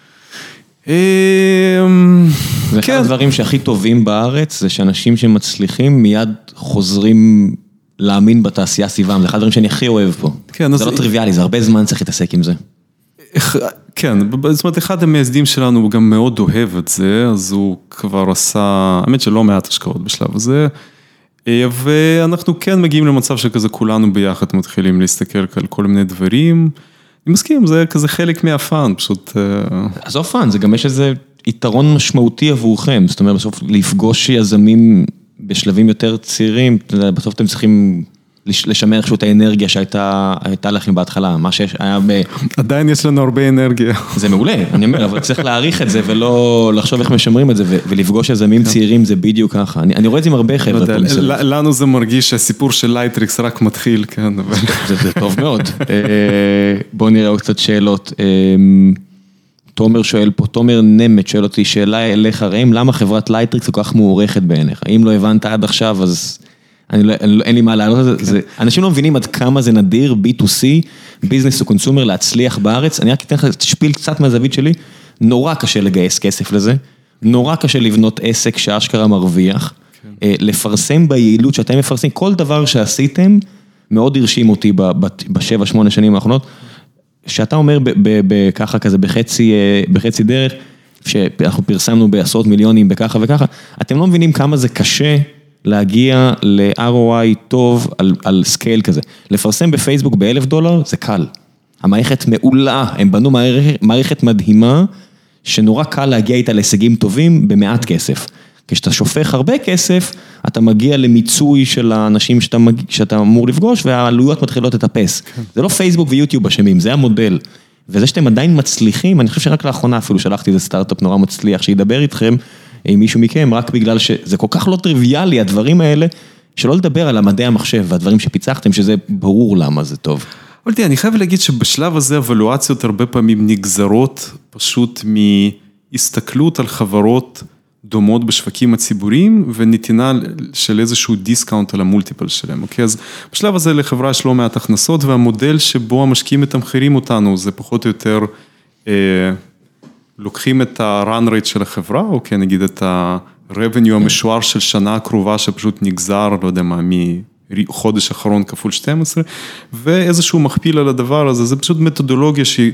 זה אחד הדברים שהכי טובים בארץ, זה שאנשים שמצליחים מיד חוזרים להאמין בתעשייה סביבם, זה אחד הדברים שאני הכי אוהב פה. זה לא טריוויאלי, זה הרבה זמן צריך להתעסק עם זה. כן, זאת אומרת, אחד המייסדים שלנו הוא גם מאוד אוהב את זה, אז הוא כבר עשה, האמת שלא מעט השקעות בשלב הזה, ואנחנו כן מגיעים למצב שכזה כולנו ביחד מתחילים להסתכל על כל מיני דברים, אני מסכים, זה כזה חלק מהפאן, פשוט... אז לא פאן, זה גם יש איזה יתרון משמעותי עבורכם, זאת אומרת, בסוף לפגוש יזמים בשלבים יותר צעירים, בסוף אתם צריכים לשמר איכשהו את האנרגיה שהייתה לכם בהתחלה, מה שהיה ב... עדיין יש לנו הרבה אנרגיה. זה מעולה, אני אומר, אבל צריך להעריך את זה ולא לחשוב איך משמרים את זה, ולפגוש יזמים צעירים זה בדיוק ככה. אני רואה את זה עם הרבה חבר'ה פה מסביב. לנו זה מרגיש שהסיפור של לייטריקס רק מתחיל, כן. זה טוב מאוד. בואו נראה עוד קצת שאלות. תומר שואל פה, תומר נמת שואל אותי, שאלה אליך ראם, למה חברת לייטריקס כל כך מעורכת בעיניך? אם לא הבנת עד עכשיו, אז אני לא, אין לי מה לעלות על זה. אנשים לא מבינים עד כמה זה נדיר, בי טו סי, ביזנס טו קונסומר, להצליח בארץ. אני רק אתן לך תשפיל קצת מהזווית שלי, נורא קשה לגייס כסף לזה, נורא קשה לבנות עסק שאשכרה מרוויח, לפרסם ביעילות שאתם מפרסמים, כל דבר שעשיתם, מאוד הרשים אותי בשבע, שמונה שנים האחרונות, שאתה אומר בככה כזה, בחצי, בחצי דרך, שאנחנו פרסמנו בעשרות מיליונים בככה וככה, אתם לא מבינים כמה זה קשה להגיע ל-אר או איי טוב על, על סקייל כזה. לפרסם בפייסבוק באלף דולר, זה קל. המערכת מעולה, הם בנו מערכת מדהימה, שנורא קל להגיע איתה להישגים טובים במעט כסף. כשאתה שופך הרבה כסף, אתה מגיע למיצוי של האנשים שאתה, מגיע, שאתה אמור לפגוש, והעלויות מתחילות לטפס. כן. זה לא פייסבוק ויוטיוב אשמים, זה המודל. וזה שאתם עדיין מצליחים, אני חושב שרק לאחרונה אפילו שלחתי איזה סטארט-אפ נורא מצליח, שידבר איתכם, עם מישהו מכם, רק בגלל שזה כל כך לא טריוויאלי, הדברים האלה, שלא לדבר על המדעי המחשב, והדברים שפיצחתם, שזה ברור למה זה טוב. אבל תראה, אני חייב להגיד שבשלב הזה, אבלואציות הרבה פעמים נגזרות, פשוט מהסתכלות על חברות, דומות בשווקים הציבוריים, ונתינה של איזשהו דיסקאונט על המולטיפל שלהם, אוקיי? אז בשלב הזה לחברה יש לא מעט הכנסות, והמודל שבו המשקיעים מתמחרים אותנו, זה פחות או יותר, אה, לוקחים את ה-run rate של החברה, אוקיי? נגיד את ה-revenue המשוער של שנה הקרובה, שפשוט נגזר, לא יודע מה, מחודש אחרון כפול שתים עשרה, ואיזשהו מכפיל על הדבר הזה, זה פשוט מתודולוגיה שהיא,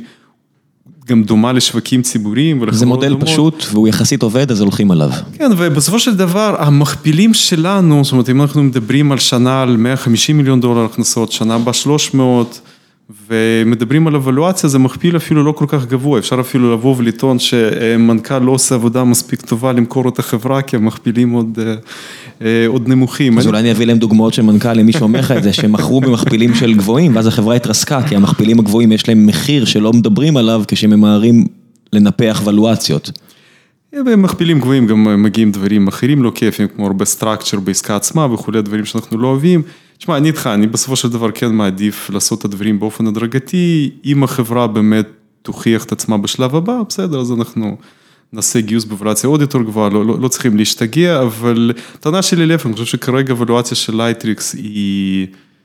גם דומה לשווקים ציבוריים. זה מודל דומות. פשוט, והוא יחסית עובד, אז הולכים עליו. כן, ובסופו של דבר, המכפילים שלנו, זאת אומרת, אם אנחנו מדברים על שנה על מאה וחמישים מיליון דולר הכנסות, שנה ב-שלוש מאות, ומדברים על אבלואציה, זה מכפיל אפילו לא כל כך גבוה, אפשר אפילו לבוא ולטעון שמנכ"ל לא עושה עבודה מספיק טובה למכור את החברה, כי המכפילים עוד, עוד נמוכים. אז אולי אני אביא להם דוגמאות של מנכ"ל, למי שאומר לך את זה, שמכרו במכפילים של גבוהים, ואז החברה התרסקה, כי המכפילים הגבוהים יש להם מחיר שלא מדברים עליו, כשממהרים לנפח אבלואציות. במכפילים גבוהים גם מגיעים דברים אחרים לא כיפים, כמו הרבה סטרקצ'ר בעסקה עצמה וכולי, דברים שאנחנו לא אוהבים. תשמע, אני איתך, אני בסופו של דבר כן מעדיף לעשות את הדברים באופן הדרגתי, אם החברה באמת תוכיח את עצמה בשלב הבא, בסדר, אז אנחנו נעשה גיוס באבלואציה עוד יותר גבוהה, לא, לא, לא צריכים להשתגע, אבל טענה שלי להפך, אני חושב שכרגע אבלואציה של לייטריקס היא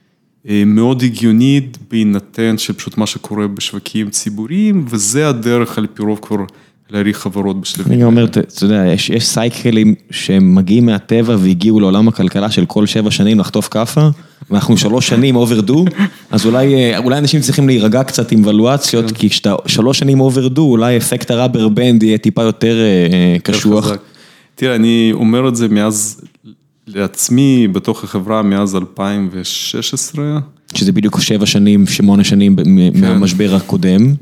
מאוד הגיונית, בהינתן של פשוט מה שקורה בשווקים ציבוריים, וזה הדרך על פי רוב כבר להעריך חברות בשלבים. אני אומר, אתה יודע, יש, יש סייקלים שהם מגיעים מהטבע והגיעו לעולם הכלכלה של כל שבע שנים לחטוף כפה, ואנחנו שלוש שנים אוברדו, אז אולי, אולי אנשים צריכים להירגע קצת עם ולואציות, כי כשאתה שלוש שנים אוברדו, אולי אפקט הראבר בנד יהיה טיפה יותר קשוח. תראה, אני אומר את זה מאז לעצמי, בתוך החברה מאז אלפיים ושש עשרה. שזה בדיוק שבע שנים, שמונה שנים מהמשבר הקודם.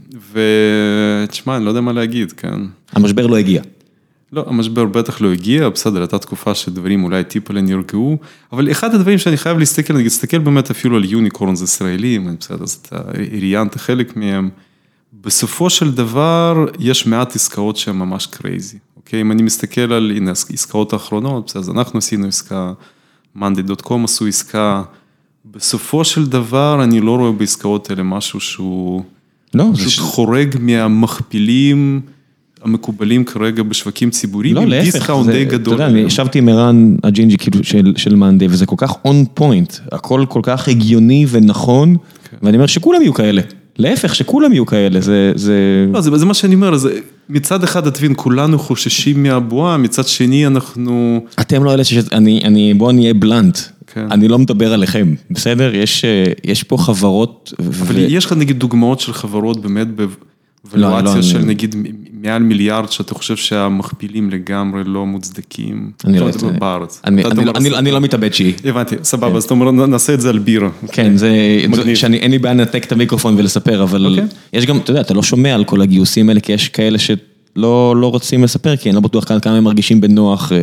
ותשמע, אני לא יודע מה להגיד, כן. המשבר לא הגיע. לא, המשבר בטח לא הגיע, בסדר, הייתה תקופה שדברים אולי טיפה נרגעו, אבל אחד הדברים שאני חייב להסתכל, אני אסתכל באמת אפילו על יוניקורנס ישראלים, בסדר, אז אתה ראיינת חלק מהם, בסופו של דבר יש מעט עסקאות שהן ממש קרייזי, אוקיי? אם אני מסתכל על, הנה, עסקאות האחרונות, בסדר, אז אנחנו עשינו עסקה, מאנדי דוט קום עשו עסקה, בסופו של דבר אני לא רואה בעסקאות האלה משהו שהוא לא, פשוט זה חורג מהמכפילים המקובלים כרגע בשווקים ציבוריים, לא, להפך, דיסקאונט די גדול. אתה יודע, אני ישבתי עם ערן הג'ינג'י כאילו של, של מאנדי, וזה כל כך on point, הכל כל כך הגיוני ונכון, כן. ואני אומר שכולם יהיו כאלה. להפך, שכולם יהיו כאלה, זה... זה... לא, זה, זה מה שאני אומר, זה, מצד אחד, אתבין, כולנו חוששים מהבועה, מצד שני אנחנו... אתם לא אלה ש... אני, אני, בוא נהיה בלנט, כן. אני לא מדבר עליכם, בסדר? יש, יש פה חברות... אבל ו... יש לך נגיד דוגמאות של חברות באמת בוולואציה לא, של אני... נגיד מעל מיליארד, שאתה חושב שהמכפילים לגמרי לא מוצדקים. אני לא... בארץ. אני, אני, אני, אני לא מתאבד שהיא. הבנתי, סבבה, אז אתה אומר, נעשה את זה על בירה. כן, זה... שאני, אין לי בעיה לנתק את המיקרופון ולספר, אבל יש גם, אתה יודע, אתה לא שומע על כל הגיוסים האלה, כי יש כאלה שלא לא רוצים לספר, כי אני לא בטוח כמה הם מרגישים בנוח...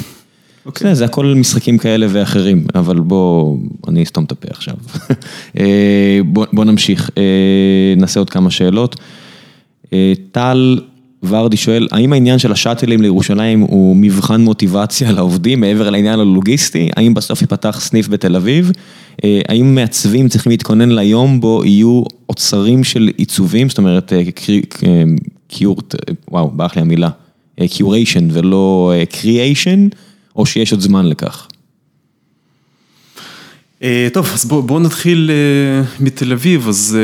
Okay. זה הכל משחקים כאלה ואחרים, אבל בוא, אני אסתום את הפה עכשיו. בוא, בוא נמשיך, נעשה עוד כמה שאלות. טל ורדי שואל, האם העניין של השאטלים לירושלים הוא מבחן מוטיבציה לעובדים, מעבר לעניין הלוגיסטי? האם בסוף ייפתח סניף בתל אביב? האם מעצבים צריכים להתכונן ליום בו יהיו אוצרים של עיצובים, זאת אומרת, קיורט, וואו, ברח לי המילה, קיוריישן ולא קריאיישן, או שיש עוד זמן לכך? טוב, אז בואו נתחיל מתל אביב, אז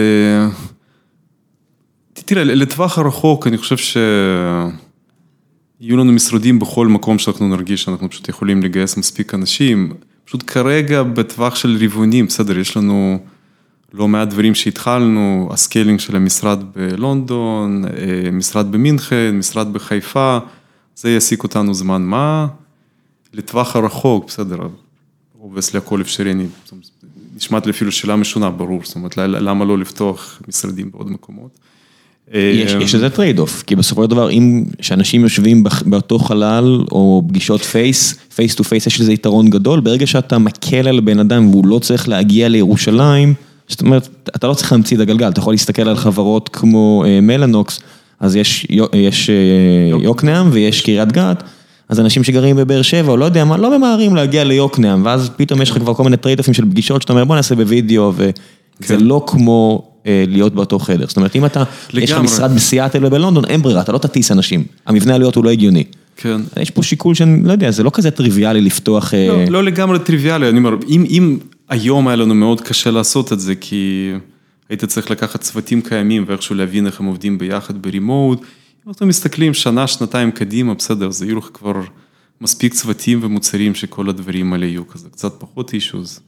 תראה, לטווח הרחוק אני חושב שיהיו לנו משרדים בכל מקום שאנחנו נרגיש, שאנחנו פשוט יכולים לגייס מספיק אנשים, פשוט כרגע בטווח של רבעונים, בסדר, יש לנו לא מעט דברים שהתחלנו, הסקיילינג של המשרד בלונדון, משרד במינכן, משרד בחיפה, זה יעסיק אותנו זמן מה, לטווח הרחוק, בסדר, אובייסלי הכל אפשרי, אני, נשמעת לי אפילו שאלה משונה, ברור, זאת אומרת, למה לא לפתוח משרדים בעוד מקומות? יש, יש איזה טרייד אוף, כי בסופו של דבר, אם שאנשים יושבים באותו חלל, או פגישות פייס, פייס טו פייס, יש לזה יתרון גדול, ברגע שאתה מקל על בן אדם, והוא לא צריך להגיע לירושלים, זאת אומרת, אתה לא צריך להמציא את הגלגל, אתה יכול להסתכל על חברות כמו מלנוקס, אז יש, יש יוקנעם ויש קריית גת, אז אנשים שגרים בבאר שבע, או לא יודע מה, לא ממהרים להגיע ליוקנעם, ואז פתאום יש לך כבר כל מיני טרייד-אופים של פגישות, שאתה אומר, בוא נעשה בווידאו, וזה לא כמו להיות באותו חדר. זאת אומרת, אם אתה, יש לך משרד בסיאטל ובלונדון, אין ברירה, אתה לא תטיס אנשים. המבנה עלויות הוא לא הגיוני. כן. יש פה שיקול שאני לא יודע, זה לא כזה טריוויאלי לפתוח... לא, לא לגמרי טריוויאלי, אני אומר, אם, אם היום היה לנו מאוד קשה לעשות את זה, כי היית צריך לקחת צוותים קיימים, ואיכשהו להבין איך הם עובדים ביחד ברימוט, אם אתם מסתכלים שנה, שנתיים קדימה, בסדר, זה יהיו לך כבר מספיק צוותים ומוצרים שכל הדברים האלה יהיו כזה, קצת פחות אישוז.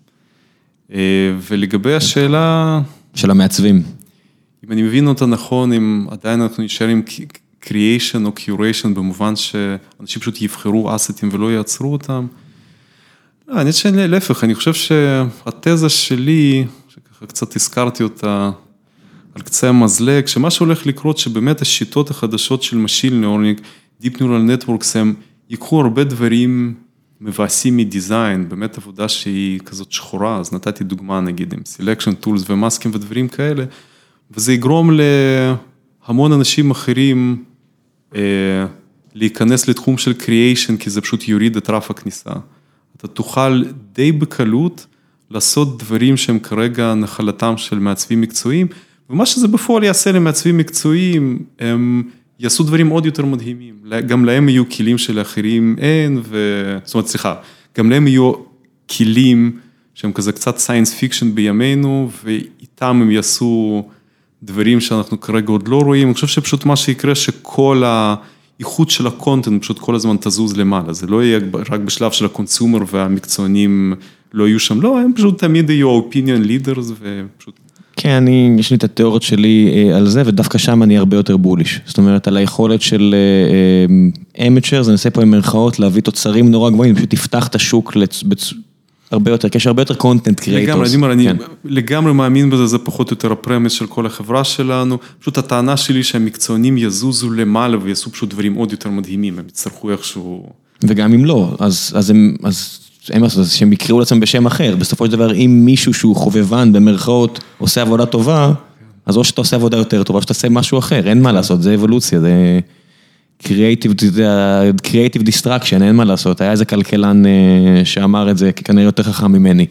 ולגבי השאלה... של המעצבים. אם אני מבין אותה נכון, אם עדיין אנחנו נשארים creation או curation, במובן שאנשים פשוט יבחרו אסטים ולא יעצרו אותם. לא, אני חושב להפך, אני חושב שהתזה שלי, שככה קצת הזכרתי אותה, על קצה המזלג, שמה שהולך לקרות, שבאמת השיטות החדשות של Machine Learning, Deep Neural Networks, הם ייקחו הרבה דברים מבאסים מדיזיין, באמת עבודה שהיא כזאת שחורה, אז נתתי דוגמה נגיד עם Selection Tools ומאסקים ודברים כאלה, וזה יגרום להמון אנשים אחרים אה, להיכנס לתחום של Creation, כי זה פשוט יוריד את רף הכניסה. אתה תוכל די בקלות לעשות דברים שהם כרגע נחלתם של מעצבים מקצועיים, ומה שזה בפועל יעשה למעצבים מקצועיים, הם יעשו דברים עוד יותר מדהימים. גם להם יהיו כלים שלאחרים אין, ו... זאת אומרת, סליחה, גם להם יהיו כלים שהם כזה קצת סיינס פיקשן בימינו, ואיתם הם יעשו דברים שאנחנו כרגע עוד לא רואים. אני חושב שפשוט מה שיקרה, שכל האיכות של הקונטנט פשוט כל הזמן תזוז למעלה. זה לא יהיה רק בשלב של הקונסומר והמקצוענים לא יהיו שם. לא, הם פשוט תמיד יהיו opinion leaders ופשוט... כן, אני, יש לי את התיאוריות שלי על זה, ודווקא שם אני הרבה יותר בוליש. זאת אומרת, על היכולת של אמצ'ר, זה נעשה פה עם מרכאות, להביא תוצרים נורא גבוהים, פשוט תפתח את השוק הרבה יותר, כי יש הרבה יותר קונטנט קריאטורס. לגמרי, אני לגמרי מאמין בזה, זה פחות או יותר הפרמיס של כל החברה שלנו. פשוט הטענה שלי שהמקצוענים יזוזו למעלה, ויעשו פשוט דברים עוד יותר מדהימים, הם יצטרכו איכשהו... וגם אם לא, אז, אז הם... אז... אין מה לעשות, שהם יקראו לעצמם בשם אחר. בסופו של דבר, אם מישהו שהוא חובבן במרכאות עושה עבודה טובה, אז או שאתה עושה עבודה יותר טובה, או שאתה עושה משהו אחר, אין מה לעשות, זה אבולוציה, זה creative, זה creative destruction, אין מה לעשות. היה איזה כלכלן שאמר את זה, כי כנראה יותר חכם ממני.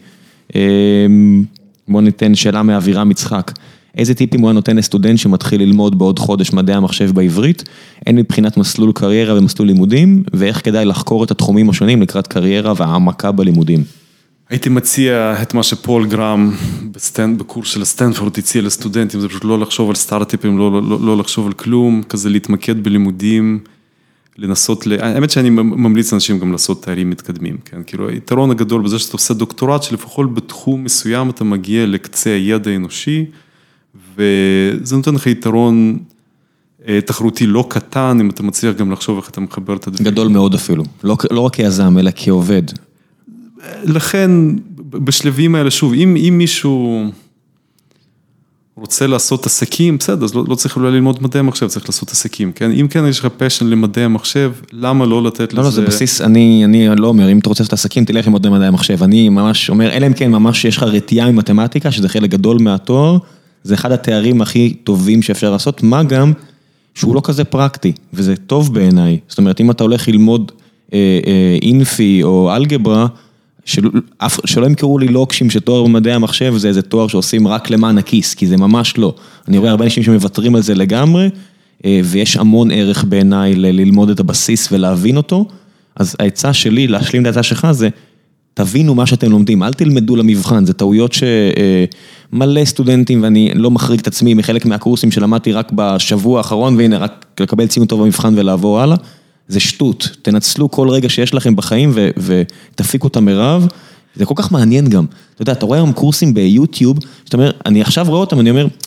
בואו ניתן שאלה מאווירה מצחק. איזה טיפים הוא היה נותן לסטודנט שמתחיל ללמוד בעוד חודש מדעי המחשב בעברית, הן מבחינת מסלול קריירה ומסלול לימודים, ואיך כדאי לחקור את התחומים השונים לקראת קריירה והעמקה בלימודים? הייתי מציע את מה שפול גרם בסטנד, בקורס של הסטנפורד הציע לסטודנטים, זה פשוט לא לחשוב על סטארט-אפים, לא, לא, לא לחשוב על כלום, כזה להתמקד בלימודים, לנסות, ל... האמת שאני ממליץ לאנשים גם לעשות תארים מתקדמים, כן? כאילו, היתרון הגדול בזה שאתה עושה דוקטורט, שלפחות בתחום מסוים אתה מגיע לקצה הידע האנושי, וזה נותן לך יתרון תחרותי לא קטן, אם אתה מצליח גם לחשוב איך אתה מחבר את הדברים. גדול מאוד אפילו, לא, לא רק כיזם, אלא כעובד. לכן, בשלבים האלה, שוב, אם, אם מישהו רוצה לעשות עסקים, בסדר, אז לא, לא צריך אולי ללמוד מדעי המחשב, צריך לעשות עסקים, כן? אם כן יש לך פשן למדעי המחשב, למה לא לתת לא, לזה? לא, זה בסיס, אני, אני לא אומר, אם אתה רוצה לעשות עסקים, תלך ללמוד מדעי המחשב. אני ממש אומר, אלא אם כן, ממש יש לך רתיעה ממתמטיקה, שזה חלק גדול מהתואר, זה אחד התארים הכי טובים שאפשר לעשות, מה גם שהוא לא כזה פרקטי, וזה טוב בעיניי. זאת אומרת, אם אתה הולך ללמוד אה, אה, אינפי או אלגברה, של, שלא ימכרו לי לוקשים שתואר במדעי המחשב, זה איזה תואר שעושים רק למען הכיס, כי זה ממש לא. אני רואה הרבה אנשים שמוותרים על זה לגמרי, אה, ויש המון ערך בעיניי ללמוד את הבסיס ולהבין אותו, אז העצה שלי, להשלים את העצה שלך זה, תבינו מה שאתם לומדים, אל תלמדו למבחן, זה טעויות שמלא סטודנטים, ואני לא מחריג את עצמי מחלק מהקורסים שלמדתי רק בשבוע האחרון, והנה רק לקבל ציון טוב במבחן ולעבור הלאה, זה שטות, תנצלו כל רגע שיש לכם בחיים ותפיקו את המרב, זה כל כך מעניין גם, אתה יודע, אתה רואה היום קורסים ביוטיוב, זאת אומרת, אני עכשיו רואה אותם, אני אומר,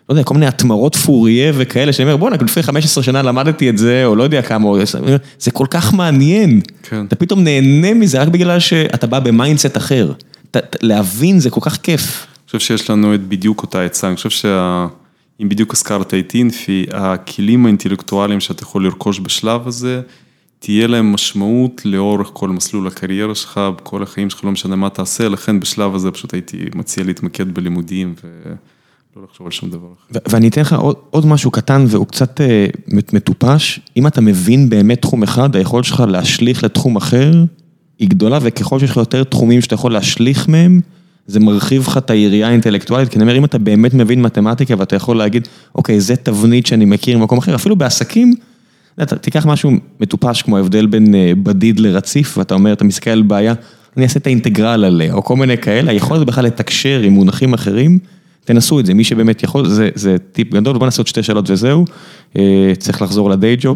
לא יודע, כל מיני התמרות פוריה וכאלה, שאני אומר, בוא, לפני חמש עשרה שנה למדתי את זה, או לא יודע כמה, זה כל כך מעניין. כן. אתה פתאום נהנה מזה, רק בגלל שאתה בא במיינדסט אחר. להבין זה כל כך כיף. אני חושב שיש לנו את בדיוק אותה עצה, אני חושב שאם בדיוק הזכרת את אינפי, הכלים האינטלקטואליים שאתה יכול לרכוש בשלב הזה, תהיה להם משמעות לאורך כל מסלול הקריירה שלך, בכל החיים שלך, לא משנה מה תעשה, לכן בשלב הזה פשוט הייתי מציע להתמקד בלימודים ולא לחשוב על שום דבר אחר. ואני אתן לך עוד, עוד משהו קטן והוא קצת מטופש, אם אתה מבין באמת תחום אחד, היכולת שלך להשליך לתחום אחר היא גדולה, וככל שיש לך יותר תחומים שאתה יכול להשליך מהם, זה מרחיב לך את היריעה האינטלקטואלית, כי אני אומר, אם אתה באמת מבין מתמטיקה, ואתה יכול להגיד, אוקיי, זה תבנית שאני מכיר במקום אחר, אפילו בעסקים, אתה תיקח משהו מטופש, כמו ההבדל בין בדיד לרציף, ואתה אומר, אתה מסתכל על בעיה, אני אעשה את האינטגרל עליה, או כל מיני כאלה, היכול זה בכלל לתקשר עם מונחים אחרים, תנסו את זה, מי שבאמת יכול, זה, זה טיפ גדול, בוא נעשה עוד שתי שאלות וזהו, צריך לחזור לדיי ג'וב.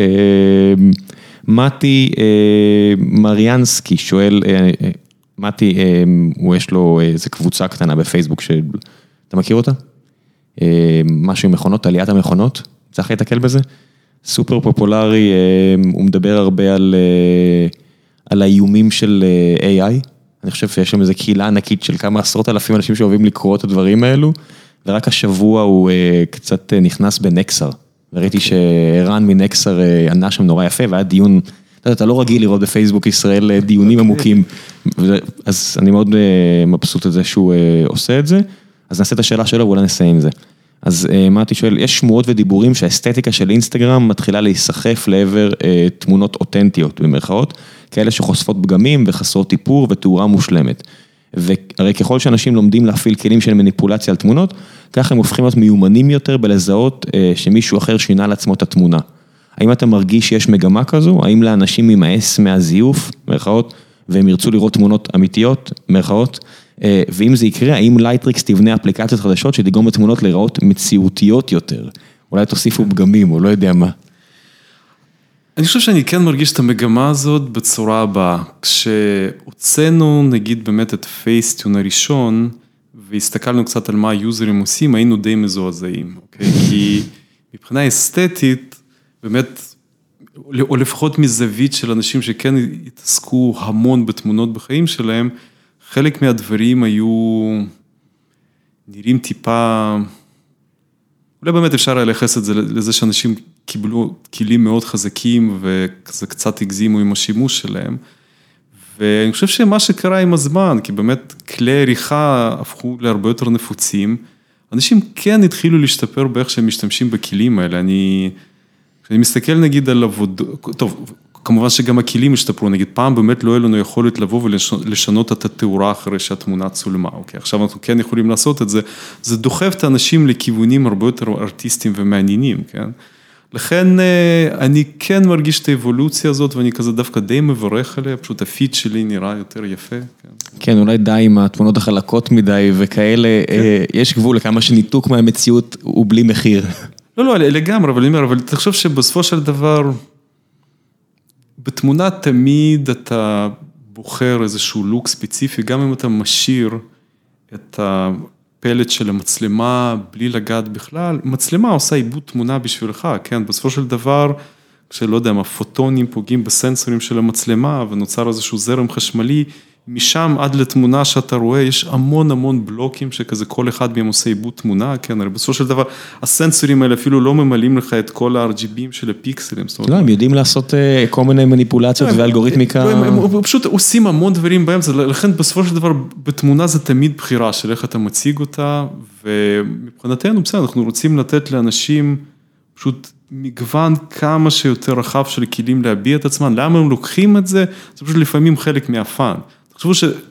מתי מריאנסקי שואל, מתי, הוא יש לו איזו קבוצה קטנה בפייסבוק, שאתה מכיר אותה? משהו עם מכונות, עליית המכונות, צריך להתקל בזה? סופר פופולרי, הוא מדבר הרבה על, על האיומים של איי איי, אני חושב שיש שם איזו קהילה ענקית של כמה עשרות אלפים אנשים שאוהבים לקרוא את הדברים האלו, ורק השבוע הוא קצת נכנס בנקסר, וראיתי שערן מנקסר ענה שם נורא יפה, והיה דיון, אתה לא רגיל לראות בפייסבוק ישראל דיונים עמוקים, אז אני מאוד מבסוט את זה שהוא עושה את זה, אז נעשה את השאלה שלו ואולי נסיים עם זה. אז מתי שואל, יש שמועות ודיבורים שהאסתטיקה של אינסטגרם מתחילה להיסחף לעבר תמונות אותנטיות במרכאות, כאלה שחושפות פגמים וחסרות טיפור ותאורה מושלמת. והרי ככל שאנשים לומדים להפעיל כלים של מניפולציה על תמונות, כך הם הופכים להיות מיומנים יותר בלזהות שמישהו אחר שינה לעצמו את התמונה. האם אתה מרגיש שיש מגמה כזו? האם לאנשים ממאס מהזיוף, במרכאות, והם ירצו לראות תמונות אמיתיות, במרכאות? ואם זה יקרה, האם לייטריקס תבנה אפליקציות חדשות שתגרום לתמונות להיראות מציאותיות יותר? אולי תוסיפו פגמים, או לא יודע מה. אני חושב שאני כן מרגיש את המגמה הזאת בצורה הבאה. כשהוצאנו, נגיד, באמת את פייסטיון הראשון, והסתכלנו קצת על מה היוזרים עושים, היינו די מזועזעים, אוקיי? כי מבחינה אסתטית, באמת, או לפחות מזווית של אנשים שכן התעסקו המון בתמונות בחיים שלהם, חלק מהדברים היו נראים טיפה, אולי באמת אפשר היה לייחס את זה לזה שאנשים קיבלו כלים מאוד חזקים וכזה קצת הגזימו עם השימוש שלהם. ואני חושב שמה שקרה עם הזמן, כי באמת כלי עריכה הפכו להרבה יותר נפוצים, אנשים כן התחילו להשתפר באיך שהם משתמשים בכלים האלה. אני, כשאני מסתכל נגיד על עבוד, טוב, כמובן שגם הכלים השתפרו, נגיד פעם באמת לא היה לנו יכולת לבוא ולשנות את התאורה אחרי שהתמונה צולמה, אוקיי? עכשיו אנחנו כן יכולים לעשות את זה, זה דוחף את האנשים לכיוונים הרבה יותר ארטיסטיים ומעניינים, כן? לכן אני כן מרגיש את האבולוציה הזאת, ואני כזה דווקא די מברך עליה, פשוט הפיד שלי נראה יותר יפה. כן, כן אולי די עם התמונות החלקות מדי וכאלה, כן. יש גבול לכמה שניתוק מהמציאות הוא בלי מחיר. לא, לא, לגמרי, אבל אני אומר, אבל תחשוב שבסופו של דבר, בתמונה תמיד אתה בוחר איזשהו לוק ספציפי, גם אם אתה משאיר את הפלט של המצלמה בלי לגעת בכלל, מצלמה עושה עיבוד תמונה בשבילך, כן? בסופו של דבר, כשלא יודע, הפוטונים פוגעים בסנסורים של המצלמה, ונוצר איזשהו זרם חשמלי, משם עד לתמונה שאתה רואה, יש המון המון בלוקים שכזה כל אחד מהם עושה עיבוד תמונה, כן, הרי בסופו של דבר, הסנסורים האלה אפילו לא ממלאים לך את כל ה-אר ג'י בי של הפיקסלים. לא, הם יודעים לעשות כל מיני מניפולציות ואלגוריתמיקה. הם פשוט עושים המון דברים באמצע, לכן בסופו של דבר, בתמונה זה תמיד בחירה של איך אתה מציג אותה, ומבחינתנו, בסדר, אנחנו רוצים לתת לאנשים פשוט מגוון כמה שיותר רחב של כלים להביע את עצמם, למה הם לוקחים את זה? זה פשוט לפעמים חלק מהפן. תחשבו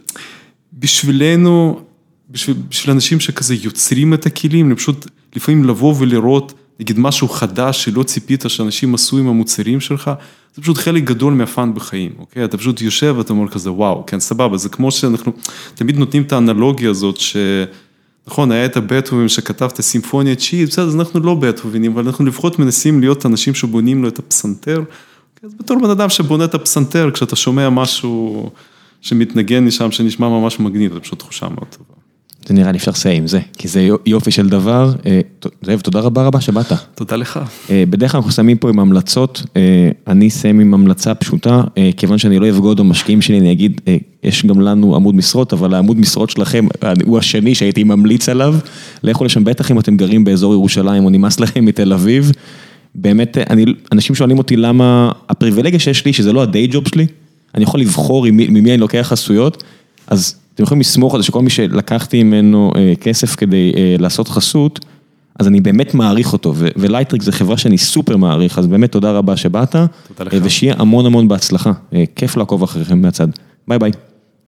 שבשבילנו, בשביל, בשביל אנשים שכזה יוצרים את הכלים, פשוט לפעמים לבוא ולראות, נגיד משהו חדש שלא ציפית שאנשים עשו עם המוצרים שלך, זה פשוט חלק גדול מהפן בחיים, אוקיי? אתה פשוט יושב ואתה אומר כזה, וואו, כן, סבבה, זה כמו שאנחנו תמיד נותנים את האנלוגיה הזאת, ש... נכון, היה את הבטהובן שכתב את הסימפוניה התשיעית, בסדר, אז אנחנו לא בטהובנים, אבל אנחנו לפחות מנסים להיות אנשים שבונים לו את הפסנתר, אז בתור בן אדם שבונה את הפסנתר, כשאתה שומע משהו שמתנגן משם, שנשמע ממש מגניב, זה פשוט תחושה מאוד טובה. זה נראה לי אפשר לסיים, זה, כי זה יופי של דבר. זאב, תודה רבה רבה שבאת. תודה לך. בדרך כלל אנחנו שמים פה עם המלצות, אני אסיים עם המלצה פשוטה, כיוון שאני לא אבגוד במשקיעים שלי, אני אגיד, יש גם לנו עמוד משרות, אבל העמוד משרות שלכם הוא השני שהייתי ממליץ עליו, לכו לשם בטח אם אתם גרים באזור ירושלים, או נמאס לכם מתל אביב, באמת, אני, אנשים שואלים אותי למה, הפריבילגיה שיש לי, שזה לא הדיי ג'וב שלי, אני יכול לבחור ממי אני לוקח חסויות, אז אתם יכולים לסמוך על זה שכל מי שלקחתי ממנו אה, כסף כדי אה, לעשות חסות, אז אני באמת מעריך אותו, ולייטריקס זה חברה שאני סופר מעריך, אז באמת תודה רבה שבאת, תודה לך. ושיהיה המון המון בהצלחה, אה, כיף לעקוב אחריכם מהצד. ביי ביי.